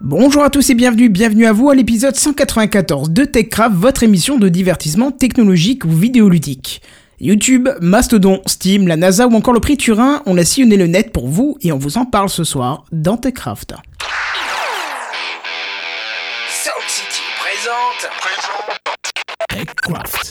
Bonjour à tous et bienvenue à vous à l'épisode 194 de TechCraft, votre émission de divertissement technologique ou vidéoludique. YouTube, Mastodon, Steam, la NASA ou encore le prix Turing, on a sillonné le net pour vous et on vous en parle ce soir dans TechCraft. Sound City présente TechCraft.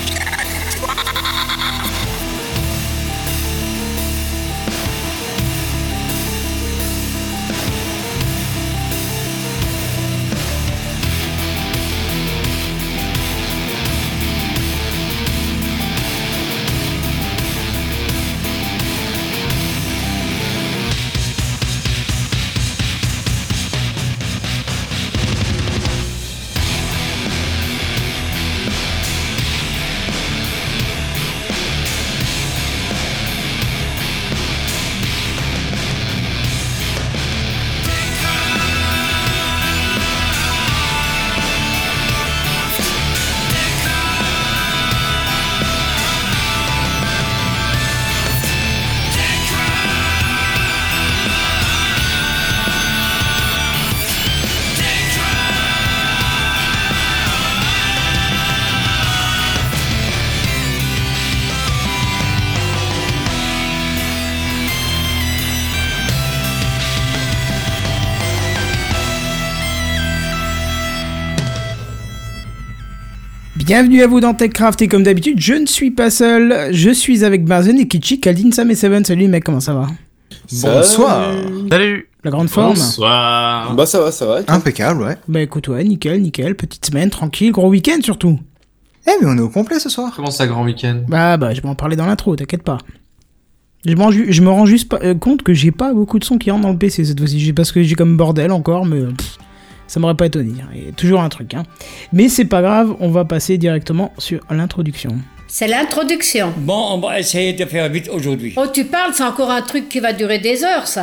Bienvenue à vous dans TechCraft et comme d'habitude, je ne suis pas seul, je suis avec Benzen et Kitchi, Kaldin, Sam et Seven. Salut mec, comment ça va? Bonsoir. Salut. La grande forme? Bonsoir. Bah ça va. Impeccable, ouais. Bah écoute, ouais, nickel, petite semaine, tranquille, gros week-end surtout. Eh mais on est au complet ce soir. Comment ça, grand week-end? Bah, je vais en parler dans l'intro, t'inquiète pas. Je me rends juste compte que j'ai pas beaucoup de sons qui rentrent dans le PC cette fois-ci, parce que j'ai comme bordel encore, mais ça m'aurait pas étonné. Il y a toujours un truc, hein. Mais c'est pas grave, on va passer directement sur l'introduction. C'est l'introduction. Bon, on va essayer de faire vite aujourd'hui. Oh, tu parles, c'est encore un truc qui va durer des heures, ça.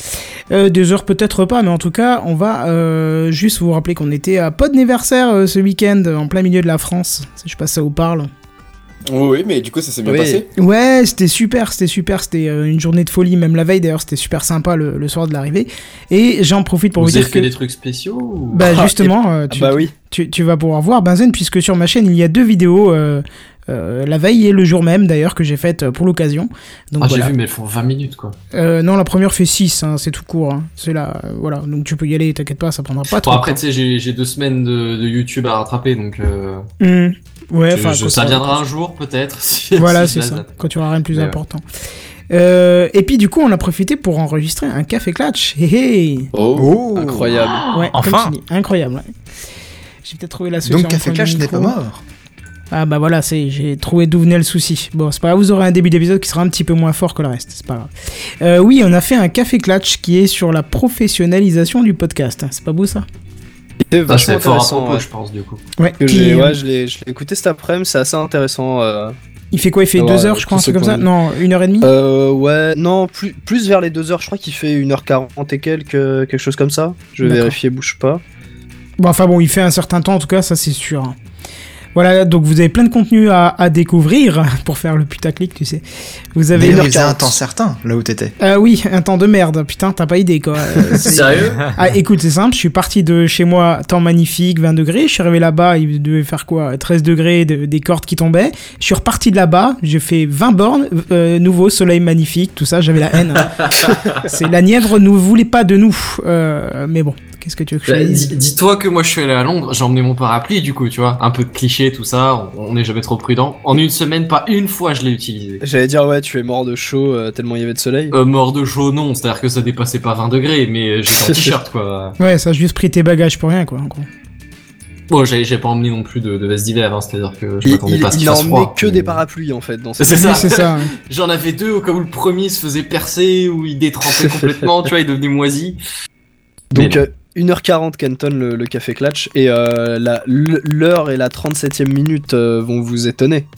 Des heures peut-être pas, mais en tout cas, on va juste vous rappeler qu'on était à Podniversaire ce week-end, en plein milieu de la France. Je sais pas si ça vous parle. Oui, mais du coup ça s'est bien passé. Ouais, c'était super, c'était une journée de folie, même la veille d'ailleurs, c'était super sympa le soir de l'arrivée. Et j'en profite pour vous dire que... Vous avez fait des trucs spéciaux ou... Bah justement, tu vas pouvoir voir, Benzen, puisque sur ma chaîne, il y a 2 vidéos... la veille et le jour même d'ailleurs que j'ai faite pour l'occasion. Donc, j'ai vu mais elles font 20 minutes quoi. Non, la première fait 6, hein, c'est tout court, hein. C'est là, voilà, donc tu peux y aller, t'inquiète pas, ça prendra pas trop. Après tu sais j'ai 2 semaines de YouTube à rattraper donc ouais, ça viendra un jour peut-être. Voilà, c'est ça, quand tu auras rien de plus important. Et puis du coup on a profité pour enregistrer un café clutch. Oh, incroyable. Ouais, enfin incroyable, ouais. J'ai peut-être trouvé la solution. Donc café clutch n'est pas mort. Ah bah voilà, j'ai trouvé d'où venait le souci. Bon, c'est pas grave, vous aurez un début d'épisode qui sera un petit peu moins fort que le reste, c'est pas grave. Oui, on a fait un café clutch qui est sur la professionnalisation du podcast. C'est pas beau ça? C'est vachement fort à intéressant, propos, je pense du coup. Ouais, je l'ai écouté cet après-midi, c'est assez intéressant. Il fait quoi? Il fait 2 heures, je crois, c'est comme ça? Non, 1h30? Ouais, non, plus vers les 2 heures, je crois qu'il fait 1h40 et quelque chose comme ça. Je vais vérifier, bouge pas. Bon, enfin bon, il fait un certain temps en tout cas, ça c'est sûr. Voilà, donc vous avez plein de contenu à découvrir pour faire le putaclic, tu sais. Vous avez il faisait un temps certain, là où t'étais. Oui, un temps de merde, putain, t'as pas idée quoi. Sérieux? Ah, écoute, c'est simple, je suis parti de chez moi, temps magnifique, 20 degrés, je suis arrivé là-bas, il devait faire quoi, 13 degrés, des cordes qui tombaient. Je suis reparti de là-bas, j'ai fait 20 bornes, nouveau soleil magnifique, tout ça, j'avais la haine. Hein. C'est la Nièvre ne voulait pas de nous, mais bon. Qu'est-ce que tu veux que je dise? Dis-toi que moi je suis allé à Londres, j'ai emmené mon parapluie du coup, tu vois, un peu de cliché tout ça, on n'est jamais trop prudent. En une semaine, pas une fois je l'ai utilisé. J'allais dire ouais, tu es mort de chaud tellement il y avait de soleil. Mort de chaud non, c'est-à-dire que ça dépassait pas 20 degrés, mais j'étais en t-shirt quoi. Ouais, ça a juste pris tes bagages pour rien quoi, en gros. Bon, j'ai pas emmené non plus de veste d'hiver, hein, c'est-à-dire que je m'attendais pas à ce qu'il fasse froid. Il a emmené que des parapluies en fait dans c'est ça. C'est ça. Ouais. J'en avais 2 au cas où le premier se faisait percer ou il détrempait complètement, tu vois, il devenait moisi. Donc 1h40 Kenton le café clutch et l'heure et la 37e minute vont vous étonner.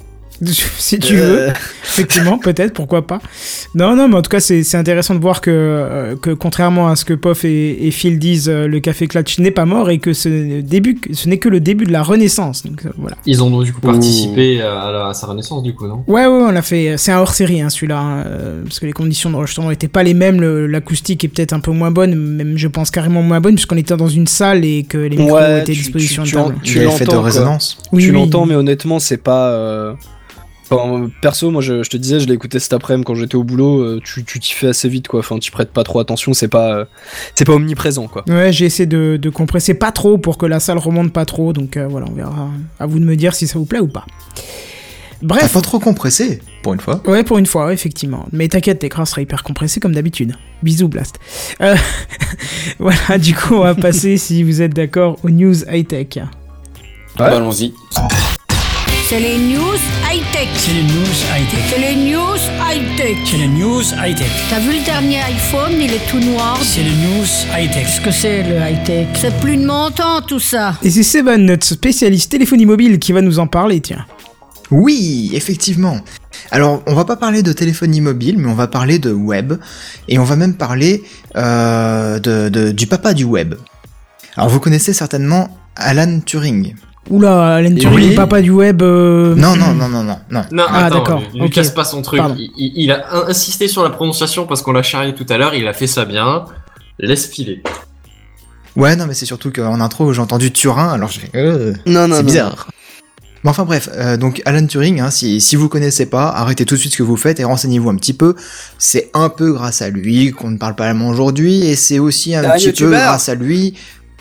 Si tu veux, effectivement, peut-être, pourquoi pas. Non, mais en tout cas, c'est intéressant de voir que contrairement à ce que Pof et Phil disent, le Café Clutch n'est pas mort et que ce n'est que le début de la renaissance. Donc voilà. Ils ont du coup participé à sa renaissance, du coup, non ? Ouais, on a fait. C'est un hors-série, hein, celui-là, parce que les conditions d'enregistrement n'étaient pas les mêmes. L'acoustique est peut-être un peu moins bonne, même je pense carrément moins bonne, puisqu'on était dans une salle et que les micros étaient à disposition de table. Tu l'effet de résonance. Tu l'entends, mais honnêtement, c'est pas. Enfin, perso, moi je te disais, je l'ai écouté cet après-midi quand j'étais au boulot, tu t'y fais assez vite quoi, enfin tu prêtes pas trop attention, c'est pas omniprésent quoi. Ouais, j'ai essayé de compresser pas trop pour que la salle remonte pas trop, donc voilà, on verra. À vous de me dire si ça vous plaît ou pas. Bref. T'as pas trop compressé, pour une fois. Ouais, pour une fois, ouais, effectivement. Mais t'inquiète, l'écran sera hyper compressé comme d'habitude. Bisous, Blast. Voilà, du coup, on va passer, si vous êtes d'accord, aux news high-tech. Ouais. Bah, allons-y. C'est les news high-tech. C'est les news high-tech. C'est les news high-tech. C'est les news high-tech. T'as vu le dernier iPhone, il est tout noir. C'est les news high-tech. Qu'est-ce que c'est le high-tech? C'est plus de mon temps tout ça. Et c'est Seven, notre spécialiste téléphonie mobile, qui va nous en parler, tiens. Oui, effectivement. Alors, on va pas parler de téléphonie mobile, mais on va parler de web, et on va même parler du papa du web. Alors, vous connaissez certainement Alan Turing. Oula, Alan Turing, le papa du web. Non. Non, ah, attends, d'accord. lui casse pas son truc. Il a insisté sur la prononciation parce qu'on l'a charrié tout à l'heure, il a fait ça bien. Laisse filer. Ouais, non, mais c'est surtout qu'en intro, j'ai entendu Turin, alors je fais... Non, c'est bizarre. Mais enfin bref, donc Alan Turing, hein, si vous connaissez pas, arrêtez tout de suite ce que vous faites et renseignez-vous un petit peu. C'est un peu grâce à lui qu'on ne parle pas allemand aujourd'hui, et c'est aussi un petit peu grâce à lui...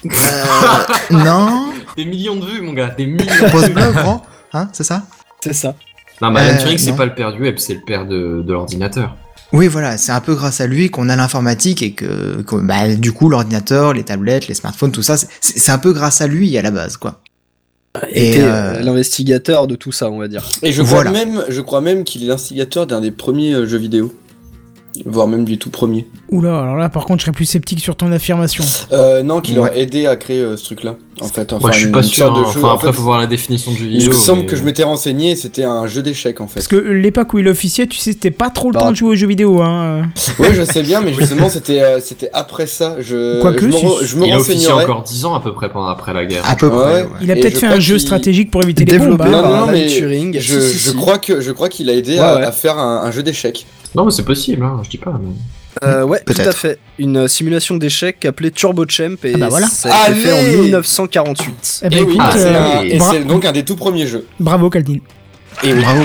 non. Des millions de vues, mon gars, des millions. Postblog, grand, hein, c'est ça ? C'est ça. Non, mais Alan Turing, c'est pas le père du web, c'est le père de l'ordinateur. Oui, voilà, c'est un peu grâce à lui qu'on a l'informatique et que du coup, l'ordinateur, les tablettes, les smartphones, tout ça, c'est un peu grâce à lui à la base, quoi. Et l'investigateur de tout ça, on va dire. Et je crois même qu'il est l'instigateur d'un des premiers jeux vidéo. Voire même du tout premier. Oula, alors là par contre je serais plus sceptique sur ton affirmation. Non, qu'il aurait aidé à créer ce truc-là. En fait, enfin, je suis pas sûr. De jeu. Après, faut voir la définition du vidéo. Il me semble que je m'étais renseigné, c'était un jeu d'échecs en fait. Parce que l'époque où il officiait, tu sais, c'était pas trop le temps de jouer aux jeux vidéo, hein. Oui, je sais bien, mais justement, c'était après ça. Quoique, je me il a officié renseignerai. encore 10 ans à peu près après la guerre. À peu près. Ouais. Il a peut-être fait un jeu stratégique pour éviter les bombes. Non, mais Turing. Je crois qu'il a aidé à faire un jeu d'échecs. Non, mais c'est possible, hein, je dis pas. Mais... Ouais, peut-être. Tout à fait. Une simulation d'échecs appelée Turbo Champ et voilà. ça a été fait en 1948. Eh ben, Et oui, écoute, c'est donc un des tout premiers jeux. Bravo, Caldine. Et oui. Bravo.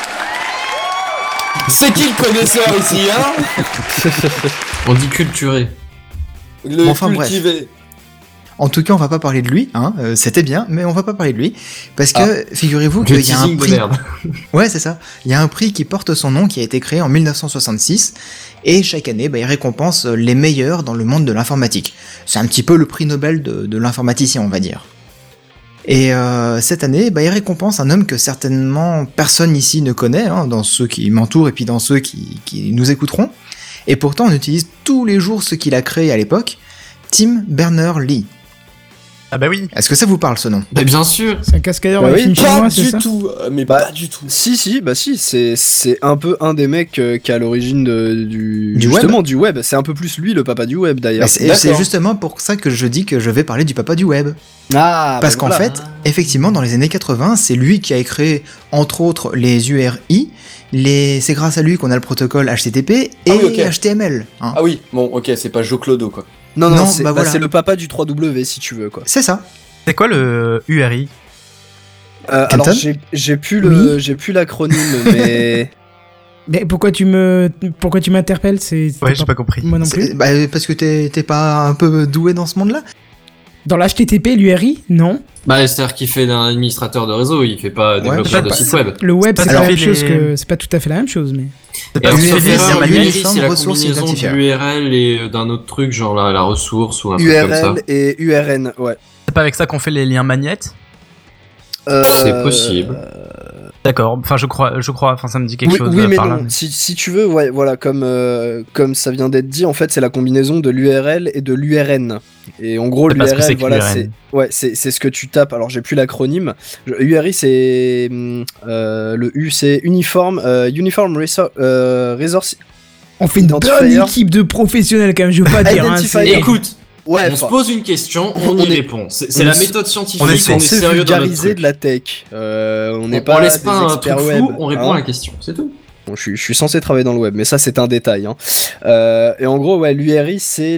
C'est qui le connaisseur ici, hein? On dit culturé. Le enfin, cultivé. Bref. En tout cas, on va pas parler de lui, hein. C'était bien, mais on va pas parler de lui parce que figurez-vous qu'il y a un prix. Ouais, c'est ça. Il y a un prix qui porte son nom, qui a été créé en 1966, et chaque année, il récompense les meilleurs dans le monde de l'informatique. C'est un petit peu le prix Nobel de l'informaticien, on va dire. Et cette année, il récompense un homme que certainement personne ici ne connaît, hein, dans ceux qui m'entourent et puis dans ceux qui nous écouteront. Et pourtant, on utilise tous les jours ce qu'il a créé à l'époque, Tim Berners-Lee. Ah bah oui. Est-ce que ça vous parle ce nom ? Mais bien sûr. C'est un cascadeur dans les films chinois, c'est ça ? Pas du tout. Si, c'est un peu un des mecs qui est à l'origine du web. C'est un peu plus lui le papa du web d'ailleurs. C'est justement pour ça que je dis que je vais parler du papa du web. Parce qu'en fait, effectivement, dans les années 80, c'est lui qui a créé, entre autres, les URI. C'est grâce à lui qu'on a le protocole HTTP et HTML. Hein. Ah oui, bon, ok, c'est pas Joe Clodo, quoi. Non, c'est le papa du 3W, si tu veux, quoi. C'est ça. C'est quoi le URI ? Alors, j'ai plus l'acronyme, mais... Mais pourquoi tu m'interpelles ? Ouais, j'ai pas compris. Moi non plus. Parce que t'es pas un peu doué dans ce monde-là ? Dans l'HTTP, l'URI, non. C'est-à-dire qu'il fait d'un administrateur de réseau, il fait pas développeur de site web. Le web, c'est la même chose que... C'est pas tout à fait la même chose, mais... C'est la combinaison de l'URL et d'un autre truc, genre la ressource ou un truc comme ça. URL et URN, ouais. C'est pas avec ça qu'on fait les liens magnètes ? C'est possible. D'accord. Enfin, je crois. Enfin, ça me dit quelque chose. Oui, mais par non. là. Si tu veux, ouais, voilà, comme ça vient d'être dit, en fait, c'est la combinaison de l'URL et de l'URN. Et en gros, C'est pas ce que l'URL, c'est que voilà, l'URN. c'est ce que tu tapes. Alors, j'ai plus l'acronyme. URI, c'est le U, c'est Uniform Resource. On fait une bonne Identifier. équipe de professionnels quand même, je veux pas dire. Hein, Identifier. c'est- Écoute, Ouais, on se pose une question, on y répond. C'est on la est- méthode scientifique, on on est essaie. censé sérieux dans notre vulgariser truc. de la tech. On n'est On pas laisse des pas un truc experts flou, web. on répond hein. à la question, c'est tout. Bon, je suis censé travailler dans le web, mais ça c'est un détail. Hein. Et en gros, ouais, l'URI c'est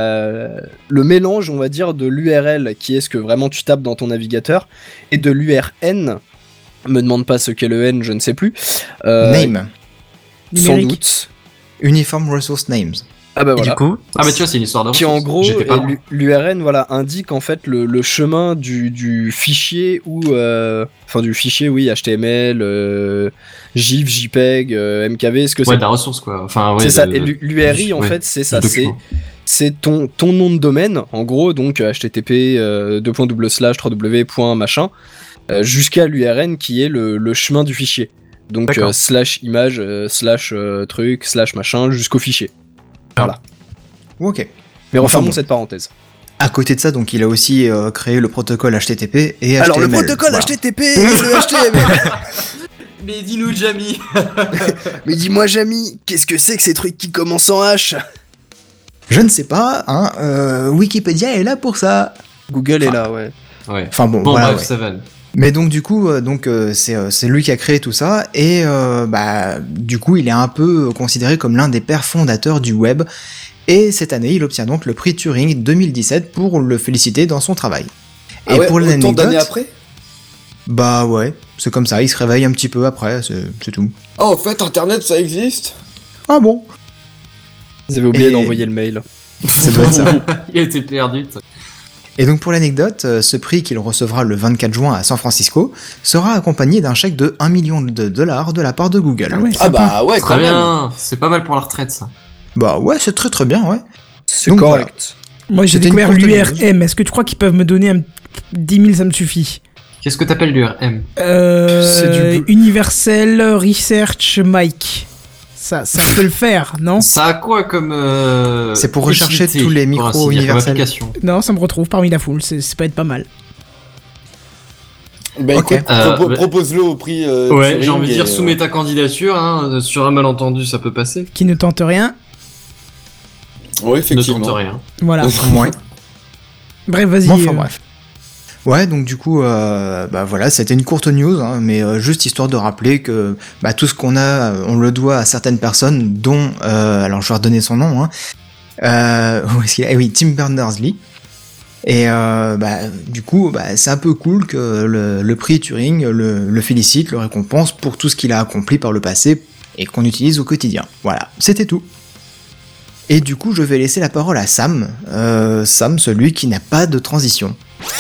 le mélange, on va dire, de l'URL qui est ce que vraiment tu tapes dans ton navigateur et de l'URN. Me demande pas ce qu'est le N, je ne sais plus. Name. Sans Numérique. doute. Uniform Resource Names. Ah bah Et voilà. du coup, Ah bah tu vois, c'est une histoire de Qui en gros, J'étais pas loin. l'URN voilà, indique en fait le chemin du fichier ou enfin du fichier, oui, HTML, GIF, JPEG, MKV, ce que Ouais, c'est. de la ressource quoi. Enfin, ouais, C'est ça. de- Et l'URI en ouais, fait, c'est le ça. document. C'est ton nom de domaine, en gros, donc http //www.machin jusqu'à l'URN qui est le chemin du fichier. Donc D'accord. / image / truc / machin jusqu'au fichier. Ok. Mais Enfin, refermons bon. cette parenthèse. À côté de ça, donc, il a aussi créé le protocole HTTP et HTML. Alors le protocole Voilà. HTTP et le HTML. Mais dis-nous, Jamie. Mais dis-moi, Jamie, qu'est-ce que c'est que ces trucs qui commencent en H? Je ne sais pas, hein. Wikipédia est là pour ça. Google est là, ouais. Ouais. Enfin bon, Bon, voilà. bref, Ouais. Seven. Mais donc du coup, c'est lui qui a créé tout ça et du coup, il est un peu considéré comme l'un des pères fondateurs du web. Et cette année, il obtient donc le prix Turing 2017 pour le féliciter dans son travail. Ah Et ouais, pour autant d'années l'anecdote, après. bah ouais, c'est comme ça. Il se réveille un petit peu après, c'est tout. Oh, en fait, Internet, ça existe. Ah bon, Vous avez oublié Et- d'envoyer le mail. ça doit être ça. Il était perdu. Et donc pour l'anecdote, ce prix qu'il recevra le 24 juin à San Francisco sera accompagné d'un chèque de $1 million de la part de Google. Ah ouais, Ah bah ouais, Très quand même. bien. C'est pas mal pour la retraite, ça. Bah ouais, c'est très très bien, ouais. C'est Donc, correct. Moi j'ai C'était une découvert courte l'URM. Est-ce que tu crois qu'ils peuvent me donner 10 000, ça me suffit? Qu'est-ce que t'appelles l'URM? C'est du- Universal Research Mic. Ça peut le faire, non? Ça a quoi comme. C'est pour rechercher utilité, tous les pour micros ainsi dire, comme universels. application. Non, ça me retrouve parmi la foule. Ça peut être pas mal. Bah Ok. écoute, Bah- propose-le au prix. Ouais, Turing j'ai envie de et, dire, soumets ta candidature, hein, sur un malentendu, ça peut passer. Qui ne tente rien. Ouais, Ne effectivement. tente rien. Voilà. Ouais. Bref, vas-y. Bon, enfin bref. Ouais, donc du coup, bah voilà, c'était une courte news, hein, mais juste histoire de rappeler que bah, tout ce qu'on a, on le doit à certaines personnes, dont, alors je vais redonner son nom, hein, où est-ce qu'il est ? Eh oui, Tim Berners-Lee. Et bah, du coup, bah, c'est un peu cool que le prix Turing le félicite, le récompense pour tout ce qu'il a accompli par le passé et qu'on utilise au quotidien. Voilà, c'était tout. Et du coup, je vais laisser la parole à Sam, Sam, celui qui n'a pas de transition.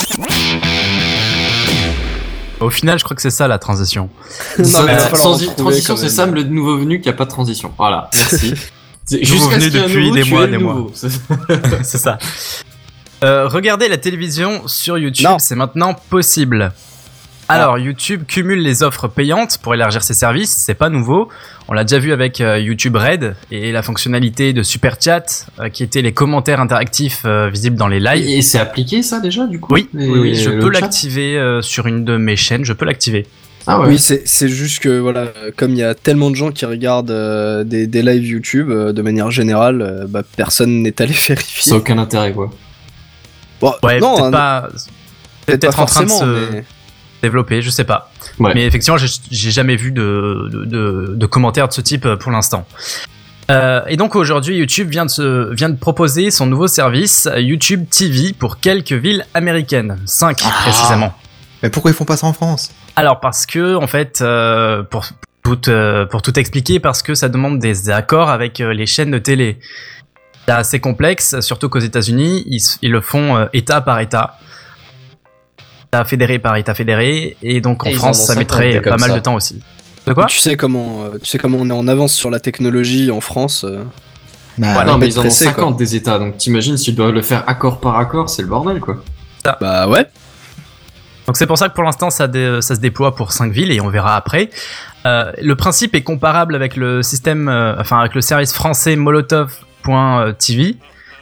au final, je crois que c'est ça la transition. Non, mais il va falloir en trouver Transition, quand c'est même. Sam, le nouveau venu qui a pas de transition. Voilà, merci. C'est- Nouveau Jusqu'à venu ce qu'il y ait un depuis nouveau, des tu mois, es le des mois. nouveau. C'est ça. Regardez la télévision sur YouTube, Non. c'est maintenant possible. Alors, YouTube cumule les offres payantes pour élargir ses services, c'est pas nouveau. On l'a déjà vu avec YouTube Red et la fonctionnalité de Super Chat, qui était les commentaires interactifs visibles dans les lives. Et c'est appliqué ça déjà du coup Oui, oui, je le peux chat l'activer sur une de mes chaînes, je peux l'activer. Ah ouais. Oui, c'est juste que voilà, comme il y a tellement de gens qui regardent des lives YouTube de manière générale, bah, personne n'est allé vérifier. Ça a aucun intérêt quoi. Bon, Ouais, non, peut-être hein, pas, peut-être peut-être pas en train de forcément, se mais développer, je sais pas. Ouais. Mais effectivement, j'ai jamais vu de commentaires de ce type pour l'instant. Et donc aujourd'hui, YouTube vient de proposer son nouveau service, YouTube TV, pour quelques villes américaines. 5 précisément. Mais pourquoi ils font pas ça en France ? Alors parce que, en fait, pour tout expliquer, parce que ça demande des accords avec les chaînes de télé. C'est assez complexe, surtout qu'aux États-Unis, ils le font État par État. État fédéré par État fédéré, et donc en Et ils France, en ont ça 50 mettrait des pas comme mal ça. de temps aussi. De quoi ? tu sais comment on est en avance sur la technologie en France. Bah, Ouais, non, mais ils en ont pressé, 50 des états, donc t'imagines s'ils doivent le faire accord par accord, c'est le bordel quoi. Bah ouais. Donc c'est pour ça que pour l'instant ça se déploie pour 5 villes et on verra après. Le principe est comparable avec le système, avec le service français Molotov.tv,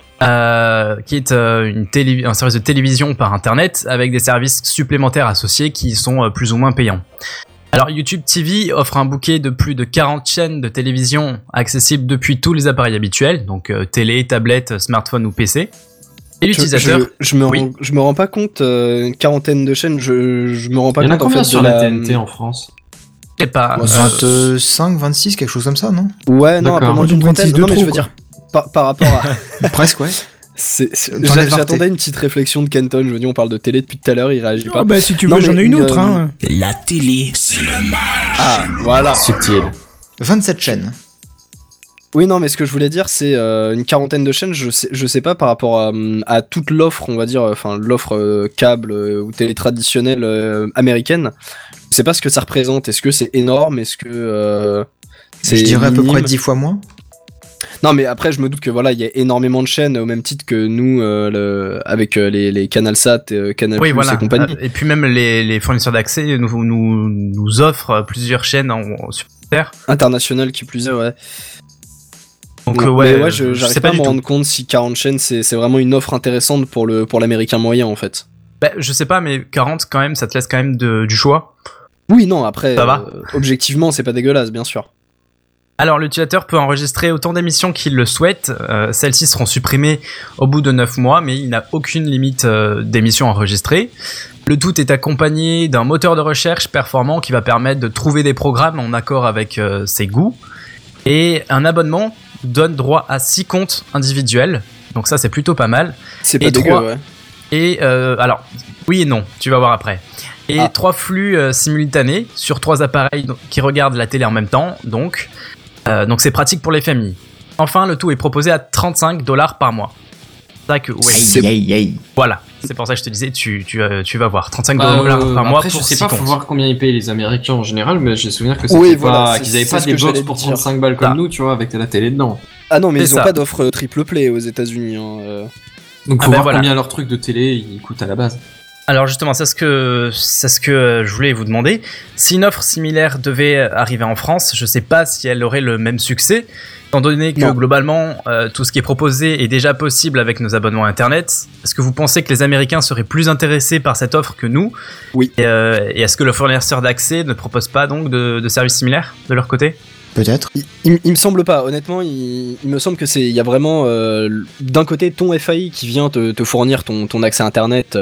qui est un service de télévision par internet avec des services supplémentaires associés qui sont plus ou moins payants. Alors YouTube TV offre un bouquet de plus de 40 chaînes de télévision accessibles depuis tous les appareils habituels, donc télé, tablette, smartphone ou PC. Et l'utilisateur... Je me rends pas compte, une quarantaine de chaînes, je me rends pas compte en fait sur la TNT en France. Je sais pas. 25, 26, quelque chose comme ça, non? Ouais, non, un peu moins d'une trentaine. Non, mais je veux dire, par rapport à... Presque, ouais. J'attendais une petite réflexion de Kenton. Je veux dire, on parle de télé depuis tout à l'heure, il réagit pas. Bah si tu veux, j'en ai une autre. Hein. La télé, c'est le mal. Ah, voilà. Subtil. 27 chaînes. Oui, non, mais ce que je voulais dire, c'est une quarantaine de chaînes. Je sais pas par rapport à toute l'offre, on va dire, l'offre câble ou télé traditionnelle américaine. Je sais pas ce que ça représente. Est-ce que c'est énorme? Est-ce que je dirais à peu près 10 fois moins. Non, mais après, je me doute que voilà, il y a énormément de chaînes au même titre que nous, avec les CanalSat, Canal+, oui, voilà. Et compagnie. Et puis même les fournisseurs d'accès nous offrent plusieurs chaînes supplémentaires. Internationales qui plus est, ouais. Donc ouais, j'arrive pas à me rendre compte si 40 chaînes, c'est vraiment une offre intéressante pour l'américain moyen, en fait. Bah, je sais pas, mais 40 quand même, ça te laisse quand même du choix. Oui, non, après, ça va. Objectivement, c'est pas dégueulasse, bien sûr. Alors l'utilisateur peut enregistrer autant d'émissions qu'il le souhaite, celles-ci seront supprimées au bout de 9 mois, mais il n'a aucune limite d'émissions enregistrées. Le tout est accompagné d'un moteur de recherche performant qui va permettre de trouver des programmes en accord avec ses goûts, et un abonnement donne droit à 6 comptes individuels, donc ça c'est plutôt pas mal. C'est pas dégueu, ouais. Et alors, oui et non, tu vas voir après. Et 3 flux simultanés sur 3 appareils qui regardent la télé en même temps, donc c'est pratique pour les familles. Enfin, le tout est proposé à $35 par mois. C'est ça que, ouais, voilà, c'est pour ça que je te disais, tu vas voir, $35 par mois après, pour je sais 6 pas, comptes. faut voir combien ils payent les Américains en général, mais j'ai souvenir que oui, c'était voilà, qu'ils avaient pas des box pour 35 balles comme nous, tu vois, avec la télé dedans. Ah non, mais ils ont pas d'offre triple play aux États-Unis. Donc faut voir combien leur truc de télé il coûte à la base. Alors justement, c'est ce que je voulais vous demander. Si une offre similaire devait arriver en France, je sais pas si elle aurait le même succès, étant donné que globalement, tout ce qui est proposé est déjà possible avec nos abonnements Internet. Est-ce que vous pensez que les Américains seraient plus intéressés par cette offre que nous? Oui. Et est-ce que le fournisseur d'accès ne propose pas donc de services similaires de leur côté? Peut-être. Il me semble pas, honnêtement, il me semble que il y a vraiment d'un côté ton FAI qui vient te fournir ton accès Internet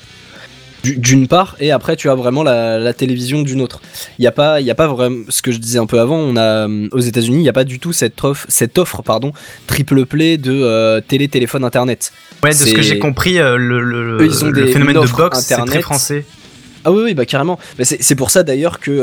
d'une part, et après tu as vraiment la télévision d'une autre. Il y a pas vraiment, ce que je disais un peu avant, on a aux États-Unis, il y a pas du tout cette offre triple play de téléphone internet. Ouais, de ce que j'ai compris, le phénomène de box c'est très français. Ah oui, bah carrément. Mais c'est pour ça d'ailleurs que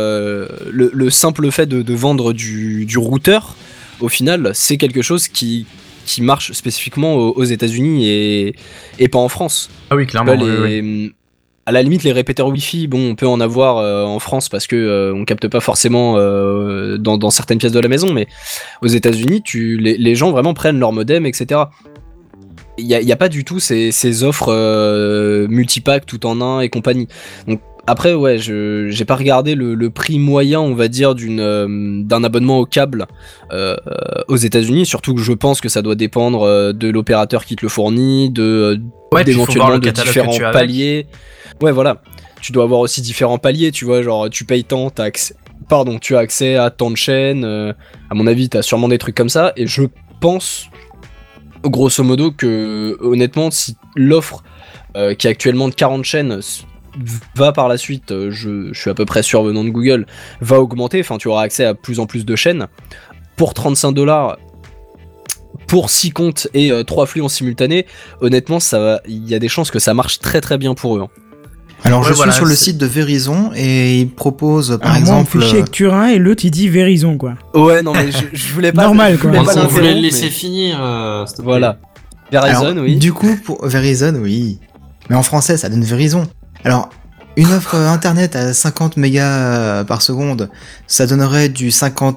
le simple fait de vendre du routeur, au final, c'est quelque chose qui marche spécifiquement aux États-Unis et pas en France. Ah oui, clairement. Oui. À la limite, les répéteurs Wi-Fi, bon, on peut en avoir en France parce que on capte pas forcément dans certaines pièces de la maison, mais aux États-Unis, les gens vraiment prennent leur modem, etc. Il y a pas du tout ces offres multipack tout en un et compagnie. Donc après, ouais, j'ai pas regardé le prix moyen, on va dire, d'un abonnement au câble aux États-Unis. Surtout que je pense que ça doit dépendre de l'opérateur qui te le fournit, d'éventuellement de différents paliers. Ouais, voilà. Tu dois avoir aussi différents paliers, tu vois, genre tu payes tant, tu as accès à tant de chaînes. À mon avis, t'as sûrement des trucs comme ça. Et je pense, grosso modo, que honnêtement, si l'offre qui est actuellement de 40 chaînes va par la suite, je suis à peu près sûr venant de Google, va augmenter, enfin tu auras accès à plus en plus de chaînes. Pour $35, pour 6 comptes et 3 flux en simultané, honnêtement, il y a des chances que ça marche très très bien pour eux. Hein. Alors je suis sur le site de Verizon et il propose par exemple... Moi, on fait chier avec Turin et l'autre il dit Verizon quoi. Ouais, non mais je voulais pas... Normal quoi. On voulait le laisser finir. Voilà. Verizon, oui. Du coup, pour Verizon, oui. Mais en français, ça donne Verizon. Alors, une offre internet à 50 mégas par seconde, ça donnerait du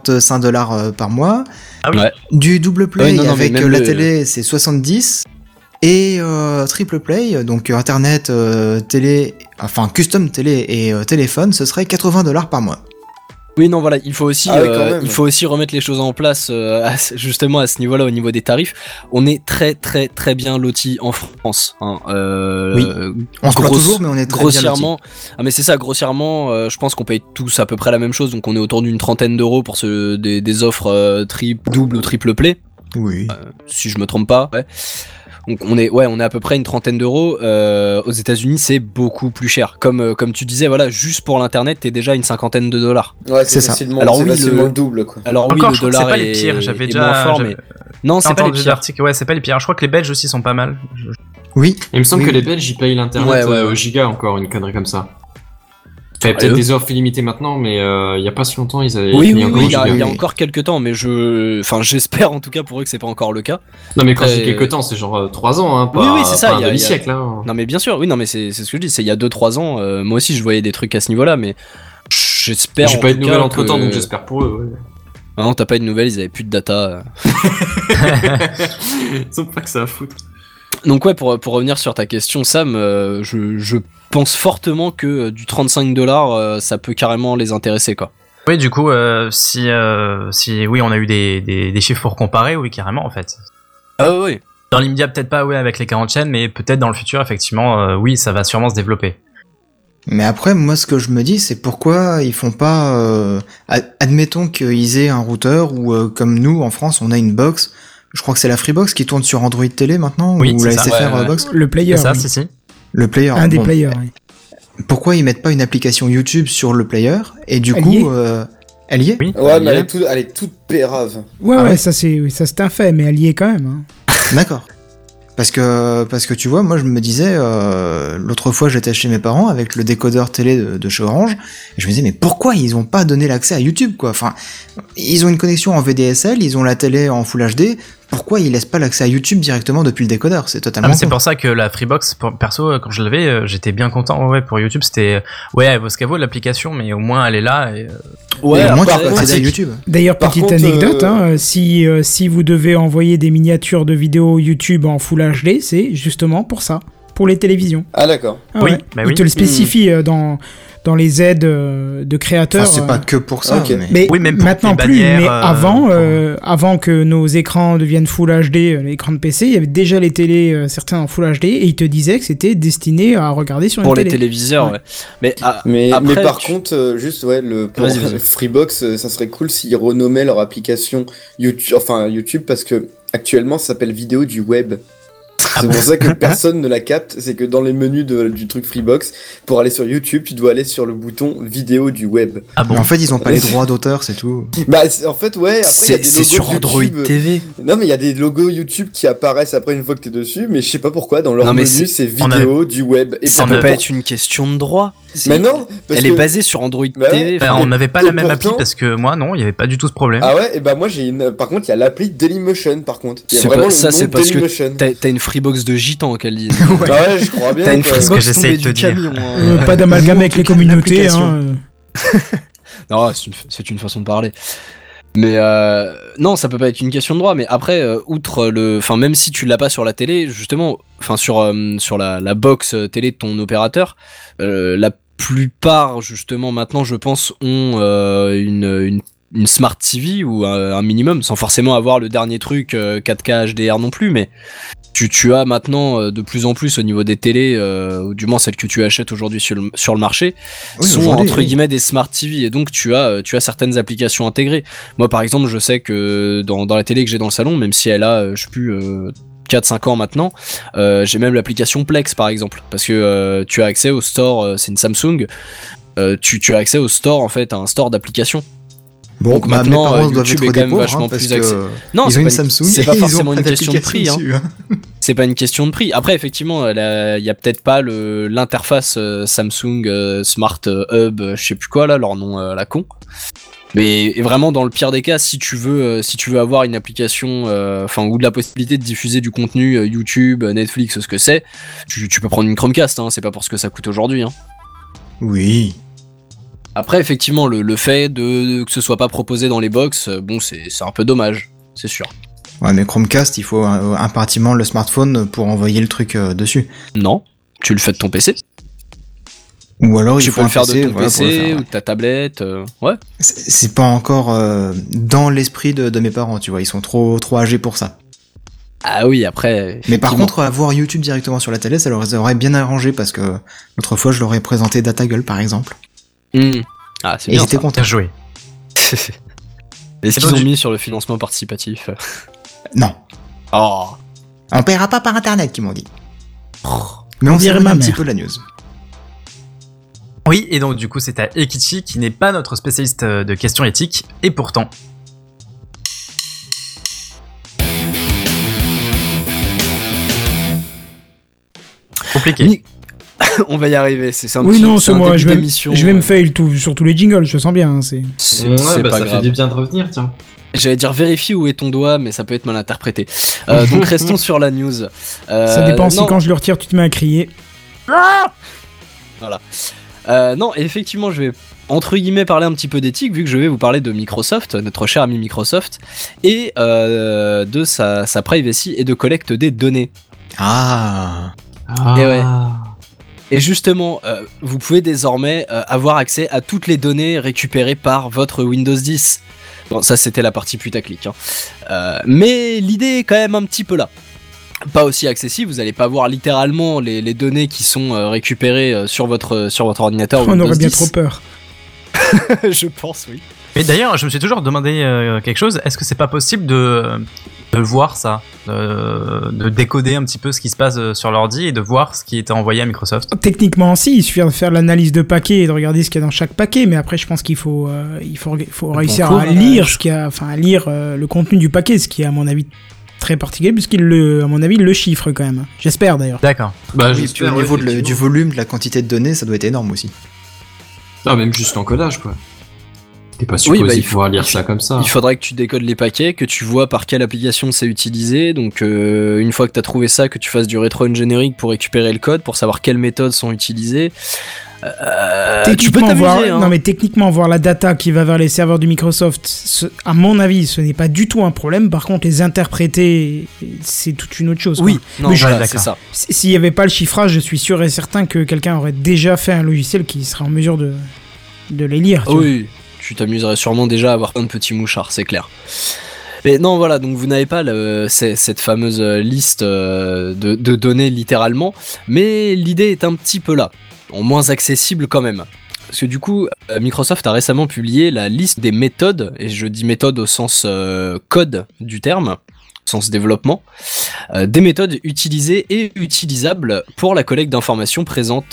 $55 par mois. Ah oui. Ouais. Du double play avec la télé, c'est 70. Et triple play, donc internet, télé, enfin custom télé et téléphone, ce serait $80 par mois. Oui, non, voilà, il faut aussi remettre les choses en place justement à ce niveau-là, au niveau des tarifs. On est très très très bien lotis en France. Hein. Oui. On se croit toujours, mais on est très grossièrement. bien lotis. Ah, mais c'est ça, grossièrement, je pense qu'on paye tous à peu près la même chose, donc on est autour d'une trentaine d'euros pour des offres double ou triple play. Oui. Si je me trompe pas. Ouais. Donc on est à peu près une trentaine d'euros. Aux États-Unis, c'est beaucoup plus cher. Comme tu disais, voilà, juste pour l'internet, t'es déjà une $50. Ouais, c'est ça. Alors oui, le double, quoi. Alors oui, Encore, le je crois que dollar c'est pas les est pires. J'avais est déjà moins fort, mais non, c'est pas les pires. Ouais, c'est pas les pires. Je crois que les Belges aussi sont pas mal. Oui. Il me semble Oui. que les Belges ils payent l'internet Ouais. au giga encore, une connerie comme ça. Il y a peut-être des offres illimitées maintenant, mais il y a pas si longtemps ils avaient Oui, mis encore au il y giga. a encore quelques temps, mais j'espère en tout cas pour eux que c'est pas encore le cas. Non mais quand je dis quelques temps, c'est genre 3 ans, hein, pas, Oui, c'est ça, pas un il y a- demi-siècle. Hein. Non mais bien sûr, oui, non mais c'est ce que je dis, c'est il y a 2-3 ans, moi aussi je voyais des trucs à ce niveau-là, mais j'espère. J'ai en pas eu de tout nouvelles cas entre temps, que- donc j'espère pour eux. Ouais. Ah non, t'as pas eu de nouvelles, ils avaient plus de data. Ils ont pas que ça à foutre. Donc ouais, pour revenir sur ta question, Sam, je pense fortement que du $35, ça peut carrément les intéresser, quoi. Oui, du coup, si oui, on a eu des chiffres pour comparer, oui, carrément, en fait. Ah oui. Dans l'immédiat, peut-être pas, ouais, avec les 40 chaînes, mais peut-être dans le futur, effectivement, oui, ça va sûrement se développer. Mais après, moi, ce que je me dis, c'est pourquoi ils font pas... admettons qu'ils aient un routeur ou comme nous, en France, on a une box. Je crois que c'est la Freebox qui tourne sur Android Télé maintenant, Oui, ou c'est la ça. SFR Ouais. Box. Le player. C'est ça, oui. si. Le player. Un des Bon, players, oui. Pourquoi ils mettent pas une application YouTube sur le player et du Elle coup, y est elle y est. Oui. Ouais, mais elle est toute pérave. Ouais, Ah ouais, ouais. ça c'est un fait, mais elle y est quand même. Hein. D'accord. Parce que tu vois, moi je me disais, l'autre fois j'étais chez mes parents avec le décodeur télé de chez Orange, et je me disais mais pourquoi ils ont pas donné l'accès à YouTube quoi? Enfin, ils ont une connexion en VDSL, ils ont la télé en Full HD, pourquoi ils laissent pas l'accès à YouTube directement depuis le décodeur? C'est totalement C'est con. pour ça que la Freebox, perso, quand je l'avais, j'étais bien content. Ouais, pour YouTube, c'était ouais, elle vaut ce qu'elle vaut l'application, mais au moins elle est là. Et, Ouais, Et au moins tu après, peux accéder à c'est- YouTube. D'ailleurs, Par petite contre, anecdote, si vous devez envoyer des miniatures de vidéos YouTube en Full HD, c'est justement pour ça, pour les télévisions. Ah, d'accord. Ah Oui, ouais. bah Ils oui. te le spécifient dans les aides de créateurs. Enfin, c'est pas que pour ça, ok. Mais Oui, même pour maintenant une plus, bannière, mais avant, pour- avant que nos écrans deviennent Full HD, l'écran de PC, il y avait déjà les télés, certains en Full HD, et ils te disaient que c'était destiné à regarder sur pour une les télé. téléviseurs, Ouais. ouais. Mais, Mais après, par tu- contre, juste, ouais, pour Vas-y. Freebox, ça serait cool s'ils renommaient leur application YouTube, parce que actuellement, ça s'appelle Vidéo du Web. C'est pour ça que personne ne la capte, c'est que dans les menus du truc Freebox, pour aller sur YouTube, tu dois aller sur le bouton Vidéo du Web. Ah bon. Mais en fait, ils ont pas les droits d'auteur, c'est tout. Bah, en fait, ouais, après, il y a des c'est logos sur Android YouTube. TV. Non, mais il y a des logos YouTube qui apparaissent après une fois que t'es dessus, mais je sais pas pourquoi, dans leur Non, mais menu, c'est on Vidéo du Web. Et Ça on peut a- pas être une question de droit. Mais non, parce Elle que... est basée sur Android Bah ouais. TV. Bah, enfin, on n'avait pas la même appli pourtant- parce que moi, non, il y avait pas du tout ce problème. Ah ouais, et bah moi j'ai une. Par contre, il y a l'appli Dailymotion par contre. Il y a C'est vraiment pas- le ça, nom c'est parce que Dailymotion. T'as une Freebox de gitan qu'elle dit. Ah ouais, je crois bien. T'as une quoi. que Freebox j'essaie tombée de te du dire. camion. hein. Pas d'amalgame avec les communautés. l'application. Hein. Non, c'est une façon de parler. Mais non, ça peut pas être une question de droit. Mais après, outre enfin même si tu l'as pas sur la télé, justement, enfin sur la box télé de ton opérateur, la plupart justement maintenant, je pense, ont une Smart TV ou un minimum, sans forcément avoir le dernier truc 4K HDR non plus, mais tu as maintenant de plus en plus au niveau des télés, ou du moins celles que tu achètes aujourd'hui sur le marché, Oui, sont aujourd'hui, entre oui. guillemets des Smart TV, et donc tu as certaines applications intégrées. Moi par exemple, je sais que dans la télé que j'ai dans le salon, même si elle a, je sais plus, 4-5 ans maintenant, j'ai même l'application Plex par exemple, parce que tu as accès au store, c'est une Samsung, tu as accès au store en fait, à un store d'applications. Bon, Donc bah, maintenant, mes parents doivent YouTube être est des quand même pauvres, vachement parce plus que accès. Non, ils c'est ont pas une Samsung, c'est pas et ils ont forcément pas une question de prix. Hein. d'application dessus, C'est pas une question de prix. Après, effectivement, il y a peut-être pas l'interface Samsung Smart Hub, je sais plus quoi là, leur nom la con. Mais vraiment, dans le pire des cas, si tu veux avoir une application, ou de la possibilité de diffuser du contenu YouTube, Netflix, ce que c'est, tu peux prendre une Chromecast. Hein, c'est pas pour ce que ça coûte aujourd'hui. Hein. Oui. Après, effectivement, le fait que ce soit pas proposé dans les box, bon, c'est un peu dommage, c'est sûr. Ouais, mais Chromecast, il faut impérativement le smartphone pour envoyer le truc dessus. Non, tu le fais de ton PC. Ou alors il Tu faut peux le un faire de PC, ton voilà, pour le PC faire, ou ouais. de ta tablette. Ouais. C'est pas encore dans l'esprit de mes parents, tu vois. Ils sont trop âgés pour ça. Ah oui, après. Mais par effectivement. contre, avoir YouTube directement sur la télé, ça leur aurait bien arrangé parce que l'autre fois, je leur ai présenté DataGull, par exemple. Ah, c'est Et bien. j'étais ça. content. Bien joué. Est-ce qu'ils ont mis sur le financement participatif? Non. Oh. On paiera pas par internet, qu'ils m'ont dit. Mais on dirait dirait ma un petit mère. peu la news. Oui, et donc du coup c'est à Ekichi qui n'est pas notre spécialiste de questions éthiques, et pourtant... Compliqué. Ni- On va y arriver. C'est un Oui, petit, non, c'est c'est un moi, début je vais d'émission, me fail sur tous les jingles, je sens bien. C'est... C'est Ouais, c'est bah, pas ça grave. fait du bien de revenir, tiens. J'allais dire vérifie où est ton doigt, mais ça peut être mal interprété. Donc restons sur la news. Ça dépend si non, quand je le retire, tu te mets à crier. non, effectivement, je vais entre guillemets parler un petit peu d'éthique, vu que je vais vous parler de Microsoft, notre cher ami Microsoft, et de sa privacy et de collecte des données. Ah. Et ouais. Et justement, vous pouvez désormais avoir accès à toutes les données récupérées par votre Windows 10. Bon, ça c'était la partie putaclic. Hein. Mais l'idée est quand même un petit peu là. Pas aussi accessible, vous n'allez pas voir littéralement les données qui sont récupérées sur votre ordinateur On Windows aurait bien 10. trop peur. Je pense, oui. Mais d'ailleurs, je me suis toujours demandé quelque chose, est-ce que c'est pas possible de voir ça, de décoder un petit peu ce qui se passe sur l'ordi et de voir ce qui était envoyé à Microsoft? Techniquement, si, il suffit de faire l'analyse de paquets et de regarder ce qu'il y a dans chaque paquet, mais après, je pense qu'il faut réussir à courage. lire à lire le contenu du paquet, ce qui est, à mon avis, très particulier, puisqu'il à mon avis, il le chiffre quand même. J'espère d'ailleurs. D'accord. Bah, Oui, et puis j'espère, au niveau ouais, du effectivement. volume, de la quantité de données, ça doit être énorme aussi. Ah, même juste l'encodage, quoi. T'es pas supposé bah, il pouvoir lire ça comme ça. Il faudrait que tu décodes les paquets, que tu vois par quelle application c'est utilisé. Donc une fois que tu as trouvé ça, que tu fasses du rétro-engineering pour récupérer le code, pour savoir quelles méthodes sont utilisées. Tu peux Techniquement, t'amuser. Hein. non, mais techniquement, voir la data qui va vers les serveurs du Microsoft, à mon avis, ce n'est pas du tout un problème. Par contre, les interpréter, c'est toute une autre chose. Oui, quoi. non, Mais voilà, d'accord. c'est ça. S'il n'y avait pas le chiffrage, je suis sûr et certain que quelqu'un aurait déjà fait un logiciel qui serait en mesure de les lire. tu vois. Oui, tu t'amuserais sûrement déjà à avoir plein de petits mouchards, c'est clair. Mais non, voilà, donc vous n'avez pas cette fameuse liste de données littéralement, mais l'idée est un petit peu là, en moins accessible quand même. Parce que du coup, Microsoft a récemment publié la liste des méthodes, et je dis méthode au sens code du terme, au sens développement, des méthodes utilisées et utilisables pour la collecte d'informations présentes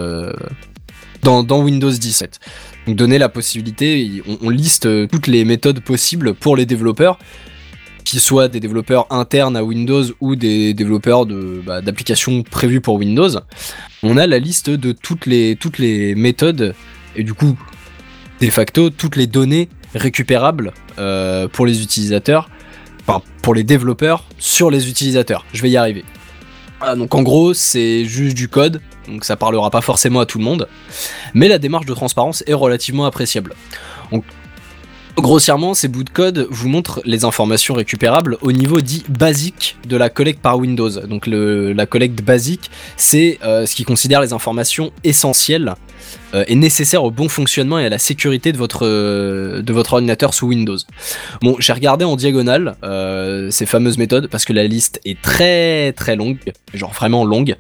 dans Windows 17. Donc donner la possibilité, on liste toutes les méthodes possibles pour les développeurs, qu'ils soient des développeurs internes à Windows ou des développeurs d'applications prévues pour Windows. On a la liste de toutes les méthodes et du coup, de facto, toutes les données récupérables pour les utilisateurs, enfin pour les développeurs sur les utilisateurs. Je vais y arriver. Donc en gros, c'est juste du code, donc ça parlera pas forcément à tout le monde, mais la démarche de transparence est relativement appréciable. Donc, grossièrement, ces bouts de code vous montrent les informations récupérables au niveau dit basique de la collecte par Windows. Donc la collecte basique, c'est ce qui considère les informations essentielles et nécessaires au bon fonctionnement et à la sécurité de votre ordinateur sous Windows. Bon, j'ai regardé en diagonale ces fameuses méthodes parce que la liste est très très longue, genre vraiment longue.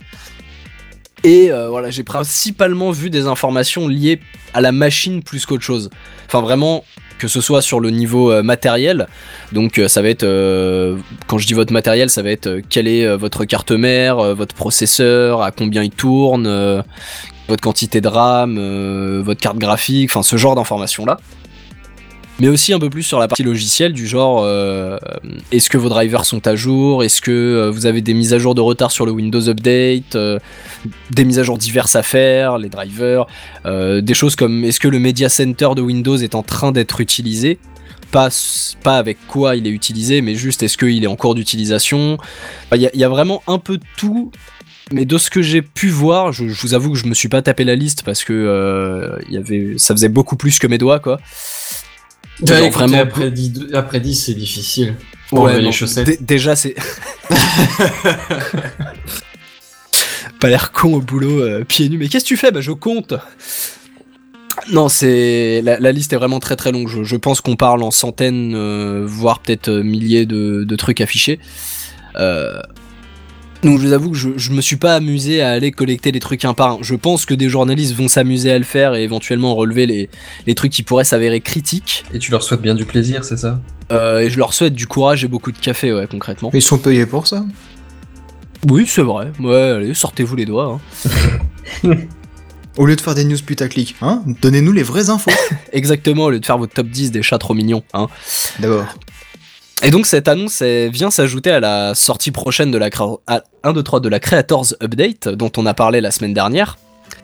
Et voilà, j'ai principalement vu des informations liées à la machine plus qu'autre chose. Enfin vraiment, que ce soit sur le niveau matériel, donc ça va être, quand je dis votre matériel, ça va être quelle est votre carte mère, votre processeur, à combien il tourne, votre quantité de RAM, votre carte graphique, enfin ce genre d'informations-là. Mais aussi un peu plus sur la partie logicielle, du genre est-ce que vos drivers sont à jour, est-ce que vous avez des mises à jour de retard sur le Windows Update, des mises à jour diverses à faire, les drivers, des choses comme est-ce que le Media Center de Windows est en train d'être utilisé, pas avec quoi il est utilisé, mais juste est-ce qu'il est en cours d'utilisation. Il y a vraiment un peu de tout. Mais de ce que j'ai pu voir, je vous avoue que je me suis pas tapé la liste parce que ça faisait beaucoup plus que mes doigts, quoi. Ouais, Genre vraiment. Après 10, c'est difficile. Ouais, les chaussettes. Déjà, c'est. Pas l'air con au boulot, pieds nus. Mais qu'est-ce que tu fais ? Bah, je compte. Non, la liste est vraiment très très longue. Je pense qu'on parle en centaines, voire peut-être milliers de trucs affichés. Donc je vous avoue que je me suis pas amusé à aller collecter les trucs un par un. Je pense que des journalistes vont s'amuser à le faire et éventuellement relever les trucs qui pourraient s'avérer critiques. Et tu leur souhaites bien du plaisir, c'est ça ? Et je leur souhaite du courage et beaucoup de café, ouais, concrètement. Ils sont payés pour ça. Oui, c'est vrai. Ouais, allez, sortez-vous les doigts. Hein. Au lieu de faire des news putaclic, hein, donnez-nous les vraies infos. Exactement, au lieu de faire votre top 10 des chats trop mignons. Hein. D'abord. Et donc cette annonce vient s'ajouter à la sortie prochaine de la Creators Update dont on a parlé la semaine dernière.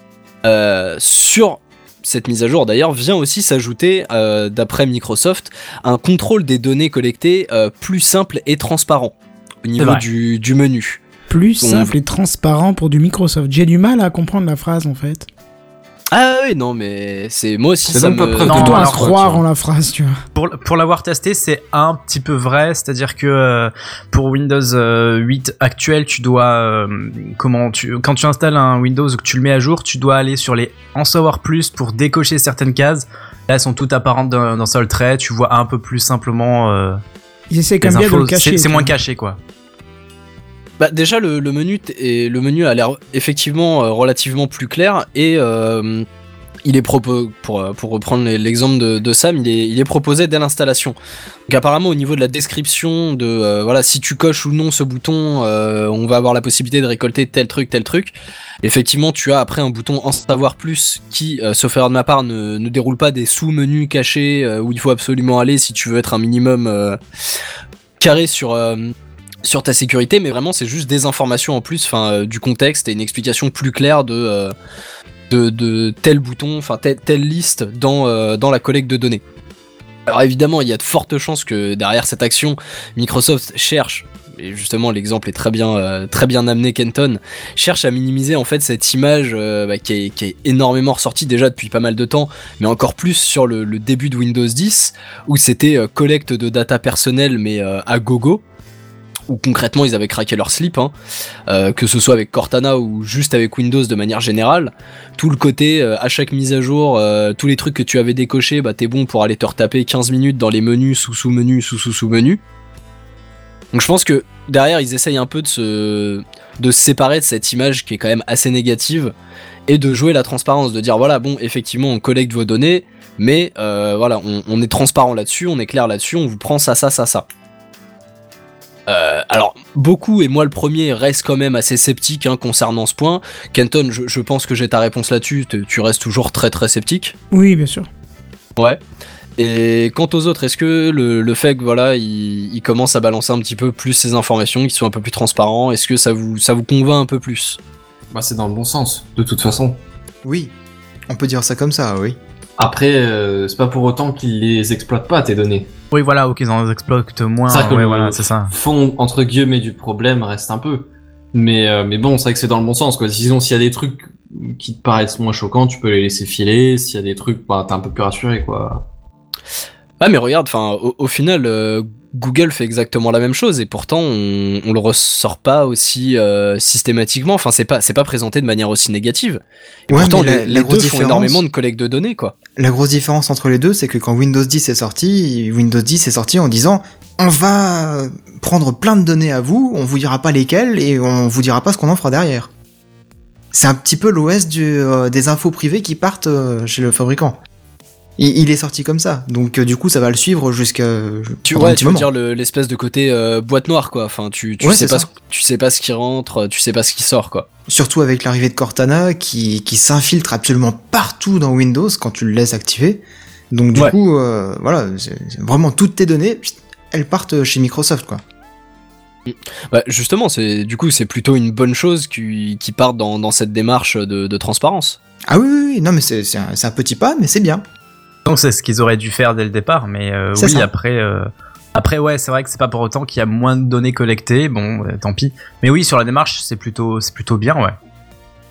Sur cette mise à jour d'ailleurs vient aussi s'ajouter, d'après Microsoft, un contrôle des données collectées plus simple et transparent au niveau du menu. Plus simple et transparent pour du Microsoft. J'ai du mal à comprendre la phrase en fait. Ah oui, non, mais c'est moi aussi c'est ça même me... pas preuve Non, de toi à doute, croire en la phrase, tu vois. Pour l'avoir testé, c'est un petit peu vrai, c'est-à-dire que pour Windows 8 actuel, tu dois quand tu installes un Windows ou que tu le mets à jour, tu dois aller sur les en savoir plus pour décocher certaines cases. Là, elles sont toutes apparentes d'un seul trait, tu vois un peu plus simplement Ils essaient quand même bien de le cacher. C'est moins caché quoi. Bah déjà le menu a l'air effectivement relativement plus clair et il est pour reprendre l'exemple de Sam, il est proposé dès l'installation. Donc apparemment au niveau de la description de voilà, si tu coches ou non ce bouton, on va avoir la possibilité de récolter tel truc. Effectivement, tu as après un bouton en savoir plus qui, sauf erreur de ma part, ne déroule pas des sous-menus cachés où il faut absolument aller si tu veux être un minimum carré sur ta sécurité, mais vraiment c'est juste des informations en plus, du contexte et une explication plus claire de tel bouton, enfin telle liste dans la collecte de données. Alors évidemment, il y a de fortes chances que derrière cette action, Microsoft cherche, et justement l'exemple est très bien amené, Kenton, cherche à minimiser en fait cette image qui est énormément ressortie déjà depuis pas mal de temps, mais encore plus sur le début de Windows 10, où c'était collecte de data personnelle mais à gogo, où concrètement ils avaient craqué leur slip, que ce soit avec Cortana ou juste avec Windows de manière générale. Tout le côté à chaque mise à jour, tous les trucs que tu avais décochés, bah t'es bon pour aller te retaper 15 minutes dans les menus, sous-sous-menus, sous-sous-sous-menus. Donc je pense que derrière ils essayent un peu de se séparer de cette image qui est quand même assez négative et de jouer la transparence, de dire voilà, bon, effectivement on collecte vos données, mais voilà, on est transparent là-dessus, on est clair là-dessus, on vous prend ça. Alors, beaucoup, et moi le premier, reste quand même assez sceptique concernant ce point. Kenton, je pense que j'ai ta réponse là-dessus, tu restes toujours très très sceptique. Oui, bien sûr. Ouais. Et quant aux autres, est-ce que le fait que voilà, ils commencent à balancer un petit peu plus ces informations, qu'ils sont un peu plus transparents, est-ce que ça vous convainc un peu plus ? Bah c'est dans le bon sens, de toute façon. Oui, on peut dire ça comme ça, oui. Après, c'est pas pour autant qu'ils les exploitent pas, tes données. Oui, voilà, ok, ils en exploitent moins. C'est vrai que voilà, c'est ça. Fond, entre guillemets, du problème reste un peu. Mais bon, c'est vrai que c'est dans le bon sens, quoi. Sinon, s'il y a des trucs qui te paraissent moins choquants, tu peux les laisser filer. S'il y a des trucs, bah, t'es un peu plus rassuré, quoi. Ah mais regarde, au final, Google fait exactement la même chose et pourtant on le ressort pas aussi systématiquement. Enfin, c'est pas présenté de manière aussi négative. Et Ouais, pourtant, mais les deux font énormément de collecte de données, quoi. La grosse différence entre les deux, c'est que quand Windows 10 est sorti en disant on va prendre plein de données à vous, on vous dira pas lesquelles et on vous dira pas ce qu'on en fera derrière. C'est un petit peu l'OS des infos privées qui partent chez le fabricant. Il est sorti comme ça, donc du coup ça va le suivre jusqu'à tu veux dire l'espèce de côté boîte noire, quoi. Enfin, tu sais pas ce qui rentre, tu sais pas ce qui sort, quoi. Surtout avec l'arrivée de Cortana qui s'infiltre absolument partout dans Windows quand tu le laisses activer. Donc du coup, voilà, c'est vraiment toutes tes données, elles partent chez Microsoft, quoi. Bah justement, c'est plutôt une bonne chose qui part dans cette démarche de transparence. Ah oui, non mais c'est un petit pas, mais c'est bien. Donc c'est ce qu'ils auraient dû faire dès le départ, mais oui, ça. Après ouais, c'est vrai que c'est pas pour autant qu'il y a moins de données collectées, bon, tant pis. Mais oui, sur la démarche, c'est plutôt bien, ouais.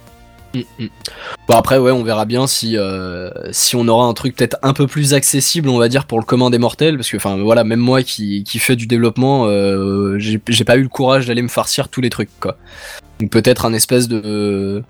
Bon après ouais on verra bien si on aura un truc peut-être un peu plus accessible on va dire pour le commun des mortels parce que enfin voilà même moi qui fait du développement j'ai pas eu le courage d'aller me farcir tous les trucs quoi. Donc peut-être un espèce de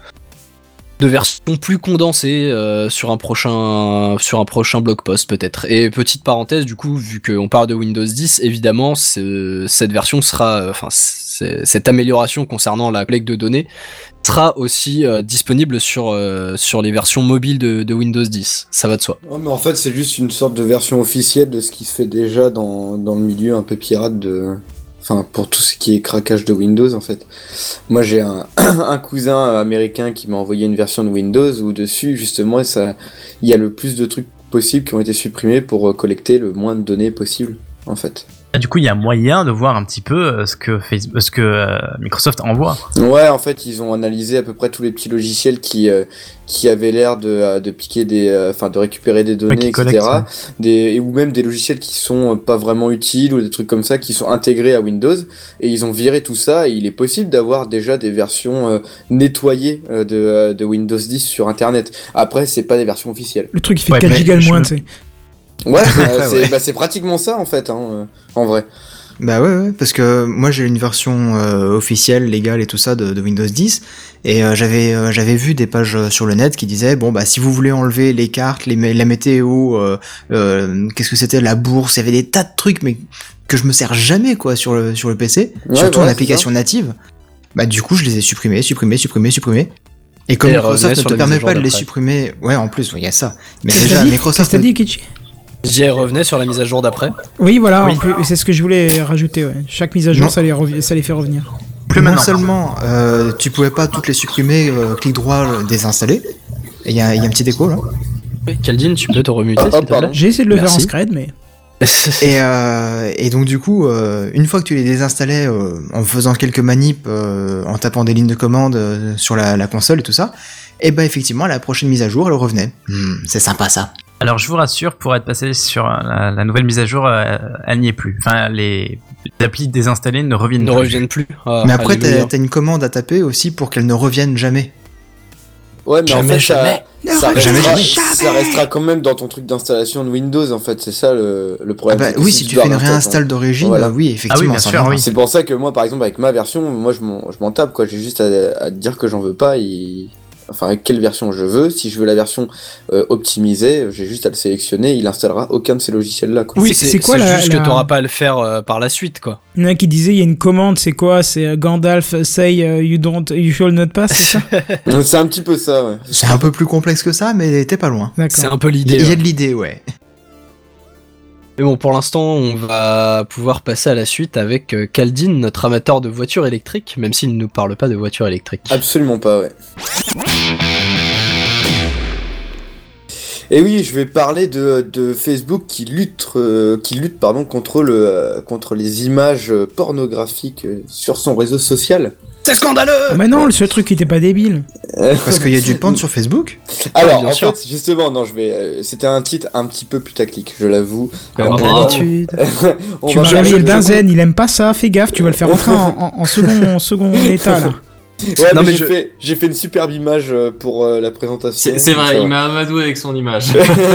version plus condensée sur un prochain blog post peut-être. Et petite parenthèse du coup vu qu'on parle de Windows 10 évidemment cette version sera cette amélioration concernant la collecte de données sera aussi disponible sur les versions mobiles de Windows 10. Ça va de soi. Ouais, mais en fait, c'est juste une sorte de version officielle de ce qui se fait déjà dans le milieu un peu pirate Enfin, pour tout ce qui est craquage de Windows, en fait. Moi, j'ai un cousin américain qui m'a envoyé une version de Windows où dessus, justement, il y a le plus de trucs possibles qui ont été supprimés pour collecter le moins de données possible, en fait. Du coup, il y a moyen de voir un petit peu ce que Microsoft envoie. Ouais, en fait, ils ont analysé à peu près tous les petits logiciels qui avaient l'air de piquer de récupérer des données, etc. Ou même des logiciels qui sont pas vraiment utiles ou des trucs comme ça qui sont intégrés à Windows. Et ils ont viré tout ça. Et il est possible d'avoir déjà des versions nettoyées de Windows 10 sur Internet. Après, c'est pas des versions officielles. Le truc qui fait 4 gigas de moins, tu sais. Ouais, c'est pratiquement ça en fait, en vrai. Bah ouais, parce que moi j'ai une version officielle, légale et tout ça de Windows 10, et j'avais vu des pages sur le net qui disaient bon bah si vous voulez enlever les cartes, la météo, qu'est-ce que c'était, la bourse, il y avait des tas de trucs mais que je me sers jamais quoi sur le PC, surtout en application native. Bah du coup je les ai supprimés. Et comme Microsoft ne te permet pas de les supprimer, ouais en plus il y a ça. Mais déjà Microsoft. Qu'est-ce que t'as dit, Kichi ? J'y revenais sur la mise à jour d'après. Oui, voilà, c'est ce que je voulais rajouter. Ouais. Chaque mise à jour, ça les fait revenir. Non seulement tu pouvais pas toutes les supprimer, clic droit, désinstaller. Et il y a un petit déco là. Caldine, tu peux te remuter s'il te plaît. J'ai essayé de le faire en scred, mais. Et donc du coup, une fois que tu les désinstallais en faisant quelques manips, en tapant des lignes de commande sur la console et tout ça, et ben effectivement la prochaine mise à jour elle revenait. C'est sympa ça. Alors je vous rassure, pour être passé sur la nouvelle mise à jour, elle n'y est plus. Enfin, les applis désinstallées ne reviennent plus. Mais après t'as une commande à taper aussi pour qu'elle ne revienne jamais. Ouais, mais en fait ça restera quand même dans ton truc d'installation de Windows en fait, c'est ça le problème. Ah bah oui, si tu fais une réinstall d'origine, voilà. Oui effectivement. Bien sûr, oui. C'est pour ça que moi par exemple avec ma version, moi je m'en tape quoi, j'ai juste à dire que j'en veux pas Enfin, quelle version je veux. Si je veux la version optimisée, j'ai juste à le sélectionner. Il installera aucun de ces logiciels-là. Quoi. Oui, c'est quoi c'est juste que t'auras pas à le faire par la suite, quoi. Il y en a qui disait il y a une commande, c'est quoi ? C'est Gandalf say you shall not pass, c'est ça ? C'est un petit peu ça, ouais. C'est un peu plus complexe que ça, mais t'es pas loin. D'accord. C'est un peu l'idée. Il y a de l'idée, ouais. Mais bon, pour l'instant, on va pouvoir passer à la suite avec Caldine, notre amateur de voitures électriques, même s'il ne nous parle pas de voitures électriques. Absolument pas, ouais. Et oui, je vais parler de Facebook qui lutte contre les images pornographiques sur son réseau social. C'est scandaleux! Mais non, le seul truc qui était pas débile. Parce qu'il y a du porn sur Facebook? Alors, en fait, justement, non, c'était un titre un petit peu putaclic, je l'avoue. Comme d'habitude. Tu m'as mis le benzène, il aime pas ça, fais gaffe, tu vas le faire rentrer en second état, là. Ouais, non, mais j'ai fait une superbe image pour la présentation. C'est vrai, il m'a amadoué avec son image.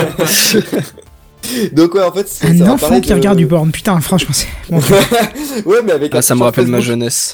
Donc ouais, en fait, un enfant qui regarde du porn, putain, franchement, c'est... Ouais, mais avec ça me rappelle ma jeunesse.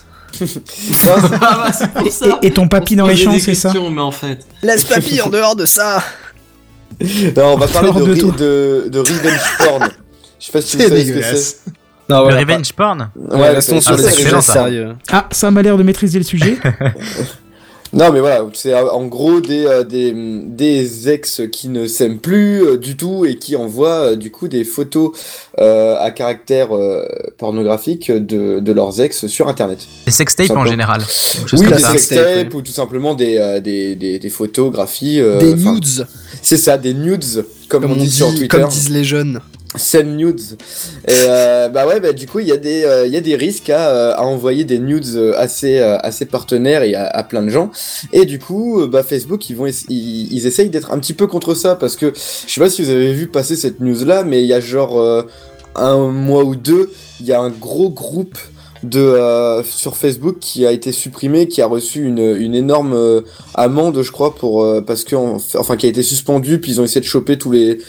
Et ton papy dans les champs, c'est ça? Mais en fait... Laisse papy en dehors de ça. Non, on va parler de revenge porn. Je sais pas si vous savez ce que c'est. Non, ouais, le revenge porn. Ouais, restons sur les sujets sérieux. Ah, ça m'a l'air de maîtriser le sujet. Non, mais voilà, c'est en gros des ex qui ne s'aiment plus du tout et qui envoient du coup des photos à caractère pornographique de leurs ex sur Internet. Des sextapes en général. Oui, des sextapes ou tout simplement des photographies. Des nudes. C'est ça, des nudes, comme on dit sur Twitter. Comme disent les jeunes. Scène nudes. Et du coup il y a des risques à envoyer des nudes assez partenaires et à plein de gens. Et du coup Facebook ils essayent d'être un petit peu contre ça, parce que je sais pas si vous avez vu passer cette news là, mais il y a genre un mois ou deux, il y a un gros groupe sur Facebook qui a été supprimé, qui a reçu une énorme amende, je crois, parce que qui a été suspendu, puis ils ont essayé de choper tous les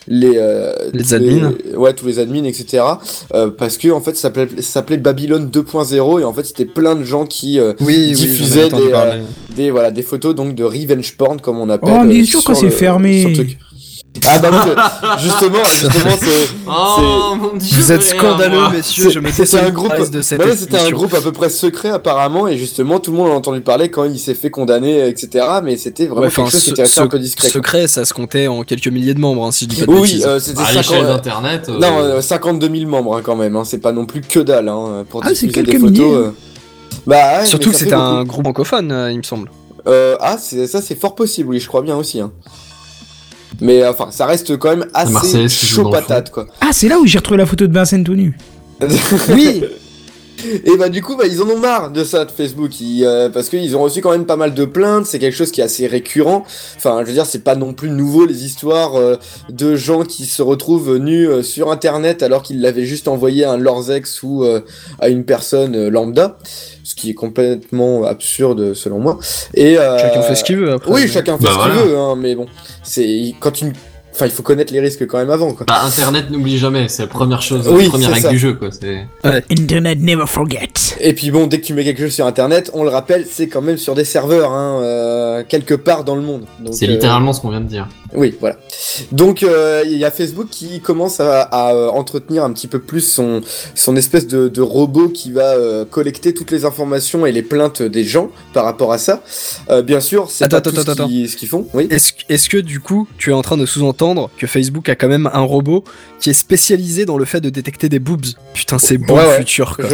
admins. Tous les admins, etc. Parce que en fait ça s'appelait Babylone 2.0 et en fait c'était plein de gens qui diffusaient des photos donc de revenge porn comme on appelle. Oh mais bien sûr quand c'est fermé. Ah bah oui, justement c'est mon Dieu, vous êtes scandaleux messieurs, je me c'était un groupe de cette c'était un groupe à peu près secret apparemment et justement tout le monde en a entendu parler quand il s'est fait condamner etc. mais c'était vraiment quelque chose qui était un peu discret. Secret, ça se comptait en quelques milliers de membres si je dis pas de bêtises. Oui, c'était à l'échelle d'internet. Non, 52 000 membres quand même, c'est pas non plus que dalle pour diffuser des photos. Surtout que c'était un groupe francophone, il me semble. C'est fort possible, oui, je crois bien aussi. Mais ça reste quand même assez chaud patate, quoi. Ah, c'est là où j'ai retrouvé la photo de Vincent tout nu. Oui. Et bah du coup ils en ont marre de ça de Facebook parce qu'ils ont reçu quand même pas mal de plaintes, c'est quelque chose qui est assez récurrent. Enfin je veux dire c'est pas non plus nouveau les histoires de gens qui se retrouvent nus sur internet alors qu'ils l'avaient juste envoyé à un leurs ex ou à une personne lambda. Ce qui est complètement absurde selon moi. Et chacun fait ce qu'il veut après. Oui, chacun fait ce qu'il veut, mais bon, c'est quand il faut connaître les risques quand même avant, quoi. Internet n'oublie jamais, c'est la première chose, la première règle du jeu, quoi. Internet never forget. Et puis bon, dès que tu mets quelque chose sur Internet, on le rappelle, c'est quand même sur des serveurs, quelque part dans le monde. Donc, c'est littéralement ce qu'on vient de dire. Oui, voilà. Donc il y a Facebook qui commence à entretenir un petit peu plus son espèce de robot qui va collecter toutes les informations et les plaintes des gens par rapport à ça. Bien sûr, c'est ce qu'ils font. Oui. Est-ce que du coup, tu es en train de sous-entendre que Facebook a quand même un robot qui est spécialisé dans le fait de détecter des boobs? Putain, c'est beau le futur, quoi.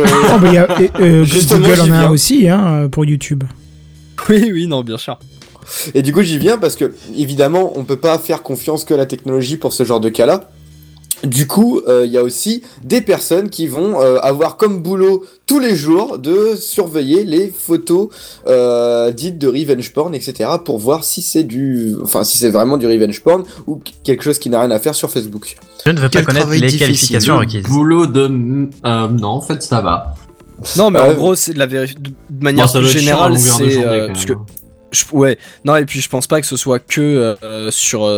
Google en a un aussi, pour YouTube. Oui, non, bien sûr. Et du coup j'y viens parce que évidemment on peut pas faire confiance que à la technologie pour ce genre de cas-là. Du coup il y a aussi des personnes qui vont avoir comme boulot tous les jours de surveiller les photos dites de revenge porn etc. pour voir si c'est vraiment du revenge porn ou quelque chose qui n'a rien à faire sur Facebook. Je ne veux pas connaître les qualifications requises. Boulot de non en fait ça va. Non mais en gros c'est de manière plus générale c'est parce que non et puis je pense pas que ce soit que sur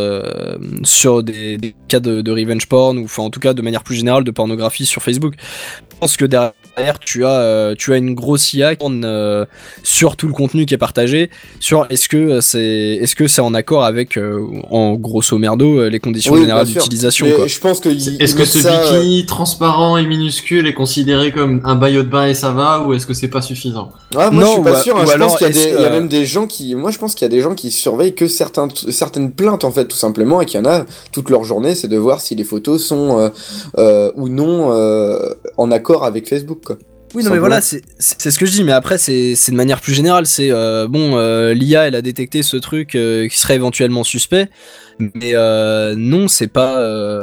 des cas de revenge porn ou en tout cas de manière plus générale de pornographie sur Facebook. Je pense que derrière tu as une grosse IA sur tout le contenu qui est partagé sur est-ce que c'est en accord avec en grosso merdo les conditions générales d'utilisation, quoi. Je pense que est-ce que ce bikini transparent et minuscule est considéré comme un maillot de bain et ça va ou est-ce que c'est pas suffisant? Moi je suis pas sûr, je pense qu'il y a même des gens moi je pense qu'il y a des gens qui surveillent que certaines plaintes en fait tout simplement et qu'il y en a toute leur journée c'est de voir si les photos sont ou non en accord avec Facebook, quoi. Oui non mais voilà c'est ce que je dis mais après c'est de manière plus générale c'est l'IA elle a détecté ce truc qui serait éventuellement suspect mais non c'est pas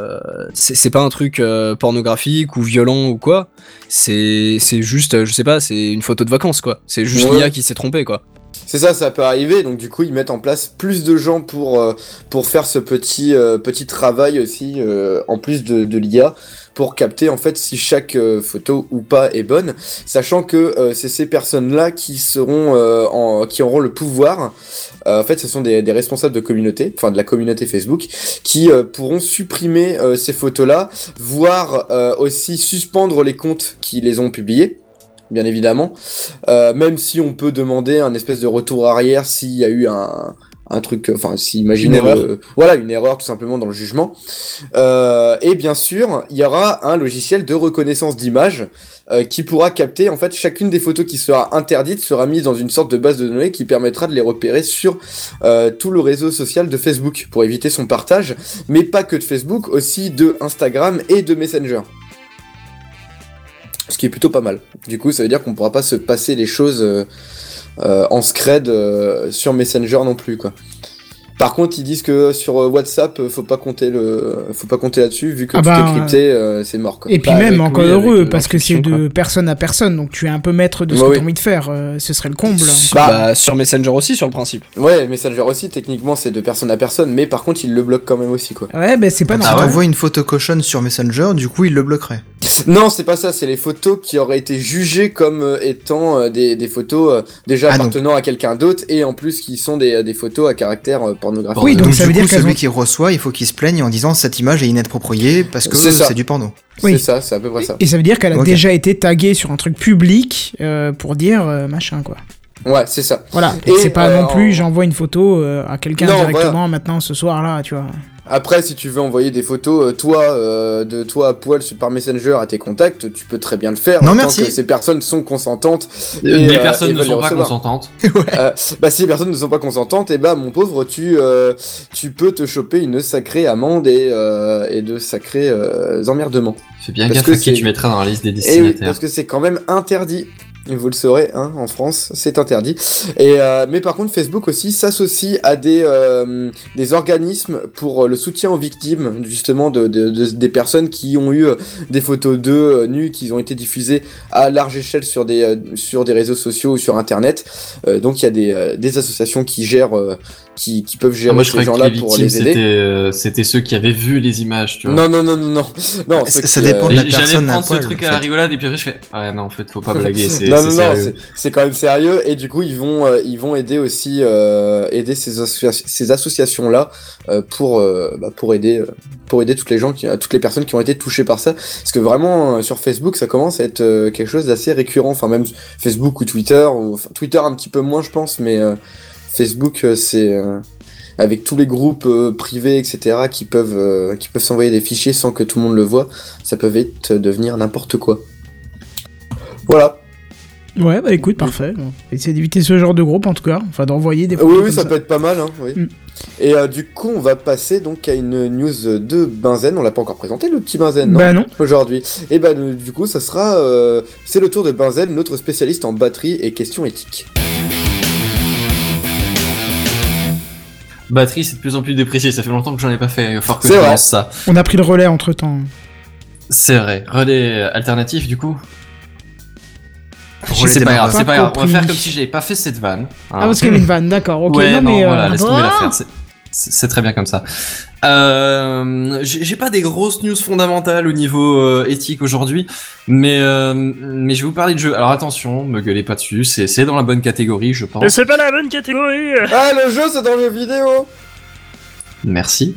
un truc pornographique ou violent ou quoi c'est juste je sais pas c'est une photo de vacances quoi c'est juste l'IA qui s'est trompée quoi. C'est ça peut arriver, donc du coup ils mettent en place plus de gens pour faire ce petit travail aussi en plus de l'IA pour capter en fait si chaque photo ou pas est bonne, sachant que c'est ces personnes-là qui qui auront le pouvoir. En fait, ce sont des responsables de communauté, enfin de la communauté Facebook, qui pourront supprimer ces photos-là, voire aussi suspendre les comptes qui les ont publiés. Bien évidemment, même si on peut demander un espèce de retour arrière s'il y a eu un truc, si imaginez une erreur tout simplement dans le jugement. Et bien sûr, il y aura un logiciel de reconnaissance d'image qui pourra capter en fait chacune des photos qui sera interdite sera mise dans une sorte de base de données qui permettra de les repérer sur tout le réseau social de Facebook pour éviter son partage, mais pas que de Facebook, aussi de Instagram et de Messenger. Ce qui est plutôt pas mal. Du coup, ça veut dire qu'on pourra pas se passer les choses en scred sur Messenger non plus, quoi. Par contre, ils disent que sur WhatsApp, faut pas compter là-dessus, vu que tout est crypté, c'est mort, quoi. Et puis même, encore heureux, parce que c'est de personne à personne, donc tu es un peu maître de ce que tu as envie de faire, ce serait le comble. Sur Messenger aussi, sur le principe. Ouais, Messenger aussi, techniquement, c'est de personne à personne, mais par contre, ils le bloquent quand même aussi, quoi. Ouais, c'est pas normal. Si t'envoies une photo cochonne sur Messenger, du coup, ils le bloqueraient. Non, c'est pas ça, c'est les photos qui auraient été jugées comme étant des photos déjà appartenant à quelqu'un d'autre et en plus qui sont des photos à caractère pornographique. Oui, donc ça veut dire que celui qui reçoit, il faut qu'il se plaigne en disant cette image est inappropriée parce que c'est du porno. Oui. C'est ça, c'est à peu près ça. Et ça veut dire qu'elle a déjà été taguée sur un truc public pour dire machin quoi. Ouais, c'est ça. Voilà, et c'est pas non plus j'envoie une photo à quelqu'un directement maintenant ce soir-là, tu vois. Après, si tu veux envoyer des photos, de toi à poil par Messenger à tes contacts, tu peux très bien le faire. Non, merci. Tant que ces personnes sont consentantes. Les personnes ne sont pas consentantes. Si les personnes ne sont pas consentantes, et mon pauvre, tu peux te choper une sacrée amende et de sacrés emmerdements. Fais bien gaffe à qui tu mettras dans la liste des destinataires. Oui, parce que c'est quand même interdit. Vous le saurez, hein, en France, c'est interdit. Mais par contre, Facebook aussi s'associe à des organismes pour le soutien aux victimes, justement, des personnes qui ont eu des photos d'eux nus, qui ont été diffusées à large échelle sur des réseaux sociaux ou sur Internet. Donc, il y a des associations qui gèrent, qui peuvent gérer ces gens-là pour les aider. C'était ceux qui avaient vu les images, tu vois. Non. Ça dépend de la personne. J'allais prendre ce truc à la rigolade et puis après je fais ouais non en fait faut pas blaguer. Non, c'est quand même sérieux et du coup ils vont aider aussi ces associations là pour aider toutes les personnes qui ont été touchées par ça, parce que vraiment sur Facebook ça commence à être quelque chose d'assez récurrent, enfin même Facebook ou Twitter un petit peu moins je pense, mais Facebook c'est avec tous les groupes privés etc qui peuvent s'envoyer des fichiers sans que tout le monde le voit, ça peut vite devenir n'importe quoi. Voilà. Ouais, écoute, parfait. Bon. Essayez d'éviter ce genre de groupe, en tout cas. Enfin, d'envoyer des photos. Oui, ça peut être pas mal, hein, oui. Et du coup, on va passer donc à une news de Benzen. On l'a pas encore présenté, le petit Benzen, non ? Bah non. Aujourd'hui. Et du coup, ça sera... c'est le tour de Benzen, notre spécialiste en batterie et questions éthiques. Batterie, c'est de plus en plus déprécié. Ça fait longtemps que j'en ai pas fait. Il va falloir que je lance ça. On a pris le relais entre-temps. C'est vrai. Relais alternatif, du coup ? C'est pas grave, on va faire comme si j'avais pas fait cette vanne. Hein. Ah, parce qu'il y avait une vanne, d'accord, ok. Ouais, non, voilà, laisse tomber l'affaire. C'est très bien comme ça. J'ai pas des grosses news fondamentales au niveau éthique aujourd'hui, mais je vais vous parler de jeux. Alors attention, me gueulez pas dessus, c'est dans la bonne catégorie, je pense. Mais c'est pas la bonne catégorie. Ah, le jeu, c'est dans le vidéo. Merci.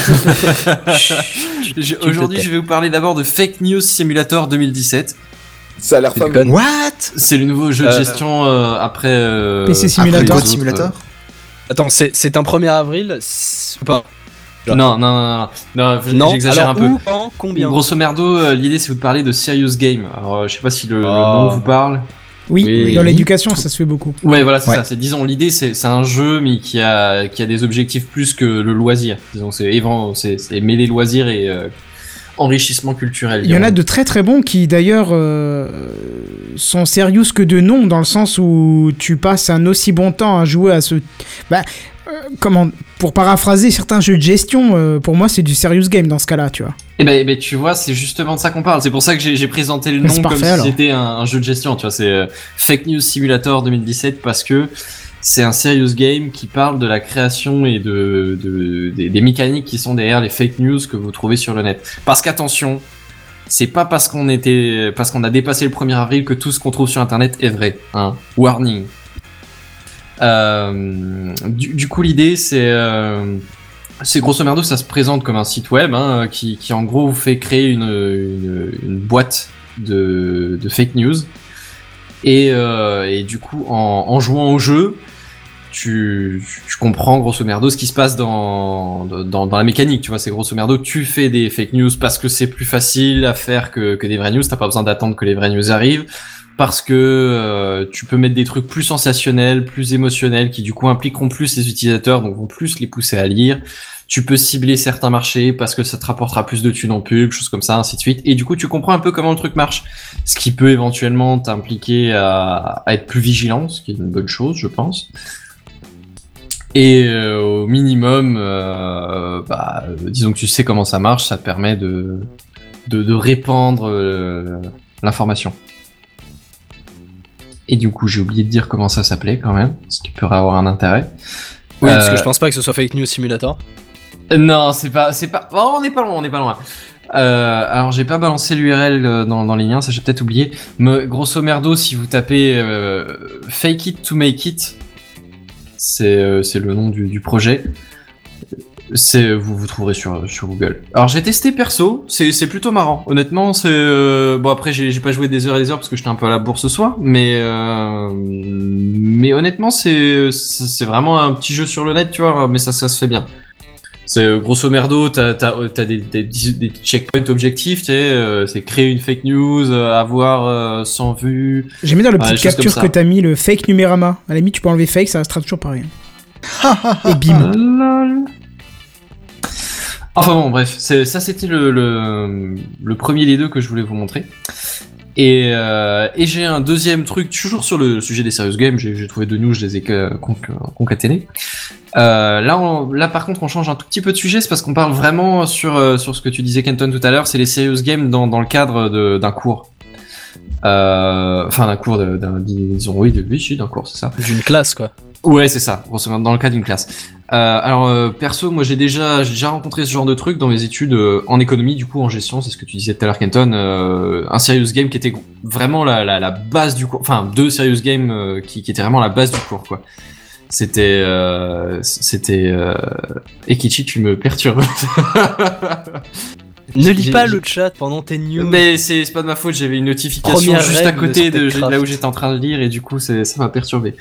Aujourd'hui, je vais vous parler d'abord de Fake News Simulator 2017. Ça a l'air fameux. What ? C'est le nouveau jeu de gestion après PC Simulator. Code Simulator. Attends, c'est un 1er avril ou pas ? Non, j'exagère un peu. Où, quand, combien ? Grosso merdo, l'idée c'est de vous parler de Serious Game. Alors, je sais pas si le nom vous parle. Oui, dans l'éducation, ça se fait beaucoup. Ouais, voilà, c'est ça. Disons, l'idée, c'est un jeu, mais qui a des objectifs plus que le loisir. Disons, c'est mêler loisir et enrichissement culturel. Il y en a de très très bons qui d'ailleurs sont sérieux que de nom, dans le sens où tu passes un aussi bon temps à jouer à ce... pour paraphraser certains jeux de gestion, pour moi c'est du serious game dans ce cas-là, tu vois. Et ben tu vois, c'est justement de ça qu'on parle. C'est pour ça que j'ai présenté le nom comme si c'était un jeu de gestion, tu vois. C'est Fake News Simulator 2017 parce que c'est un serious game qui parle de la création et des mécaniques qui sont derrière les fake news que vous trouvez sur le net. Parce qu'attention, c'est pas parce qu'on a dépassé le 1er avril que tout ce qu'on trouve sur internet est vrai, hein. Warning. Du coup, l'idée c'est grosso merdo, ça se présente comme un site web, hein, qui en gros vous fait créer une boîte de fake news et du coup en jouant au jeu, tu comprends grosso merdo ce qui se passe dans la mécanique, tu vois. C'est grosso merdo, tu fais des fake news parce que c'est plus facile à faire que des vraies news. T'as pas besoin d'attendre que les vraies news arrivent, parce que tu peux mettre des trucs plus sensationnels, plus émotionnels, qui du coup impliqueront plus les utilisateurs, donc vont plus les pousser à lire. Tu peux cibler certains marchés parce que ça te rapportera plus de thunes en pub, choses comme ça, ainsi de suite. Et du coup, tu comprends un peu comment le truc marche, ce qui peut éventuellement t'impliquer à être plus vigilant, ce qui est une bonne chose, je pense. Et au minimum, disons que tu sais comment ça marche, ça te permet de répandre l'information. Et du coup, j'ai oublié de dire comment ça s'appelait quand même, ce qui pourrait avoir un intérêt. Oui, parce que je pense pas que ce soit Fake News Simulator. Non, c'est pas. Oh, on n'est pas loin. Alors j'ai pas balancé l'URL dans les liens, ça j'ai peut-être oublié. Mais grosso merdo, si vous tapez Fake It to Make It, c'est le nom du projet. Vous trouverez sur Google. Alors j'ai testé perso, c'est plutôt marrant. Honnêtement, bon après j'ai pas joué des heures et des heures parce que j'étais un peu à la bourse ce soir, mais honnêtement c'est vraiment un petit jeu sur le net, tu vois, mais ça se fait bien. C'est grosso merdo, t'as des checkpoints objectifs, tu sais, c'est créer une fake news, avoir 100 vues. J'ai mis dans le petit capture que t'as mis le fake numérama. À la limite, tu peux enlever fake, ça restera toujours pareil. Et bim. Enfin bon, bref, ça c'était le premier des deux que je voulais vous montrer. Et j'ai un deuxième truc, toujours sur le sujet des serious games, j'ai trouvé deux news, je les ai concaténés. Là par contre on change un tout petit peu de sujet, c'est parce qu'on parle vraiment sur ce que tu disais Kenton tout à l'heure, c'est les serious games dans le cadre d'un cours. Enfin d'un cours, disons oui, d'un cours, c'est ça. D'une classe quoi. Ouais, c'est ça, grosso modo, dans le cas d'une classe. Alors perso, moi j'ai déjà rencontré ce genre de truc dans mes études en économie, du coup en gestion, c'est ce que tu disais tout à l'heure Kenton, un serious game qui était vraiment la base du cours, enfin deux serious games qui étaient vraiment la base du cours quoi. C'était Ekichi, tu me perturbes. Ne lis pas le chat pendant tes news. Mais c'est pas de ma faute, j'avais une notification juste à côté de là où j'étais en train de lire et du coup ça m'a perturbé.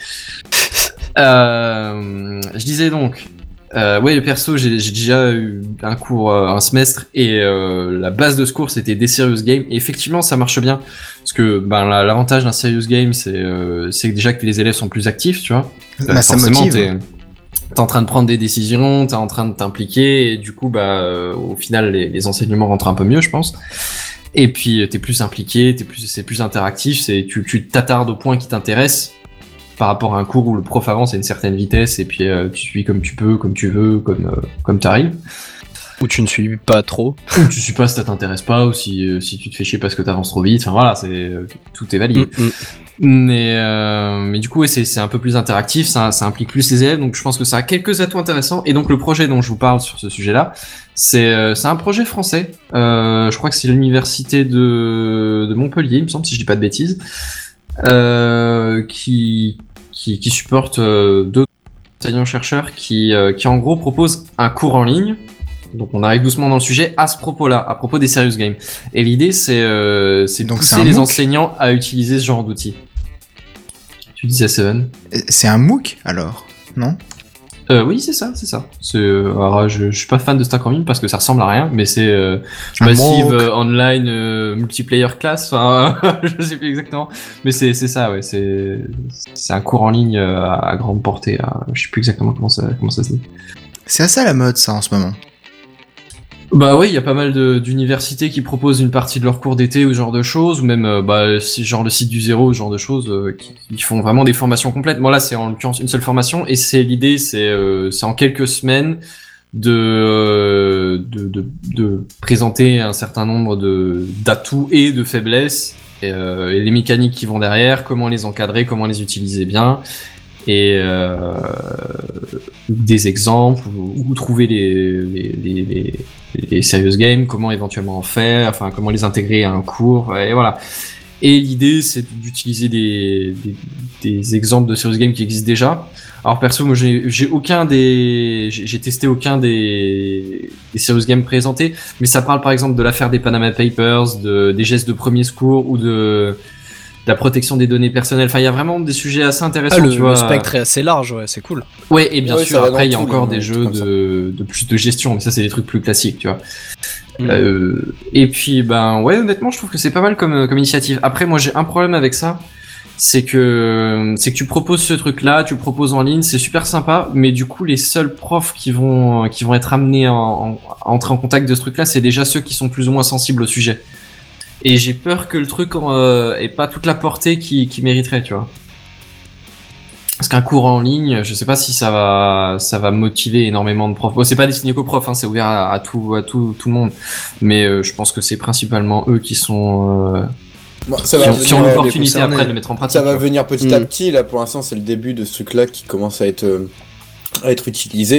Je disais donc, ouais, le perso, j'ai déjà eu un cours, un semestre, et la base de ce cours c'était des serious games. Et effectivement, ça marche bien parce que l'avantage d'un serious game, c'est déjà que les élèves sont plus actifs, tu vois. Forcément, t'es en train de prendre des décisions, t'es en train de t'impliquer, et du coup, au final, les enseignements rentrent un peu mieux, je pense. Et puis, t'es plus impliqué, c'est plus interactif, tu t'attardes au point qui t'intéresse. Par rapport à un cours où le prof avance à une certaine vitesse et puis tu suis comme tu peux, comme tu veux, comme t'arrives. Ou tu ne suis pas trop. Ou tu suis pas si ça t'intéresse pas, ou si tu te fais chier parce que t'avances trop vite. Enfin voilà, tout est validé. Mais du coup, ouais, c'est un peu plus interactif, ça implique plus les élèves, donc je pense que ça a quelques atouts intéressants. Et donc le projet dont je vous parle sur ce sujet-là, c'est un projet français. Je crois que c'est l'université de Montpellier, il me semble, si je dis pas de bêtises. Qui supporte deux enseignants-chercheurs qui en gros proposent un cours en ligne. Donc on arrive doucement dans le sujet à ce propos-là, à propos des serious games. Et l'idée c'est de pousser les enseignants à utiliser ce genre d'outils. Tu disais Seven. C'est un MOOC alors, non? Oui, c'est ça. Alors, je suis pas fan de Stack en ligne parce que ça ressemble à rien, mais c'est Massive Online Multiplayer Class. Enfin, je sais plus exactement, mais c'est ça, ouais. C'est un cours en ligne à grande portée. Je sais plus exactement comment ça se dit. C'est assez à la mode ça en ce moment. Bah oui, il y a pas mal d'universités qui proposent une partie de leur cours d'été ou ce genre de choses, ou même genre le site du zéro, ce genre de choses, qui font vraiment des formations complètes. Moi là, c'est en l'occurrence une seule formation, et l'idée, c'est en quelques semaines de présenter un certain nombre d'atouts et de faiblesses, et les mécaniques qui vont derrière, comment les encadrer, comment les utiliser bien. Et des exemples, où trouver les serious games, comment éventuellement en faire, enfin comment les intégrer à un cours, et voilà. Et l'idée c'est d'utiliser des exemples de serious games qui existent déjà. Alors perso, moi j'ai testé aucun des serious games présentés, mais ça parle par exemple de l'affaire des Panama Papers, des gestes de premier secours ou de la protection des données personnelles. Enfin, il y a vraiment des sujets assez intéressants. Le spectre est assez large, ouais, c'est cool. Ouais, et bien sûr, après, il y a encore des jeux de plus de gestion, mais ça, c'est des trucs plus classiques, tu vois. Et puis, ouais, honnêtement, je trouve que c'est pas mal comme initiative. Après, moi, j'ai un problème avec ça. C'est que tu proposes ce truc-là, tu le proposes en ligne, c'est super sympa, mais du coup, les seuls profs qui vont être amenés à entrer en contact de ce truc-là, c'est déjà ceux qui sont plus ou moins sensibles au sujet. Et j'ai peur que le truc ait pas toute la portée qui mériterait, tu vois. Parce qu'un cours en ligne, je sais pas si ça va motiver énormément de profs. Bon, c'est pas destiné qu'aux profs, hein, c'est ouvert à tout le monde. Mais je pense que c'est principalement eux qui sont qui ont l'opportunité après de le mettre en pratique. Ça va venir petit à petit. Là, pour l'instant, c'est le début de ce truc-là qui commence à être utilisé.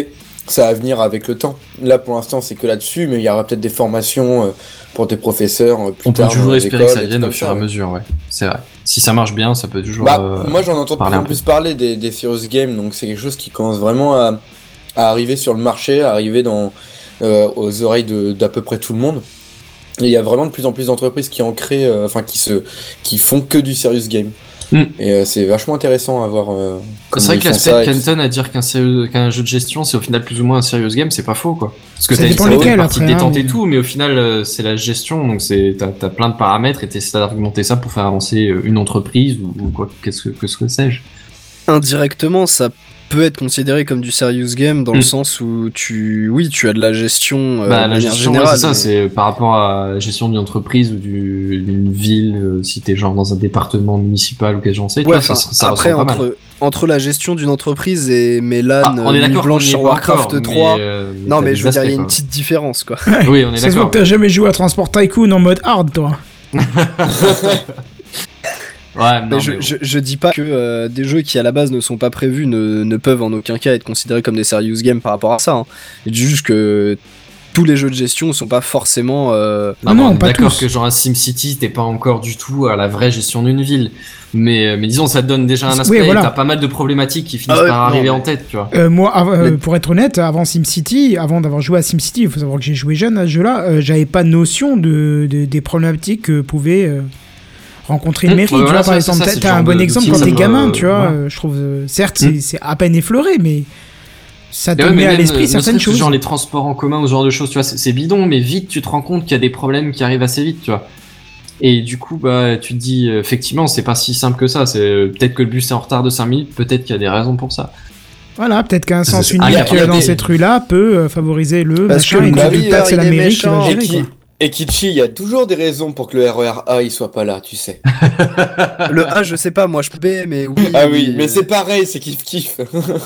ça va venir avec le temps. Là, pour l'instant, c'est que là-dessus, mais il y aura peut-être des formations pour des professeurs plus On tard. peut toujours dans espérer les que ça écoles, vienne des au trucs fur et à comme ça. mesure, ouais. C'est vrai. Si ça marche bien, ça peut toujours. Moi, j'en entends de plus parler en un peu. plus parler des serious games, donc c'est quelque chose qui commence vraiment à arriver sur le marché, à arriver aux oreilles d'à peu près tout le monde. Et il y a vraiment de plus en plus d'entreprises qui en créent, qui font que du serious game. Et c'est vachement intéressant à voir. C'est vrai que l'aspect de Kenton à dire qu'un jeu de gestion c'est au final plus ou moins un serious game, c'est pas faux quoi. Parce que Ça t'as dépend une lesquels, partie après, détente hein, et tout, mais au final c'est la gestion, donc t'as plein de paramètres et t'essaies d'argumenter ça pour faire avancer une entreprise ou quoi, qu'est-ce que sais-je. Indirectement, ça peut être considéré comme du serious game dans le sens où tu as de la gestion de la manière gestion, générale. c'est ça, c'est par rapport à la gestion d'une entreprise ou d'une ville, si t'es genre dans un département municipal ou quelque chose, Ouais, après, entre la gestion d'une entreprise et Mélan, on est Nuit d'accord Blanche qu'on y est sur pas Warcraft encore, 3. Non, mais je veux dire, il y a une quoi. petite différence, quoi. Oui, on est Ça se voit d'accord. que t'as jamais joué à Transport Tycoon en mode hard, toi. Ouais, non, mais je dis pas que des jeux qui à la base ne sont pas prévus ne peuvent en aucun cas être considérés comme des serious games par rapport à ça. Hein. Je dis juste que tous les jeux de gestion sont pas forcément. Non, on est d'accord que genre un SimCity, t'es pas encore du tout à la vraie gestion d'une ville. Mais disons, ça te donne déjà un aspect. Oui, voilà. T'as pas mal de problématiques qui finissent par arriver en tête, tu vois. Moi, pour être honnête, avant SimCity, avant d'avoir joué à SimCity, il faut savoir que j'ai joué jeune à ce jeu-là, j'avais pas notion des problématiques que pouvait rencontrer une mairie. Tu vois, par exemple, t'as un bon exemple quand t'es gamin, tu vois. Je trouve, certes, c'est à peine effleuré, mais ça te met à l'esprit certaines choses. Genre les transports en commun ou ce genre de choses, tu vois, c'est bidon, mais vite tu te rends compte qu'il y a des problèmes qui arrivent assez vite, tu vois. Et du coup, bah, tu te dis, effectivement, c'est pas si simple que ça. C'est peut-être que le bus est en retard de 5 minutes, peut-être qu'il y a des raisons pour ça. Voilà, peut-être qu'un sens unique dans cette rue-là peut favoriser le machin, et que du taxe, c'est la mairie qui va gérer, quoi. Et Kichi, il y a toujours des raisons pour que le RER A il soit pas là, tu sais. Le A, je sais pas, moi je peux B, mais oui. Ah oui, mais c'est pareil, c'est kiff-kiff.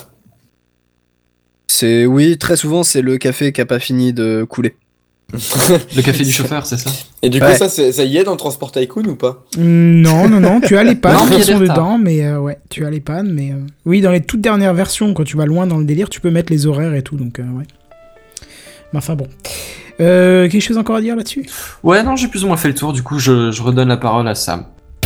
Oui, très souvent c'est le café qui a pas fini de couler. Le café du chauffeur, c'est ça. Et du coup, ça y est dans le Transport Tycoon ou pas? Non, tu as les pannes qui sont dedans, mais ouais, tu as les pannes, mais oui, dans les toutes dernières versions, quand tu vas loin dans le délire, tu peux mettre les horaires et tout, donc ouais. Mais enfin bon. Quelque chose encore à dire là-dessus? Ouais, non, j'ai plus ou moins fait le tour, du coup, je redonne la parole à Sam.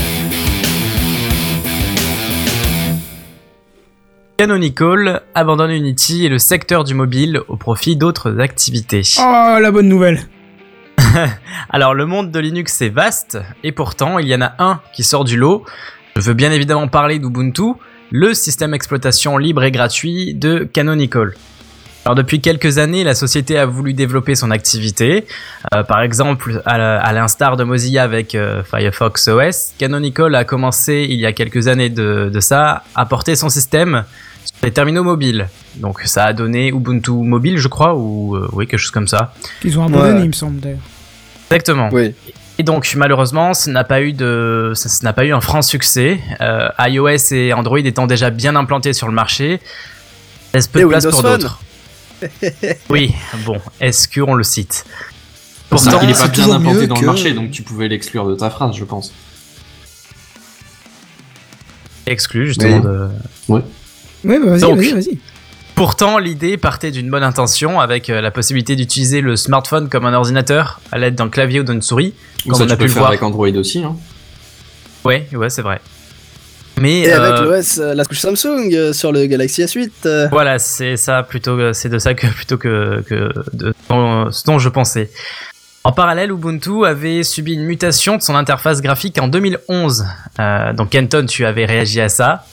Canonical abandonne Unity et le secteur du mobile au profit d'autres activités. Oh, la bonne nouvelle! Alors, le monde de Linux est vaste, et pourtant, il y en a un qui sort du lot. Je veux bien évidemment parler d'Ubuntu, le système d'exploitation libre et gratuit de Canonical. Alors depuis quelques années, la société a voulu développer son activité. Par exemple, à l'instar de Mozilla avec Firefox OS, Canonical a commencé il y a quelques années de ça à porter son système sur les terminaux mobiles. Donc ça a donné Ubuntu Mobile, je crois, ou oui, quelque chose comme ça. Ils ont abandonné, il me semble d'ailleurs. Exactement. Oui. Et donc malheureusement, ça n'a pas eu un franc succès. iOS et Android étant déjà bien implantés sur le marché, laisse peu de place pour d'autres. Oui, bon, est-ce qu'on le cite? Pourtant, il est pas bien implanté dans le marché, donc tu pouvais l'exclure de ta phrase, je pense. Exclu, justement. Ouais, bah vas-y. Pourtant, l'idée partait d'une bonne intention, avec la possibilité d'utiliser le smartphone comme un ordinateur à l'aide d'un clavier ou d'une souris, comme ça, on a pu le faire voir avec Android aussi. Hein. Ouais, c'est vrai. Mais et avec l'OS, la couche Samsung sur le Galaxy S8. Voilà, c'est ça c'est de ça plutôt que ce dont je pensais. En parallèle, Ubuntu avait subi une mutation de son interface graphique en 2011. Donc Kenton, tu avais réagi à ça.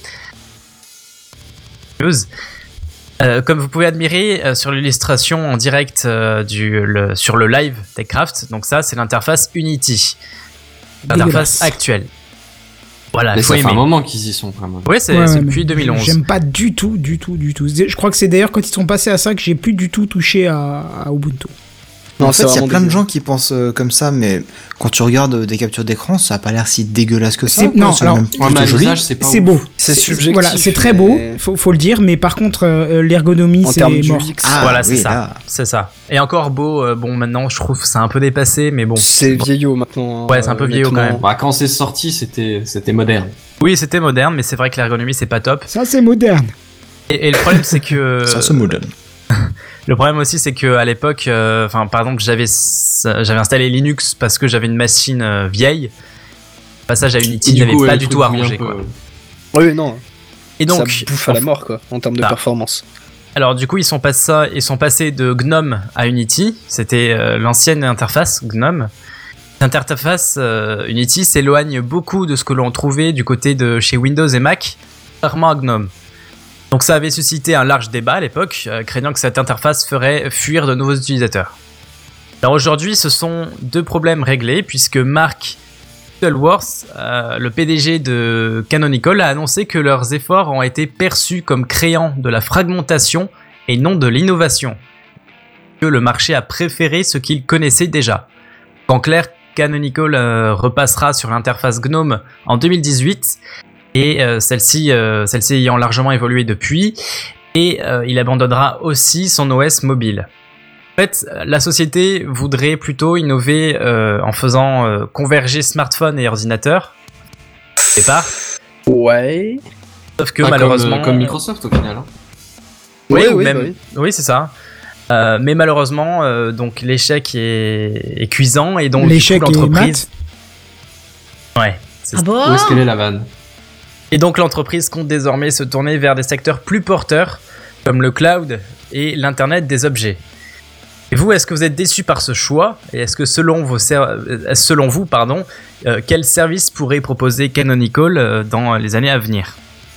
Comme vous pouvez admirer sur l'illustration en direct sur le live TechCraft, donc ça c'est l'interface Unity, l'interface actuelle. Voilà, mais ça fait un moment qu'ils y sont quand même. Ouais, c'est depuis 2011. J'aime pas du tout. Je crois que c'est d'ailleurs quand ils sont passés à ça que j'ai plus du tout touché à Ubuntu. Non, en fait, il y a plein de gens qui pensent comme ça, mais quand tu regardes des captures d'écran, ça a pas l'air si dégueulasse que ça. Non, alors, c'est beau. C'est subjectif. Voilà, c'est très beau, faut le dire, mais par contre, l'ergonomie, c'est mort. Voilà, c'est ça. C'est ça. Et encore beau, bon, maintenant, je trouve que c'est un peu dépassé, mais bon. C'est vieillot maintenant. Ouais, c'est un peu vieillot quand même. Bah, quand c'est sorti, c'était moderne. Oui, c'était moderne, mais c'est vrai que l'ergonomie, c'est pas top. Ça, c'est moderne. Et le problème, c'est que. Ça, c'est moderne. Le problème aussi, c'est que à l'époque, par exemple, j'avais installé Linux parce que j'avais une machine vieille. Le passage à Unity n'avait pas du tout arrangé, quoi. Oui, non. Et donc, ça bouffe à la mort, quoi, en termes de performance. Alors du coup, ils sont passés de GNOME à Unity. C'était l'ancienne interface GNOME. L'interface Unity s'éloigne beaucoup de ce que l'on trouvait du côté de chez Windows et Mac, contrairement à GNOME. Donc ça avait suscité un large débat à l'époque, craignant que cette interface ferait fuir de nouveaux utilisateurs. Alors aujourd'hui, ce sont deux problèmes réglés, puisque Mark Shuttleworth, le PDG de Canonical, a annoncé que leurs efforts ont été perçus comme créant de la fragmentation et non de l'innovation. Que le marché a préféré ce qu'il connaissait déjà. En clair, Canonical repassera sur l'interface GNOME en 2018 et celle-ci ayant largement évolué depuis, et il abandonnera aussi son OS mobile. En fait, la société voudrait plutôt innover en faisant converger smartphones et ordinateurs au départ. Ouais. Sauf que malheureusement, comme Microsoft au final. Hein. Oui, c'est ça. Mais malheureusement, donc l'échec est cuisant et donc l'échec du coup, l'entreprise. Ouais. Ah bon ? Où est-ce qu'elle est la vanne ? Et donc l'entreprise compte désormais se tourner vers des secteurs plus porteurs, comme le cloud et l'internet des objets. Et vous, est-ce que vous êtes déçu par ce choix ? Et est-ce que selon vous, quel service pourrait proposer Canonical dans les années à venir ?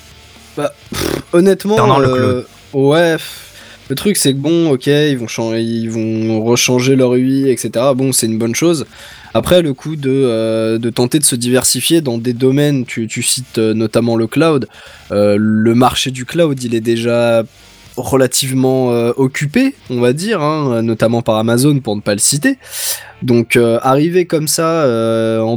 Honnêtement, le cloud. Ouais. Le truc, c'est que bon, ok, ils vont rechanger leur UI, etc. Bon, c'est une bonne chose. Après, le coup de tenter de se diversifier dans des domaines, tu cites notamment le cloud. Le marché du cloud, il est déjà relativement occupé, on va dire, hein, notamment par Amazon pour ne pas le citer. Donc arriver comme ça en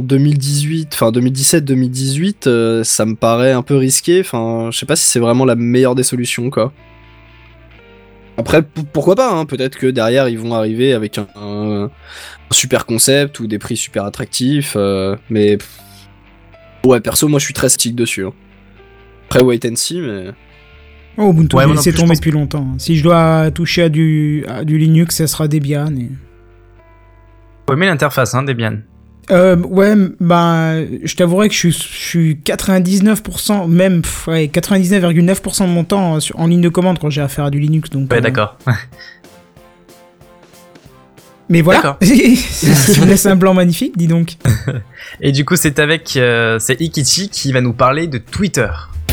2017-2018, ça me paraît un peu risqué. Enfin, je sais pas si c'est vraiment la meilleure des solutions, quoi. Après, pourquoi pas, hein, peut-être que derrière ils vont arriver avec un super concept ou des prix super attractifs, mais ouais, perso, moi je suis très sceptique dessus. Hein. Après, wait and see, mais... Oh, Ubuntu, c'est tombé depuis longtemps. Si je dois toucher à du Linux, ça sera Debian. Et... Ouais, mais l'interface, hein, Debian. Ouais, je t'avouerais que je suis 99%, même 99,9% de mon temps en ligne de commande quand j'ai affaire à du Linux. Donc, ouais, d'accord. Mais voilà, tu me laisses un blanc magnifique, dis donc. Et du coup, c'est Ikichi qui va nous parler de Twitter.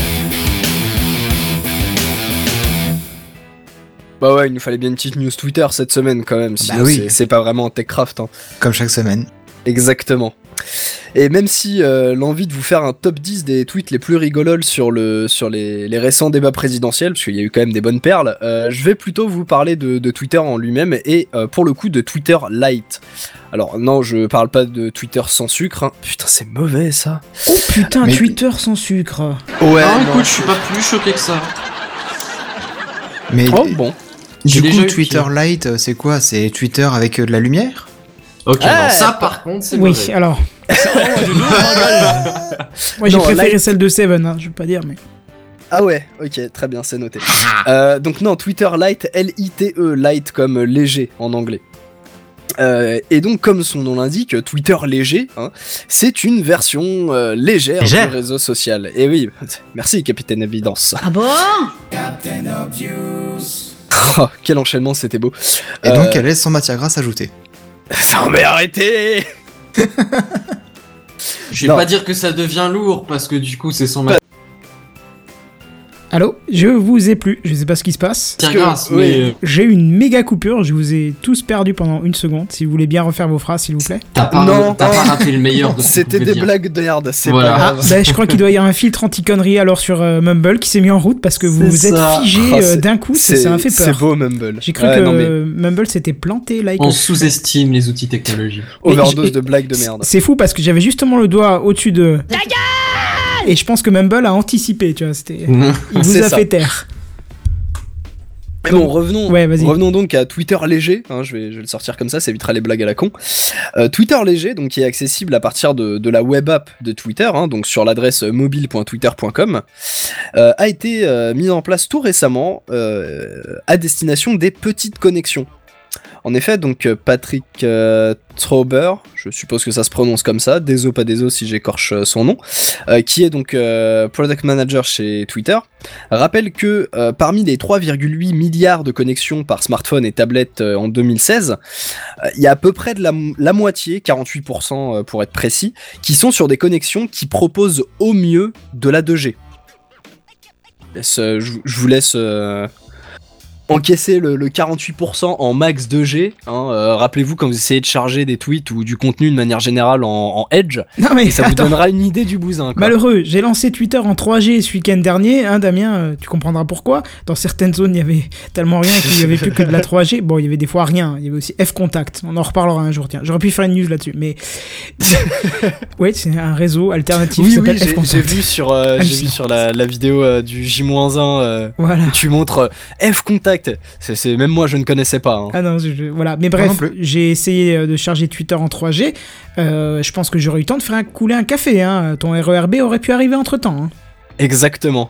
Bah ouais, il nous fallait bien une petite news Twitter cette semaine quand même, sinon c'est pas vraiment TechCraft. Hein. Comme chaque semaine. Exactement. Et même si l'envie de vous faire un top 10 des tweets les plus rigolos sur les récents débats présidentiels, parce qu'il y a eu quand même des bonnes perles, je vais plutôt vous parler de Twitter en lui-même et pour le coup de Twitter Lite. Alors non, je parle pas de Twitter sans sucre, hein. Putain c'est mauvais ça. Oh putain, Twitter sans sucre. Ouais. Ah écoute, je suis pas plus choqué que ça. Mais bon. Du coup, Twitter Lite, c'est quoi ? C'est Twitter avec de la lumière ? Ok, alors ça par contre c'est mauvais. Oui, alors. Moi j'ai préféré celle de Seven, hein, je veux pas dire, mais. Ah ouais, ok, très bien, c'est noté. Donc non, Twitter Lite, L-I-T-E, Lite comme léger en anglais. Et donc, comme son nom l'indique, Twitter léger, hein, c'est une version légère du réseau social. Et oui, merci Capitaine Évidence. Ah bon ? Captain Obvious. Oh, quel enchaînement, c'était beau. Et donc, elle laisse sans matière grasse ajoutée. Non mais arrêtez. Je vais pas dire que ça devient lourd, parce que du coup, c'est sans matière. Allô, je vous ai plus, je sais pas ce qui se passe. Tiens, grâce, mais... J'ai eu une méga coupure, je vous ai tous perdu pendant une seconde. Si vous voulez bien refaire vos phrases, s'il vous plaît. T'as pas raté le meilleur de ce C'était des blagues de merde, c'est voilà. pas grave. Je crois qu'il doit y avoir un filtre anti-connerie alors sur Mumble qui s'est mis en route parce que vous vous êtes figé d'un coup, ça m'a fait peur. C'est beau Mumble. J'ai cru que Mumble s'était planté. On sous-estime les outils technologiques. Overdose de blagues de merde. C'est fou parce que j'avais justement le doigt au-dessus de... Et je pense que Mumble a anticipé, tu vois, il vous a fait taire. Mais bon, revenons, Ouais, vas-y. revenons donc à Twitter léger, hein, je vais le sortir comme ça évitera les blagues à la con. Twitter léger, donc qui est accessible à partir de la web app de Twitter, hein, donc sur l'adresse mobile.twitter.com, a été mis en place tout récemment à destination des petites connexions. En effet, donc Patrick Trauber, je suppose que ça se prononce comme ça, désolé pas désolé si j'écorche son nom, qui est donc Product Manager chez Twitter, rappelle que parmi les 3,8 milliards de connexions par smartphone et tablette en 2016, il y a à peu près de la moitié, 48% pour être précis, qui sont sur des connexions qui proposent au mieux de la 2G. Je vous laisse... encaisser le 48% en max 2G, hein, rappelez-vous quand vous essayez de charger des tweets ou du contenu de manière générale en Edge, Non mais et ça vous attends. donnera une idée du bousin, quoi. Malheureux, j'ai lancé Twitter en 3G ce week-end dernier, hein Damien, tu comprendras pourquoi. Dans certaines zones, il y avait tellement rien qu'il y avait plus que de la 3G. Bon, il y avait des fois rien, il y avait aussi F-Contact, on en reparlera un jour, tiens. J'aurais pu faire une news là-dessus, mais... ouais, c'est un réseau alternatif qui Oui, s'appelle j'ai F-Contact. vu sur la vidéo du J-1 Voilà. Où tu montres F-Contact, c'est même moi je ne connaissais pas, hein. Ah non, voilà. Mais Moi bref, non plus. j'ai essayé de charger Twitter en 3G. Je pense que j'aurais eu le temps de faire couler un café, hein. Ton RERB aurait pu arriver entre-temps, hein. Exactement.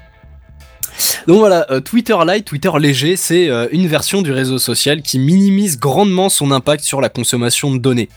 Donc voilà, Twitter Lite, Twitter léger, c'est une version du réseau social qui minimise grandement son impact sur la consommation de données.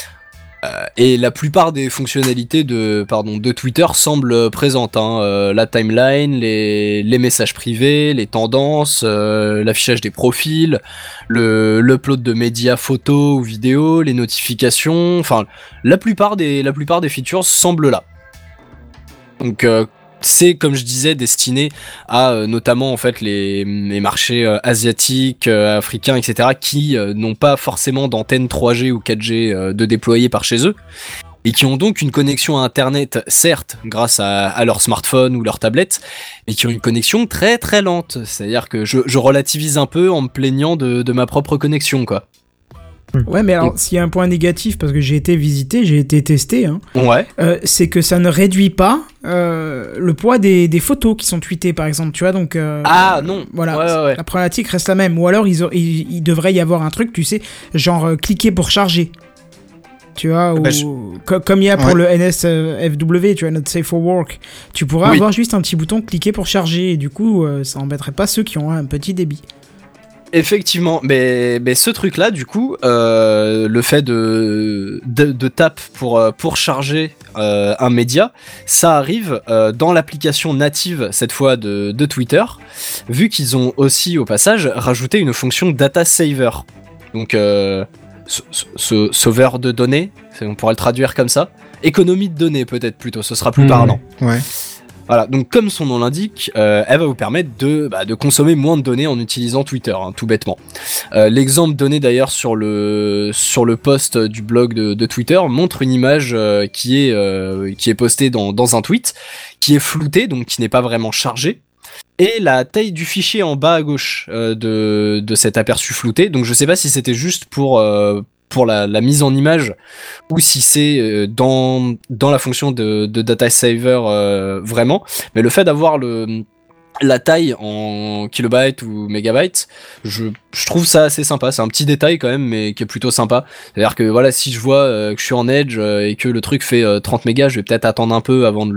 Et la plupart des fonctionnalités de Twitter semblent présentes, hein. La timeline, les messages privés, les tendances, l'affichage des profils, l'upload de médias photos ou vidéos, les notifications, enfin la plupart des features semblent là. Donc c'est, comme je disais, destiné à notamment en fait les marchés asiatiques, africains, etc. qui n'ont pas forcément d'antenne 3G ou 4G de déployée par chez eux, et qui ont donc une connexion à Internet, certes, grâce à leur smartphone ou leur tablette, mais qui ont une connexion très très lente. C'est-à-dire que je relativise un peu en me plaignant de ma propre connexion, quoi. Ouais, mais alors, s'il y a un point négatif, parce que j'ai été visité, j'ai été testé, hein, Ouais. c'est que ça ne réduit pas le poids des photos qui sont tweetées, par exemple, tu vois, donc... Ah non. Voilà, Ouais. la problématique reste la même. Ou alors, il devrait y avoir un truc, tu sais, genre cliquer pour charger. Tu vois, ou, Bah, comme il y a pour Ouais. le NSFW, tu vois, Not Safe for Work, tu pourrais Oui. avoir juste un petit bouton cliquer pour charger, et du coup, ça embêterait pas ceux qui ont un petit débit. Effectivement, mais ce truc-là, du coup, le fait de tap pour charger un média, ça arrive dans l'application native, cette fois de Twitter, vu qu'ils ont aussi, au passage, rajouté une fonction data saver. Donc, sauveur de données, on pourrait le traduire comme ça. Économie de données, peut-être plutôt, ce sera plus parlant. Ouais. Voilà, donc comme son nom l'indique, elle va vous permettre de consommer moins de données en utilisant Twitter, hein, tout bêtement. L'exemple donné d'ailleurs sur le post du blog de Twitter montre une image qui est postée dans un tweet, qui est floutée, donc qui n'est pas vraiment chargée. Et la taille du fichier en bas à gauche de cet aperçu flouté, donc je sais pas si c'était juste pour la mise en image ou si c'est dans la fonction de data saver vraiment, mais le fait d'avoir la taille en kilobytes ou mégabytes, je trouve ça assez sympa. C'est un petit détail quand même, mais qui est plutôt sympa. C'est-à-dire que voilà, si je vois que je suis en Edge et que le truc fait 30 mégas, je vais peut-être attendre un peu avant de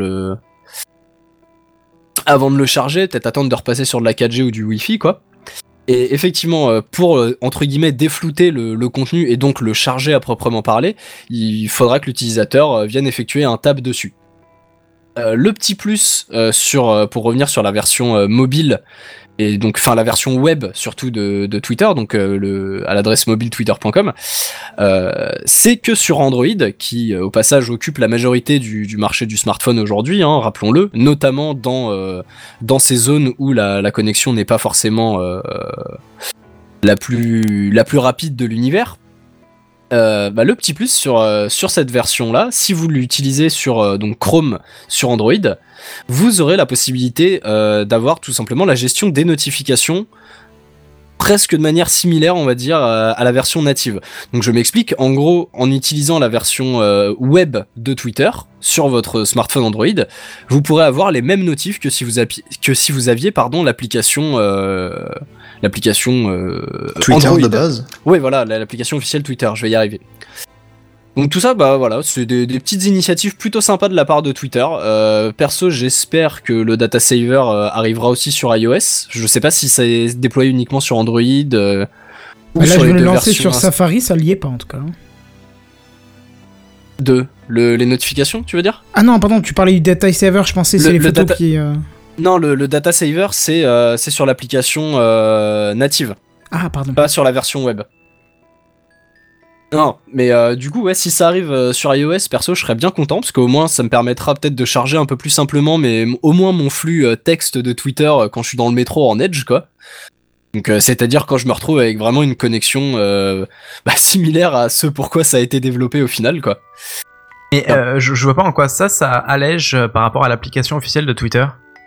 le charger, peut-être attendre de repasser sur de la 4G ou du Wi-Fi, quoi. Et effectivement, pour entre guillemets déflouter le contenu et donc le charger à proprement parler, il faudra que l'utilisateur vienne effectuer un tap dessus. Le petit plus pour revenir sur la version mobile et donc enfin la version web surtout de Twitter, donc à l'adresse mobile twitter.com, c'est que sur Android, qui au passage occupe la majorité du marché du smartphone aujourd'hui, hein, rappelons-le, notamment dans ces zones où la connexion n'est pas forcément la plus rapide de l'univers. Le petit plus sur cette version-là, si vous l'utilisez sur donc Chrome sur Android, vous aurez la possibilité d'avoir tout simplement la gestion des notifications presque de manière similaire, on va dire, à la version native. Donc je m'explique, en gros, en utilisant la version web de Twitter sur votre smartphone Android, vous pourrez avoir les mêmes notifs que si vous aviez l'application Twitter Android. de base. Oui, voilà, l'application officielle Twitter, je vais y arriver. Donc tout ça, bah voilà, c'est des petites initiatives plutôt sympas de la part de Twitter. Perso, j'espère que le data saver arrivera aussi sur iOS. Je sais pas si ça est déployé uniquement sur Android ou Là, sur je vais les le deux lancer versions. sur Safari, ça l'y est pas en tout cas. Les notifications, tu veux dire? Ah non, pardon, tu parlais du data saver, je pensais c'est les photos qui... Non, le data saver, c'est sur l'application native, Ah, pardon. pas sur la version web. Non, mais du coup, ouais, si ça arrive sur iOS, perso, je serais bien content, parce qu'au moins, ça me permettra peut-être de charger un peu plus simplement, mais au moins mon flux texte de Twitter quand je suis dans le métro en Edge, quoi. Donc, c'est-à-dire quand je me retrouve avec vraiment une connexion similaire à ce pourquoi ça a été développé au final, quoi. Et je vois pas en quoi ça allège par rapport à l'application officielle de Twitter.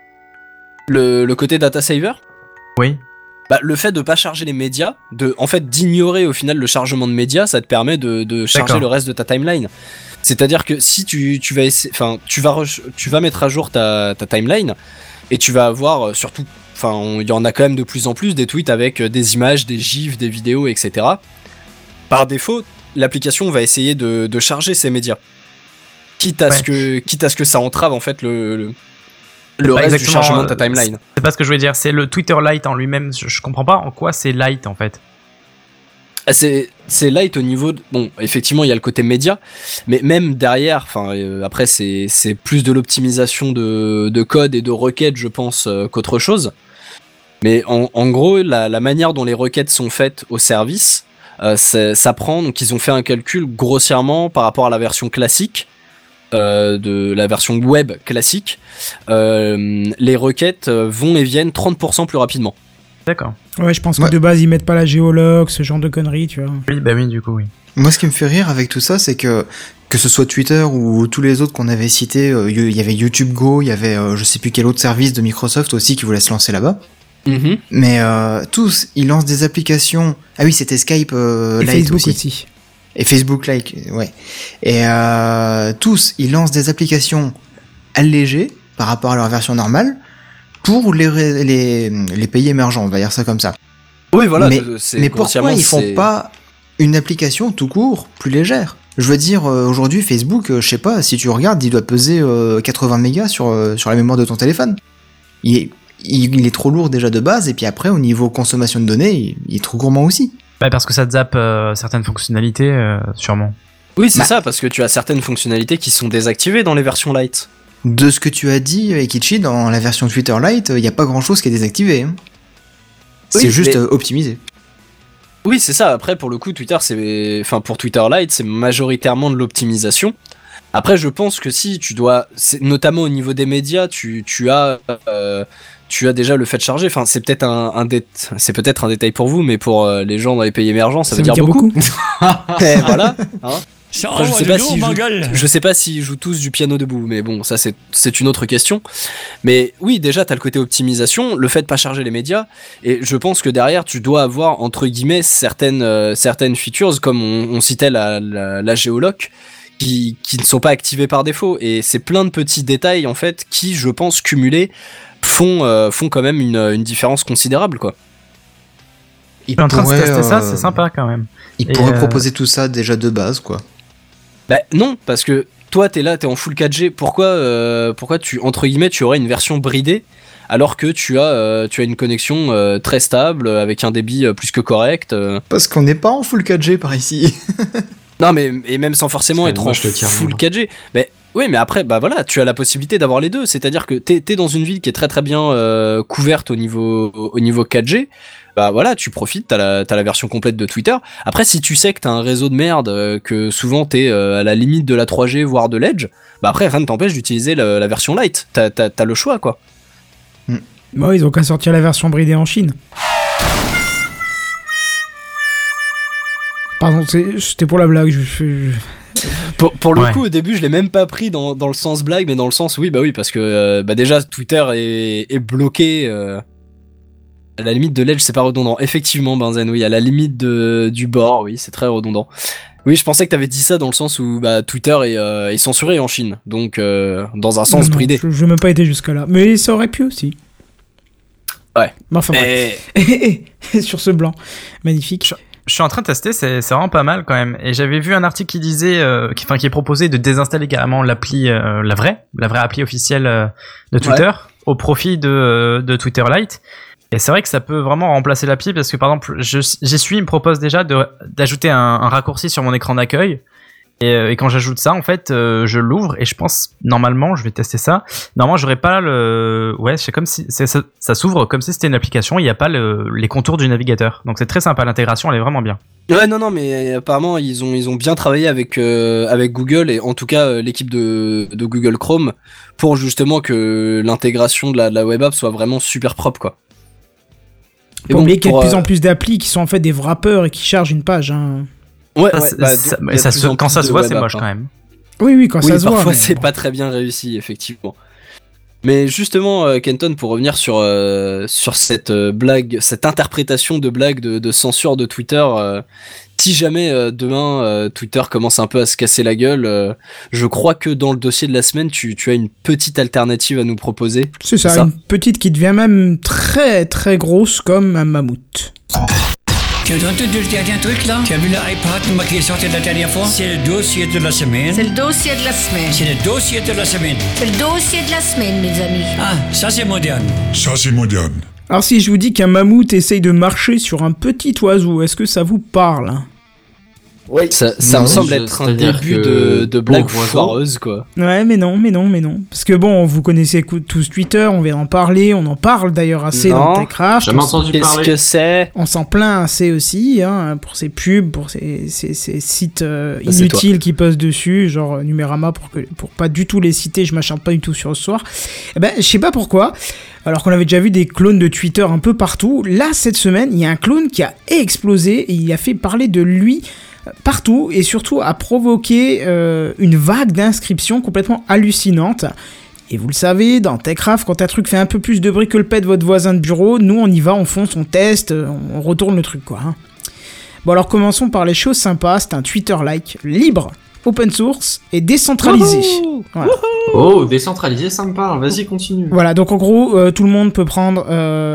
Le côté data saver, Oui. le fait de pas charger les médias, d'ignorer au final le chargement de médias, ça te permet de charger D'accord. le reste de ta timeline. C'est-à-dire que si tu vas mettre à jour ta timeline et tu vas avoir surtout, il y en a quand même de plus en plus des tweets avec des images, des gifs, des vidéos, etc. Par défaut, l'application va essayer de charger ces médias, quitte à ce que ça entrave en fait le reste du chargement de ta timeline. C'est pas ce que je voulais dire, c'est le Twitter Lite en lui-même. Je comprends pas en quoi c'est light en fait. C'est light au niveau bon, effectivement il y a le côté média, mais même derrière, après c'est plus de l'optimisation de code et de requêtes, je pense, qu'autre chose. Mais en gros, la manière dont les requêtes sont faites au service, ça prend, donc ils ont fait un calcul grossièrement par rapport à la version classique, de la version web classique, les requêtes vont et viennent 30% plus rapidement. D'accord. Ouais, je pense que de base, ils mettent pas la géologue, ce genre de conneries, tu vois. Oui, bah oui, du coup, oui. Moi, ce qui me fait rire avec tout ça, c'est que ce soit Twitter ou tous les autres qu'on avait cités, il y avait YouTube Go, il y avait je sais plus quel autre service de Microsoft aussi qui voulait se lancer là-bas. Mm-hmm. Mais tous, ils lancent des applications. Ah oui, c'était Skype et Lite Facebook aussi. Et Facebook Lite, ouais. Et tous, ils lancent des applications allégées par rapport à leur version normale pour les pays émergents, on va dire ça comme ça. Oui, voilà. Mais pourquoi ils font pas une application tout court plus légère? Je veux dire, aujourd'hui, Facebook, je sais pas, si tu regardes, il doit peser 80 mégas sur la mémoire de ton téléphone. Il est trop lourd déjà de base, et puis après, au niveau consommation de données, il est trop gourmand aussi. Bah parce que ça te zappe certaines fonctionnalités, sûrement. Oui, c'est ça, parce que tu as certaines fonctionnalités qui sont désactivées dans les versions light. De ce que tu as dit, Ekichi, dans la version Twitter Lite, il n'y a pas grand-chose qui est désactivé. Hein. C'est juste optimisé. Oui, c'est ça. Après, pour le coup, pour Twitter Lite, c'est majoritairement de l'optimisation. Après, je pense que si tu dois, notamment au niveau des médias, tu as déjà le fait de charger. Enfin, c'est peut-être un détail pour vous, mais pour les gens dans les pays émergents, ça veut dire beaucoup. Et voilà. Hein. Après, je sais pas s'ils jouent tous du piano debout, mais bon, ça c'est une autre question. Mais oui, déjà t'as le côté optimisation, le fait de pas charger les médias, et je pense que derrière tu dois avoir entre guillemets certaines features comme on citait la géoloc qui ne sont pas activées par défaut, et c'est plein de petits détails en fait qui, je pense, cumulés font quand même une différence considérable, quoi. Il est en train de tester ça, c'est sympa quand même. Il pourrait proposer tout ça déjà de base, quoi. Bah non, parce que toi t'es en full 4G, pourquoi tu, entre guillemets, tu aurais une version bridée alors que tu as une connexion très stable avec un débit plus que correct. Parce qu'on n'est pas en full 4G par ici. Non, mais et même sans forcément être en full 4G. Mais oui, mais après, bah voilà, tu as la possibilité d'avoir les deux. C'est-à-dire que t'es dans une ville qui est très très bien couverte au niveau 4G. Bah voilà, tu profites, t'as la version complète de Twitter. Après, si tu sais que t'as un réseau de merde, que souvent t'es à la limite de la 3G, voire de l'Edge, bah après, rien ne t'empêche d'utiliser la version light. T'as le choix, quoi. Bon, ils ont qu'à sortir la version bridée en Chine. Pardon, c'était pour la blague. Pour le coup, au début, je l'ai même pas pris dans le sens blague, mais dans le sens oui, parce que déjà Twitter est bloqué. À la limite de l'edge, c'est pas redondant. Effectivement, Benzen, oui, à la limite du bord, oui, c'est très redondant. Oui, je pensais que t'avais dit ça dans le sens où Twitter est censuré en Chine, donc dans un sens bridé. Je n'ai même pas été jusque là, mais ça aurait pu aussi. Ouais. Enfin, sur ce blanc, magnifique. Je suis en train de tester, c'est vraiment pas mal quand même. Et j'avais vu un article qui disait, qui proposait de désinstaller carrément l'appli, la vraie appli officielle de Twitter au profit de Twitter Lite. Et c'est vrai que ça peut vraiment remplacer l'appli parce que par exemple, il me propose déjà d'ajouter un raccourci sur mon écran d'accueil. Et quand j'ajoute ça, en fait, je l'ouvre et je pense, normalement, je vais tester ça. Normalement, j'aurais pas c'est comme si ça s'ouvre comme si c'était une application. Il n'y a pas les contours du navigateur. Donc c'est très sympa. L'intégration, elle est vraiment bien. Ouais, non, mais apparemment ils ont bien travaillé avec Google et en tout cas l'équipe de Google Chrome pour justement que l'intégration de la web app soit vraiment super propre, quoi. Faut oublier qu'il y a de plus en plus d'applis qui sont en fait des wrappers et qui chargent une page. Hein. Ouais, quand ça se voit, c'est moche quand même. Oui, quand ça se voit. Parfois, c'est pas très bien réussi, effectivement. Mais justement, Kenton, pour revenir sur cette blague, cette interprétation de blague de censure de Twitter, si jamais demain Twitter commence un peu à se casser la gueule, je crois que dans le dossier de la semaine, tu as une petite alternative à nous proposer. C'est ça, une petite qui devient même très très grosse comme un mammouth. Tu as entendu le dernier truc là? Tu as vu l'iPad qui est sorti la dernière fois? C'est le dossier de la semaine. C'est le dossier de la semaine. C'est le dossier de la semaine. C'est le dossier de la semaine, mes amis. Ah, ça c'est moderne. Ça c'est moderne. Alors si je vous dis qu'un mammouth essaye de marcher sur un petit oiseau, est-ce que ça vous parle? Oui. Ça me semble être un début de blague foireuse, quoi. Ouais, mais non. Parce que bon, vous connaissez tous Twitter, on vient en parler, on en parle d'ailleurs assez dans Techcraft. Jamais entendu parler. Qu'est-ce que c'est? On s'en plaint assez aussi, hein, pour ces pubs, pour ces sites inutiles qui postent dessus, genre Numérama, pour pas du tout les citer, je m'acharne pas du tout sur ce soir. Eh ben, je sais pas pourquoi. Alors qu'on avait déjà vu des clones de Twitter un peu partout, là, cette semaine, il y a un clone qui a explosé et il a fait parler de lui partout et surtout a provoqué une vague d'inscriptions complètement hallucinante. Et vous le savez, dans Techcraft, quand un truc fait un peu plus de bruit que le pet de votre voisin de bureau, nous on y va, on fonce, on teste, on retourne le truc, quoi. Hein. Bon, alors commençons par les choses sympas. C'est un Twitter-like libre, open source et décentralisé. Voilà. Oh, décentralisé, ça me parle. Vas-y, continue. Voilà, donc en gros, tout le monde peut prendre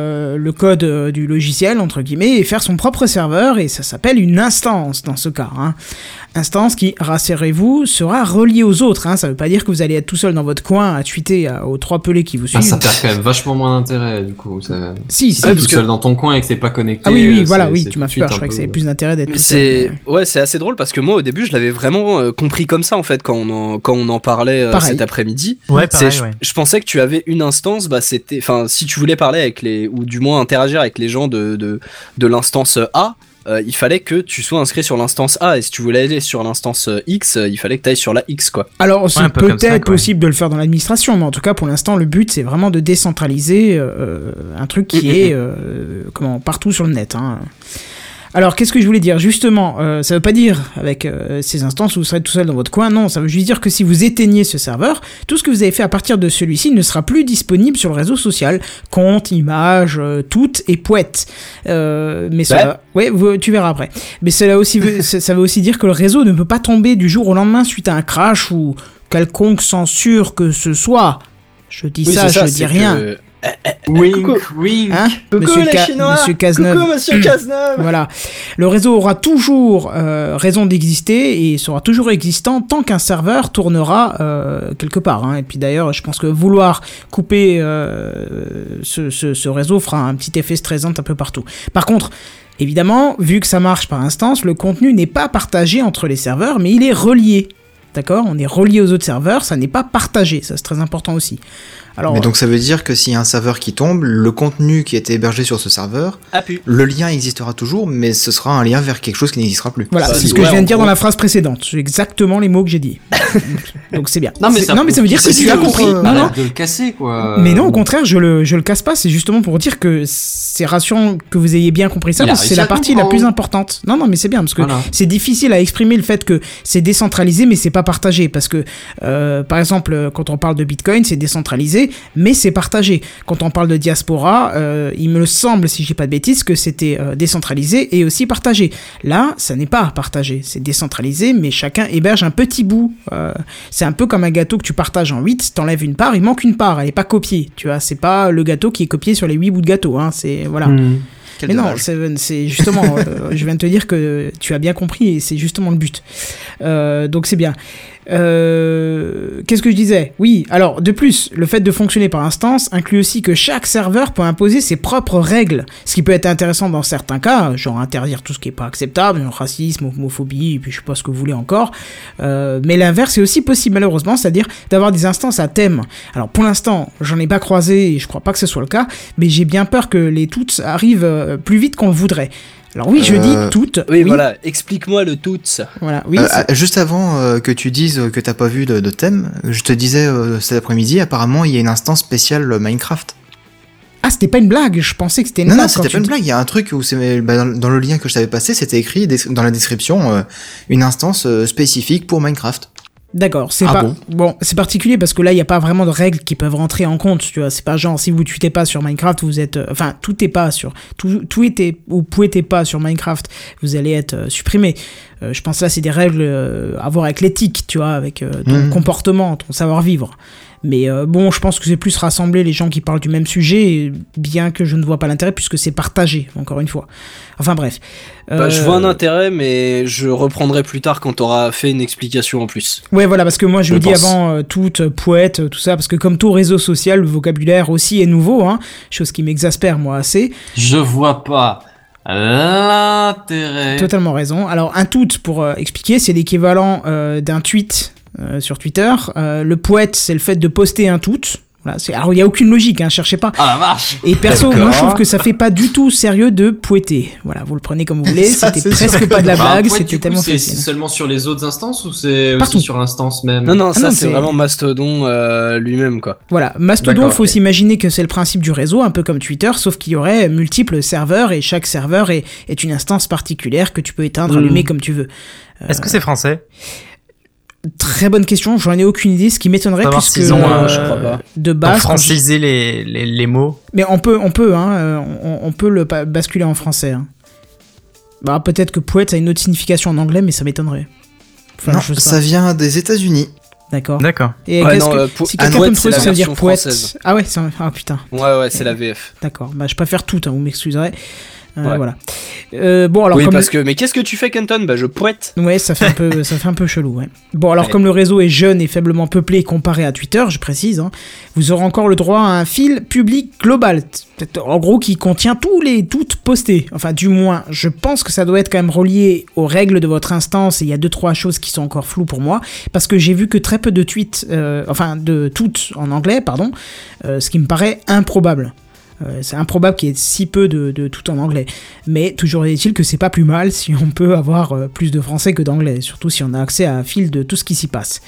le code du logiciel, entre guillemets, et faire son propre serveur, et ça s'appelle une instance dans ce cas. Hein. Instance qui, rassurez-vous, sera reliée aux autres. Hein. Ça veut pas dire que vous allez être tout seul dans votre coin à tweeter aux 3 pelés qui vous suivent. Ça perd quand même vachement moins d'intérêt, du coup. Si t'es tout seul dans ton coin et que c'est pas connecté. Ah oui, voilà, tu m'as fait peur. Je crois que ça avait plus d'intérêt d'être tout seul. Ouais, c'est assez drôle parce que moi, au début, je l'avais vraiment compris comme ça, en fait, quand on en parlait cet après-midi. Ouais, pareil, ouais. Je pensais que tu avais une instance, c'était, enfin, si tu voulais parler avec ou du moins interagir avec les gens de l'instance A, il fallait que tu sois inscrit sur l'instance A, et si tu voulais aller sur l'instance X, il fallait que tu ailles sur la X, quoi. Alors, c'est peut-être possible de le faire dans l'administration, mais en tout cas, pour l'instant, le but, c'est vraiment de décentraliser un truc qui est partout sur le net, hein. Alors, qu'est-ce que je voulais dire? Justement, ça veut pas dire, avec ces instances, où vous serez tout seul dans votre coin. Non, ça veut juste dire que si vous éteignez ce serveur, tout ce que vous avez fait à partir de celui-ci ne sera plus disponible sur le réseau social. Compte, images, tout et poète. Mais ça... Ouais, tu verras après. Mais ça veut aussi dire que le réseau ne peut pas tomber du jour au lendemain suite à un crash ou quelconque censure que ce soit. Je dis je dis rien. Wink. Hein, coucou les Chinois. Monsieur Cazeneuve. Coucou Monsieur Cazeneuve. Voilà. Le réseau aura toujours raison d'exister et sera toujours existant tant qu'un serveur tournera quelque part. Hein. Et puis d'ailleurs, je pense que vouloir couper ce réseau fera un petit effet stressant un peu partout. Par contre, évidemment, vu que ça marche par instance, le contenu n'est pas partagé entre les serveurs, mais il est relié. D'accord ? On est relié aux autres serveurs, ça n'est pas partagé. Ça, c'est très important aussi. Alors, mais donc ça veut dire que s'il y a un serveur qui tombe, le contenu qui a été hébergé sur ce serveur, le lien existera toujours, mais ce sera un lien vers quelque chose qui n'existera plus. Voilà, c'est ce que je viens de dire dans la phrase précédente. C'est exactement les mots que j'ai dit. Donc c'est bien. Non mais ça veut dire que tu as compris. Non, de le casser, quoi. Mais non, au contraire, je le casse pas. C'est justement pour dire que c'est rassurant que vous ayez bien compris ça, parce que c'est la partie la plus importante. Non, mais c'est bien, parce que c'est difficile à exprimer le fait que c'est décentralisé, mais c'est pas partagé. Parce que, par exemple, quand on parle de Bitcoin, c'est décentralisé, mais c'est partagé. Quand on parle de diaspora, il me semble, si j'ai pas de bêtises, que c'était décentralisé et aussi partagé. Là, ça n'est pas partagé, c'est décentralisé, mais chacun héberge un petit bout. C'est un peu comme un gâteau que tu partages en 8, t'enlèves une part, il manque une part, elle est pas copiée, tu vois, c'est pas le gâteau qui est copié sur les 8 bouts de gâteau, hein, c'est, voilà. Quel Mais non, dommage. c'est justement, je viens de te dire que tu as bien compris et c'est justement le but. Donc c'est bien. Qu'est-ce que je disais ? Oui, alors de plus, le fait de fonctionner par instance inclut aussi que chaque serveur peut imposer ses propres règles, ce qui peut être intéressant dans certains cas, genre interdire tout ce qui est pas acceptable, racisme, homophobie, et puis je sais pas ce que vous voulez encore. Mais l'inverse est aussi possible malheureusement, c'est-à-dire d'avoir des instances à thème. Alors pour l'instant, j'en ai pas croisé et je crois pas que ce soit le cas, mais j'ai bien peur que les toutes arrivent plus vite qu'on le voudrait. Alors oui, je dis toutes. Oui, voilà, explique-moi le tout. Voilà, oui. Juste avant que tu dises que t'as pas vu de thème, je te disais cet après-midi, apparemment il y a une instance spéciale Minecraft. Ah, c'était pas une blague, je pensais que c'était une Non, blague. non, c'était pas une blague, il y a un truc où c'est dans le lien que je t'avais passé, c'était écrit dans la description une instance spécifique pour Minecraft. D'accord, c'est Ah pas bon c'est particulier parce que là il y a pas vraiment de règles qui peuvent rentrer en compte, tu vois, c'est pas genre si vous tweetez pas sur Minecraft, vous êtes enfin tout est pas sur tweetez ou tweetez pas sur Minecraft, vous allez être supprimé. Je pense là c'est des règles à voir avec l'éthique, tu vois, avec ton comportement, ton savoir-vivre. Mais bon, je pense que c'est plus rassembler les gens qui parlent du même sujet, bien que je ne vois pas l'intérêt puisque c'est partagé, encore une fois. Enfin bref. Je vois un intérêt, mais je reprendrai plus tard quand t'auras fait une explication en plus. Ouais, voilà, parce que moi je le dis avant, toute, poète, tout ça, parce que comme tout réseau social, le vocabulaire aussi est nouveau, hein, chose qui m'exaspère moi assez. Je vois pas l'intérêt. Totalement raison. Alors un tweet, pour expliquer, c'est l'équivalent d'un tweet sur Twitter. Le poète, c'est le fait de poster un tweet. Voilà, alors il n'y a aucune logique, hein, cherchez pas. Ah la vache. Et perso, moi je trouve que ça fait pas du tout sérieux de poêter. Voilà, vous le prenez comme vous voulez, c'était presque pas de la blague, c'était tellement c'est facile. C'est seulement sur les autres instances ou c'est Partout. aussi sur l'instance même? Non, ça non, c'est vraiment Mastodon lui-même, quoi. Voilà, Mastodon, D'accord, faut ok. s'imaginer que c'est le principe du réseau, un peu comme Twitter, sauf qu'il y aurait multiples serveurs et chaque serveur est une instance particulière que tu peux éteindre, allumer comme tu veux. Est-ce que c'est français? Très bonne question, j'en ai aucune idée, ce qui m'étonnerait Savoir puisque s'ils ont, je crois pas. de Pour base, franciser les mots. mais on peut, hein, on peut le basculer en français. Hein. Bah peut-être que poète a une autre signification en anglais, mais ça m'étonnerait. Enfin, Non, je sais ça pas. vient des États-Unis. D'accord. D'accord. Et Ouais, qu'est-ce non, que si quelqu'un peut poète, me c'est trouver la ce que ça veut dire version poète? française. Ah ouais, ah putain. Ouais, c'est la VF. D'accord. Bah je préfère tout, hein, vous m'excuserez. Ouais. Voilà. Bon alors Oui, comme parce que. Mais qu'est-ce que tu fais, Kenton? Bah, je poète. ouais, ça fait un peu chelou, ouais. Bon, alors Ouais. comme le réseau est jeune et faiblement peuplé comparé à Twitter, je précise, hein, vous aurez encore le droit à un fil public global, en gros qui contient toutes postées. Enfin, du moins, je pense que ça doit être quand même relié aux règles de votre instance, et il y a 2-3 choses qui sont encore floues pour moi, parce que j'ai vu que très peu de tweets, de toutes en anglais, pardon, ce qui me paraît improbable. C'est improbable qu'il y ait si peu de tout en anglais. Mais toujours est-il que c'est pas plus mal si on peut avoir plus de français que d'anglais, surtout si on a accès à un fil de tout ce qui s'y passe.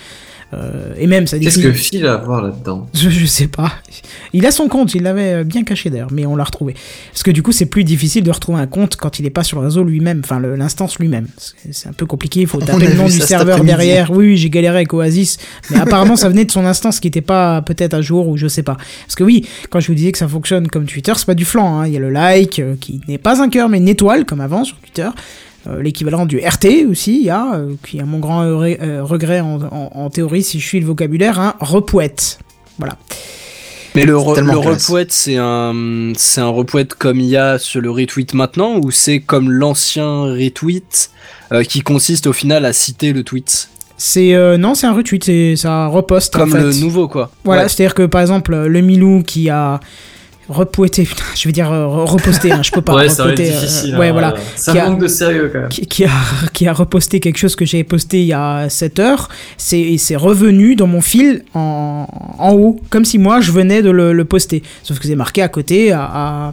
Et même ça Qu'est-ce décline- que Phil a à voir là-dedans? je sais pas. Il a son compte, il l'avait bien caché d'ailleurs, mais on l'a retrouvé. Parce que du coup, c'est plus difficile de retrouver un compte quand il est pas sur le réseau lui-même, enfin l'instance lui-même. C'est un peu compliqué, il faut On taper a le nom vu du ça cet serveur après-midi. derrière. Oui, j'ai galéré avec Oasis, mais apparemment ça venait de son instance qui était pas peut-être à jour ou je sais pas. Parce que oui, quand je vous disais que ça fonctionne comme Twitter, c'est pas du flan, hein. Il y a le like qui n'est pas un cœur mais une étoile comme avant sur Twitter. L'équivalent du RT aussi, il y a, qui à mon grand regret en théorie, si je suis le vocabulaire, un repoète. Voilà. Mais le tellement classe. repoète, c'est un repoète comme il y a sur le retweet maintenant, ou c'est comme l'ancien retweet qui consiste au final à citer le tweet? Non, c'est un retweet, ça reposte Comme en fait. le nouveau, quoi. Voilà, Ouais. c'est-à-dire que par exemple, le Milou qui a repoêté, putain, je veux dire reposté, hein, je peux pas Ouais, ça va être repoêter, difficile. ouais, hein, voilà. Ça Qui a- manque de sérieux quand même. qui a reposté quelque chose que j'avais posté il y a 7 heures, c'est revenu dans mon fil en haut, comme si moi je venais de le poster. Sauf que c'est marqué à côté à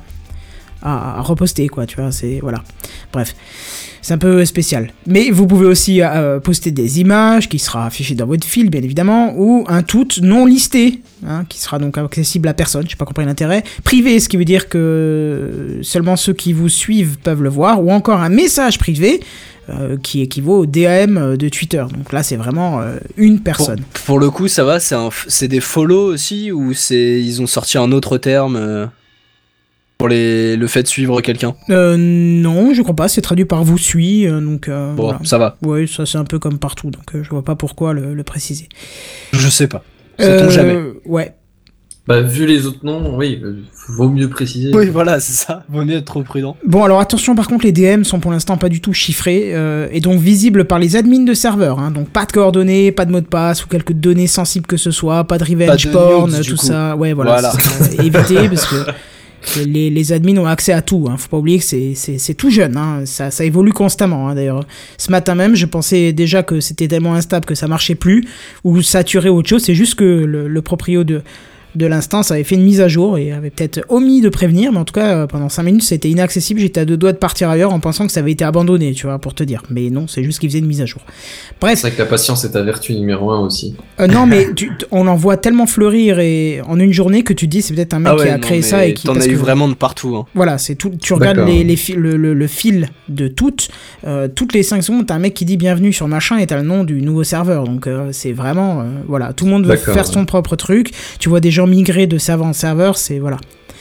reposter, quoi, tu vois, c'est, voilà. Bref. C'est un peu spécial. Mais vous pouvez aussi poster des images qui sera affichées dans votre fil, bien évidemment, ou un tout non listé, hein, qui sera donc accessible à personne. J'ai pas compris l'intérêt. Privé, ce qui veut dire que seulement ceux qui vous suivent peuvent le voir, ou encore un message privé, qui équivaut au DAM de Twitter. Donc là, c'est vraiment une personne. Pour le coup, ça va, c'est des follow aussi, ou ils ont sorti un autre terme pour le fait de suivre quelqu'un? Non, je crois pas, c'est traduit par vous suis, donc bon, voilà. Ça va. Oui, ça c'est un peu comme partout, donc je vois pas pourquoi le préciser. Je sais pas. Sait-on jamais. Ouais. Bah, vu les autres noms, oui, vaut mieux préciser. Oui, voilà, c'est ça. Vaut mieux être trop prudent. Bon, alors attention, par contre, les DM sont pour l'instant pas du tout chiffrés et donc visibles par les admins de serveurs. Hein, donc pas de coordonnées, pas de mot de passe ou quelques données sensibles que ce soit, pas de revenge porn, tout ça. Ouais, voilà. Évitez parce que les admins ont accès à tout. Hein. Faut pas oublier que c'est tout jeune. Hein. Ça évolue constamment. Hein, d'ailleurs, ce matin même, je pensais déjà que c'était tellement instable que ça marchait plus ou saturé ou autre chose. C'est juste que le proprio de l'instance avait fait une mise à jour et avait peut-être omis de prévenir, mais en tout cas pendant 5 minutes c'était inaccessible, j'étais à 2 doigts de partir ailleurs en pensant que ça avait été abandonné, tu vois, pour te dire, mais non, c'est juste qu'il faisait une mise à jour. Bref. C'est vrai que la patience est ta vertu numéro 1 aussi. Non mais on en voit tellement fleurir et en une journée que tu te dis c'est peut-être un mec qui a créé ça et qui... T'en as eu vraiment de partout. Hein. Voilà, c'est tout, tu regardes le fil de toutes les 5 secondes t'as un mec qui dit bienvenue sur machin et t'as le nom du nouveau serveur, donc c'est vraiment, voilà, tout le monde veut faire son propre truc, tu vois des gens migrer de serveur en serveur, c'est voilà.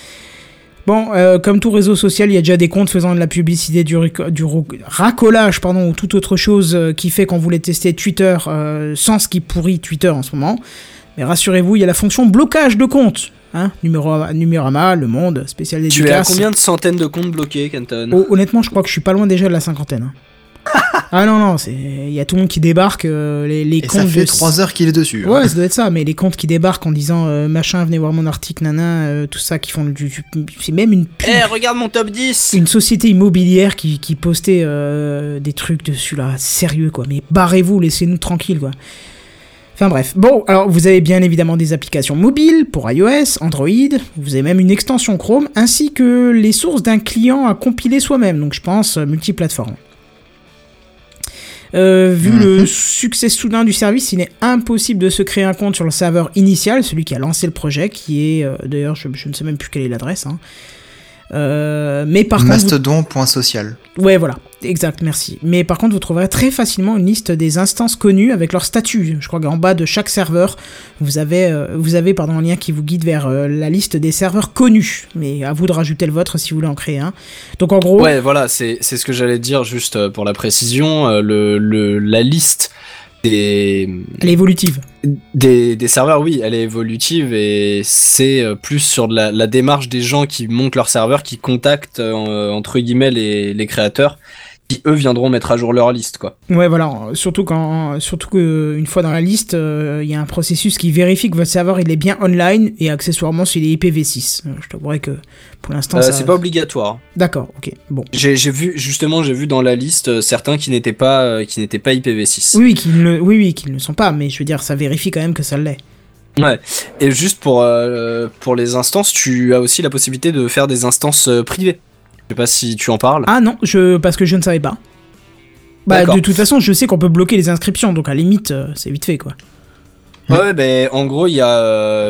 Bon, comme tout réseau social, il y a déjà des comptes faisant de la publicité, du racolage, ou toute autre chose qui fait qu'on voulait tester Twitter sans ce qui pourrit Twitter en ce moment. Mais rassurez-vous, il y a la fonction blocage de compte. Hein, Numérama, Le Monde, spécial dédicace. Tu es à combien de centaines de comptes bloqués, Kenton? Honnêtement, je crois que je suis pas loin déjà de la cinquantaine. Hein. Ah non, il y a tout le monde qui débarque, les et comptes... ça fait 3 heures qu'il est dessus. Ouais, ça doit être ça, mais les comptes qui débarquent en disant machin, venez voir mon article, tout ça, qui font c'est même une pub. Regarde mon top 10. Une société immobilière qui postait des trucs dessus, là, sérieux, quoi. Mais barrez-vous, laissez-nous tranquilles, quoi. Enfin bref. Bon, alors vous avez bien évidemment des applications mobiles pour iOS, Android, vous avez même une extension Chrome, ainsi que les sources d'un client à compiler soi-même, donc je pense multiplateforme. Vu le succès soudain du service, il est impossible de se créer un compte sur le serveur initial, celui qui a lancé le projet, qui est, d'ailleurs, je ne sais même plus quelle est l'adresse. Hein. Mais par Mastodon.social. Ouais, voilà, exact, merci. Mais par contre, vous trouverez très facilement une liste des instances connues avec leur statut. Je crois qu'en bas de chaque serveur, vous avez un lien qui vous guide vers la liste des serveurs connus. Mais à vous de rajouter le vôtre si vous voulez en créer un. Donc en gros... Ouais, voilà, c'est ce que j'allais dire, juste pour la précision. La liste... Elle est évolutive. Des serveurs, oui, elle est évolutive et c'est plus sur la démarche des gens qui montent leur serveur, qui contactent entre guillemets les créateurs, qui eux viendront mettre à jour leur liste, quoi. Ouais, voilà, surtout que une fois dans la liste, il y a un processus qui vérifie que votre serveur il est bien online et accessoirement s'il est IPv6. Je t'avouerais que pour l'instant c'est pas obligatoire. D'accord, ok, bon. J'ai vu dans la liste certains qui n'étaient pas IPv6. Oui, qu'ils ne le sont pas, mais je veux dire, ça vérifie quand même que ça l'est. Ouais, et juste pour les instances, tu as aussi la possibilité de faire des instances privées. Je sais pas si tu en parles. Ah non, parce que je ne savais pas. Bah, de toute façon, je sais qu'on peut bloquer les inscriptions, donc à la limite, c'est vite fait, quoi. Ouais, ben en gros, il y a...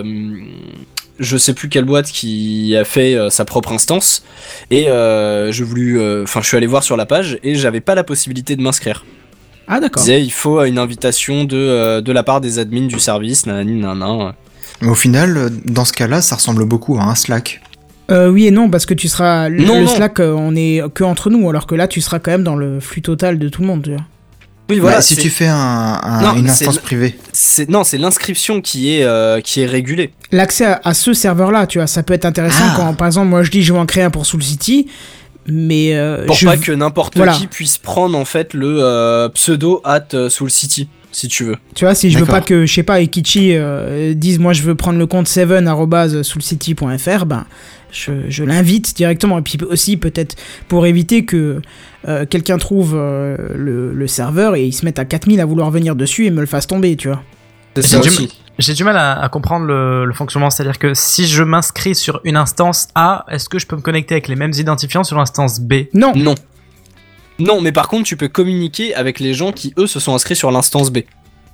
je sais plus quelle boîte qui a fait sa propre instance, et je suis allé voir sur la page, et j'avais pas la possibilité de m'inscrire. Ah d'accord. Il disait, il faut une invitation de la part des admins du service, nanani, nanana. Mais au final, dans ce cas-là, ça ressemble beaucoup à un Slack. Oui et non, parce que tu seras... Le Slack, on est que entre nous, alors que là, tu seras quand même dans le flux total de tout le monde, tu vois. Oui, voilà. Si tu fais une instance privée. C'est l'inscription qui est régulée. L'accès à ce serveur-là, tu vois, ça peut être intéressant quand, par exemple, moi je dis je vais en créer un pour SoulCity, mais... pour pas que n'importe qui puisse prendre, en fait, le pseudo @SoulCity. Si tu veux. Tu vois, si je veux pas que, je sais pas, Ekichi dise moi je veux prendre le compte 7@soulcity.fr, ben je l'invite directement. Et puis aussi peut-être pour éviter que quelqu'un trouve le serveur et il se mette à 4000 à vouloir venir dessus et me le fasse tomber, tu vois. J'ai du mal à comprendre le fonctionnement, c'est-à-dire que si je m'inscris sur une instance A, est-ce que je peux me connecter avec les mêmes identifiants sur l'instance B ? Non. Non, mais par contre, tu peux communiquer avec les gens qui, eux, se sont inscrits sur l'instance B.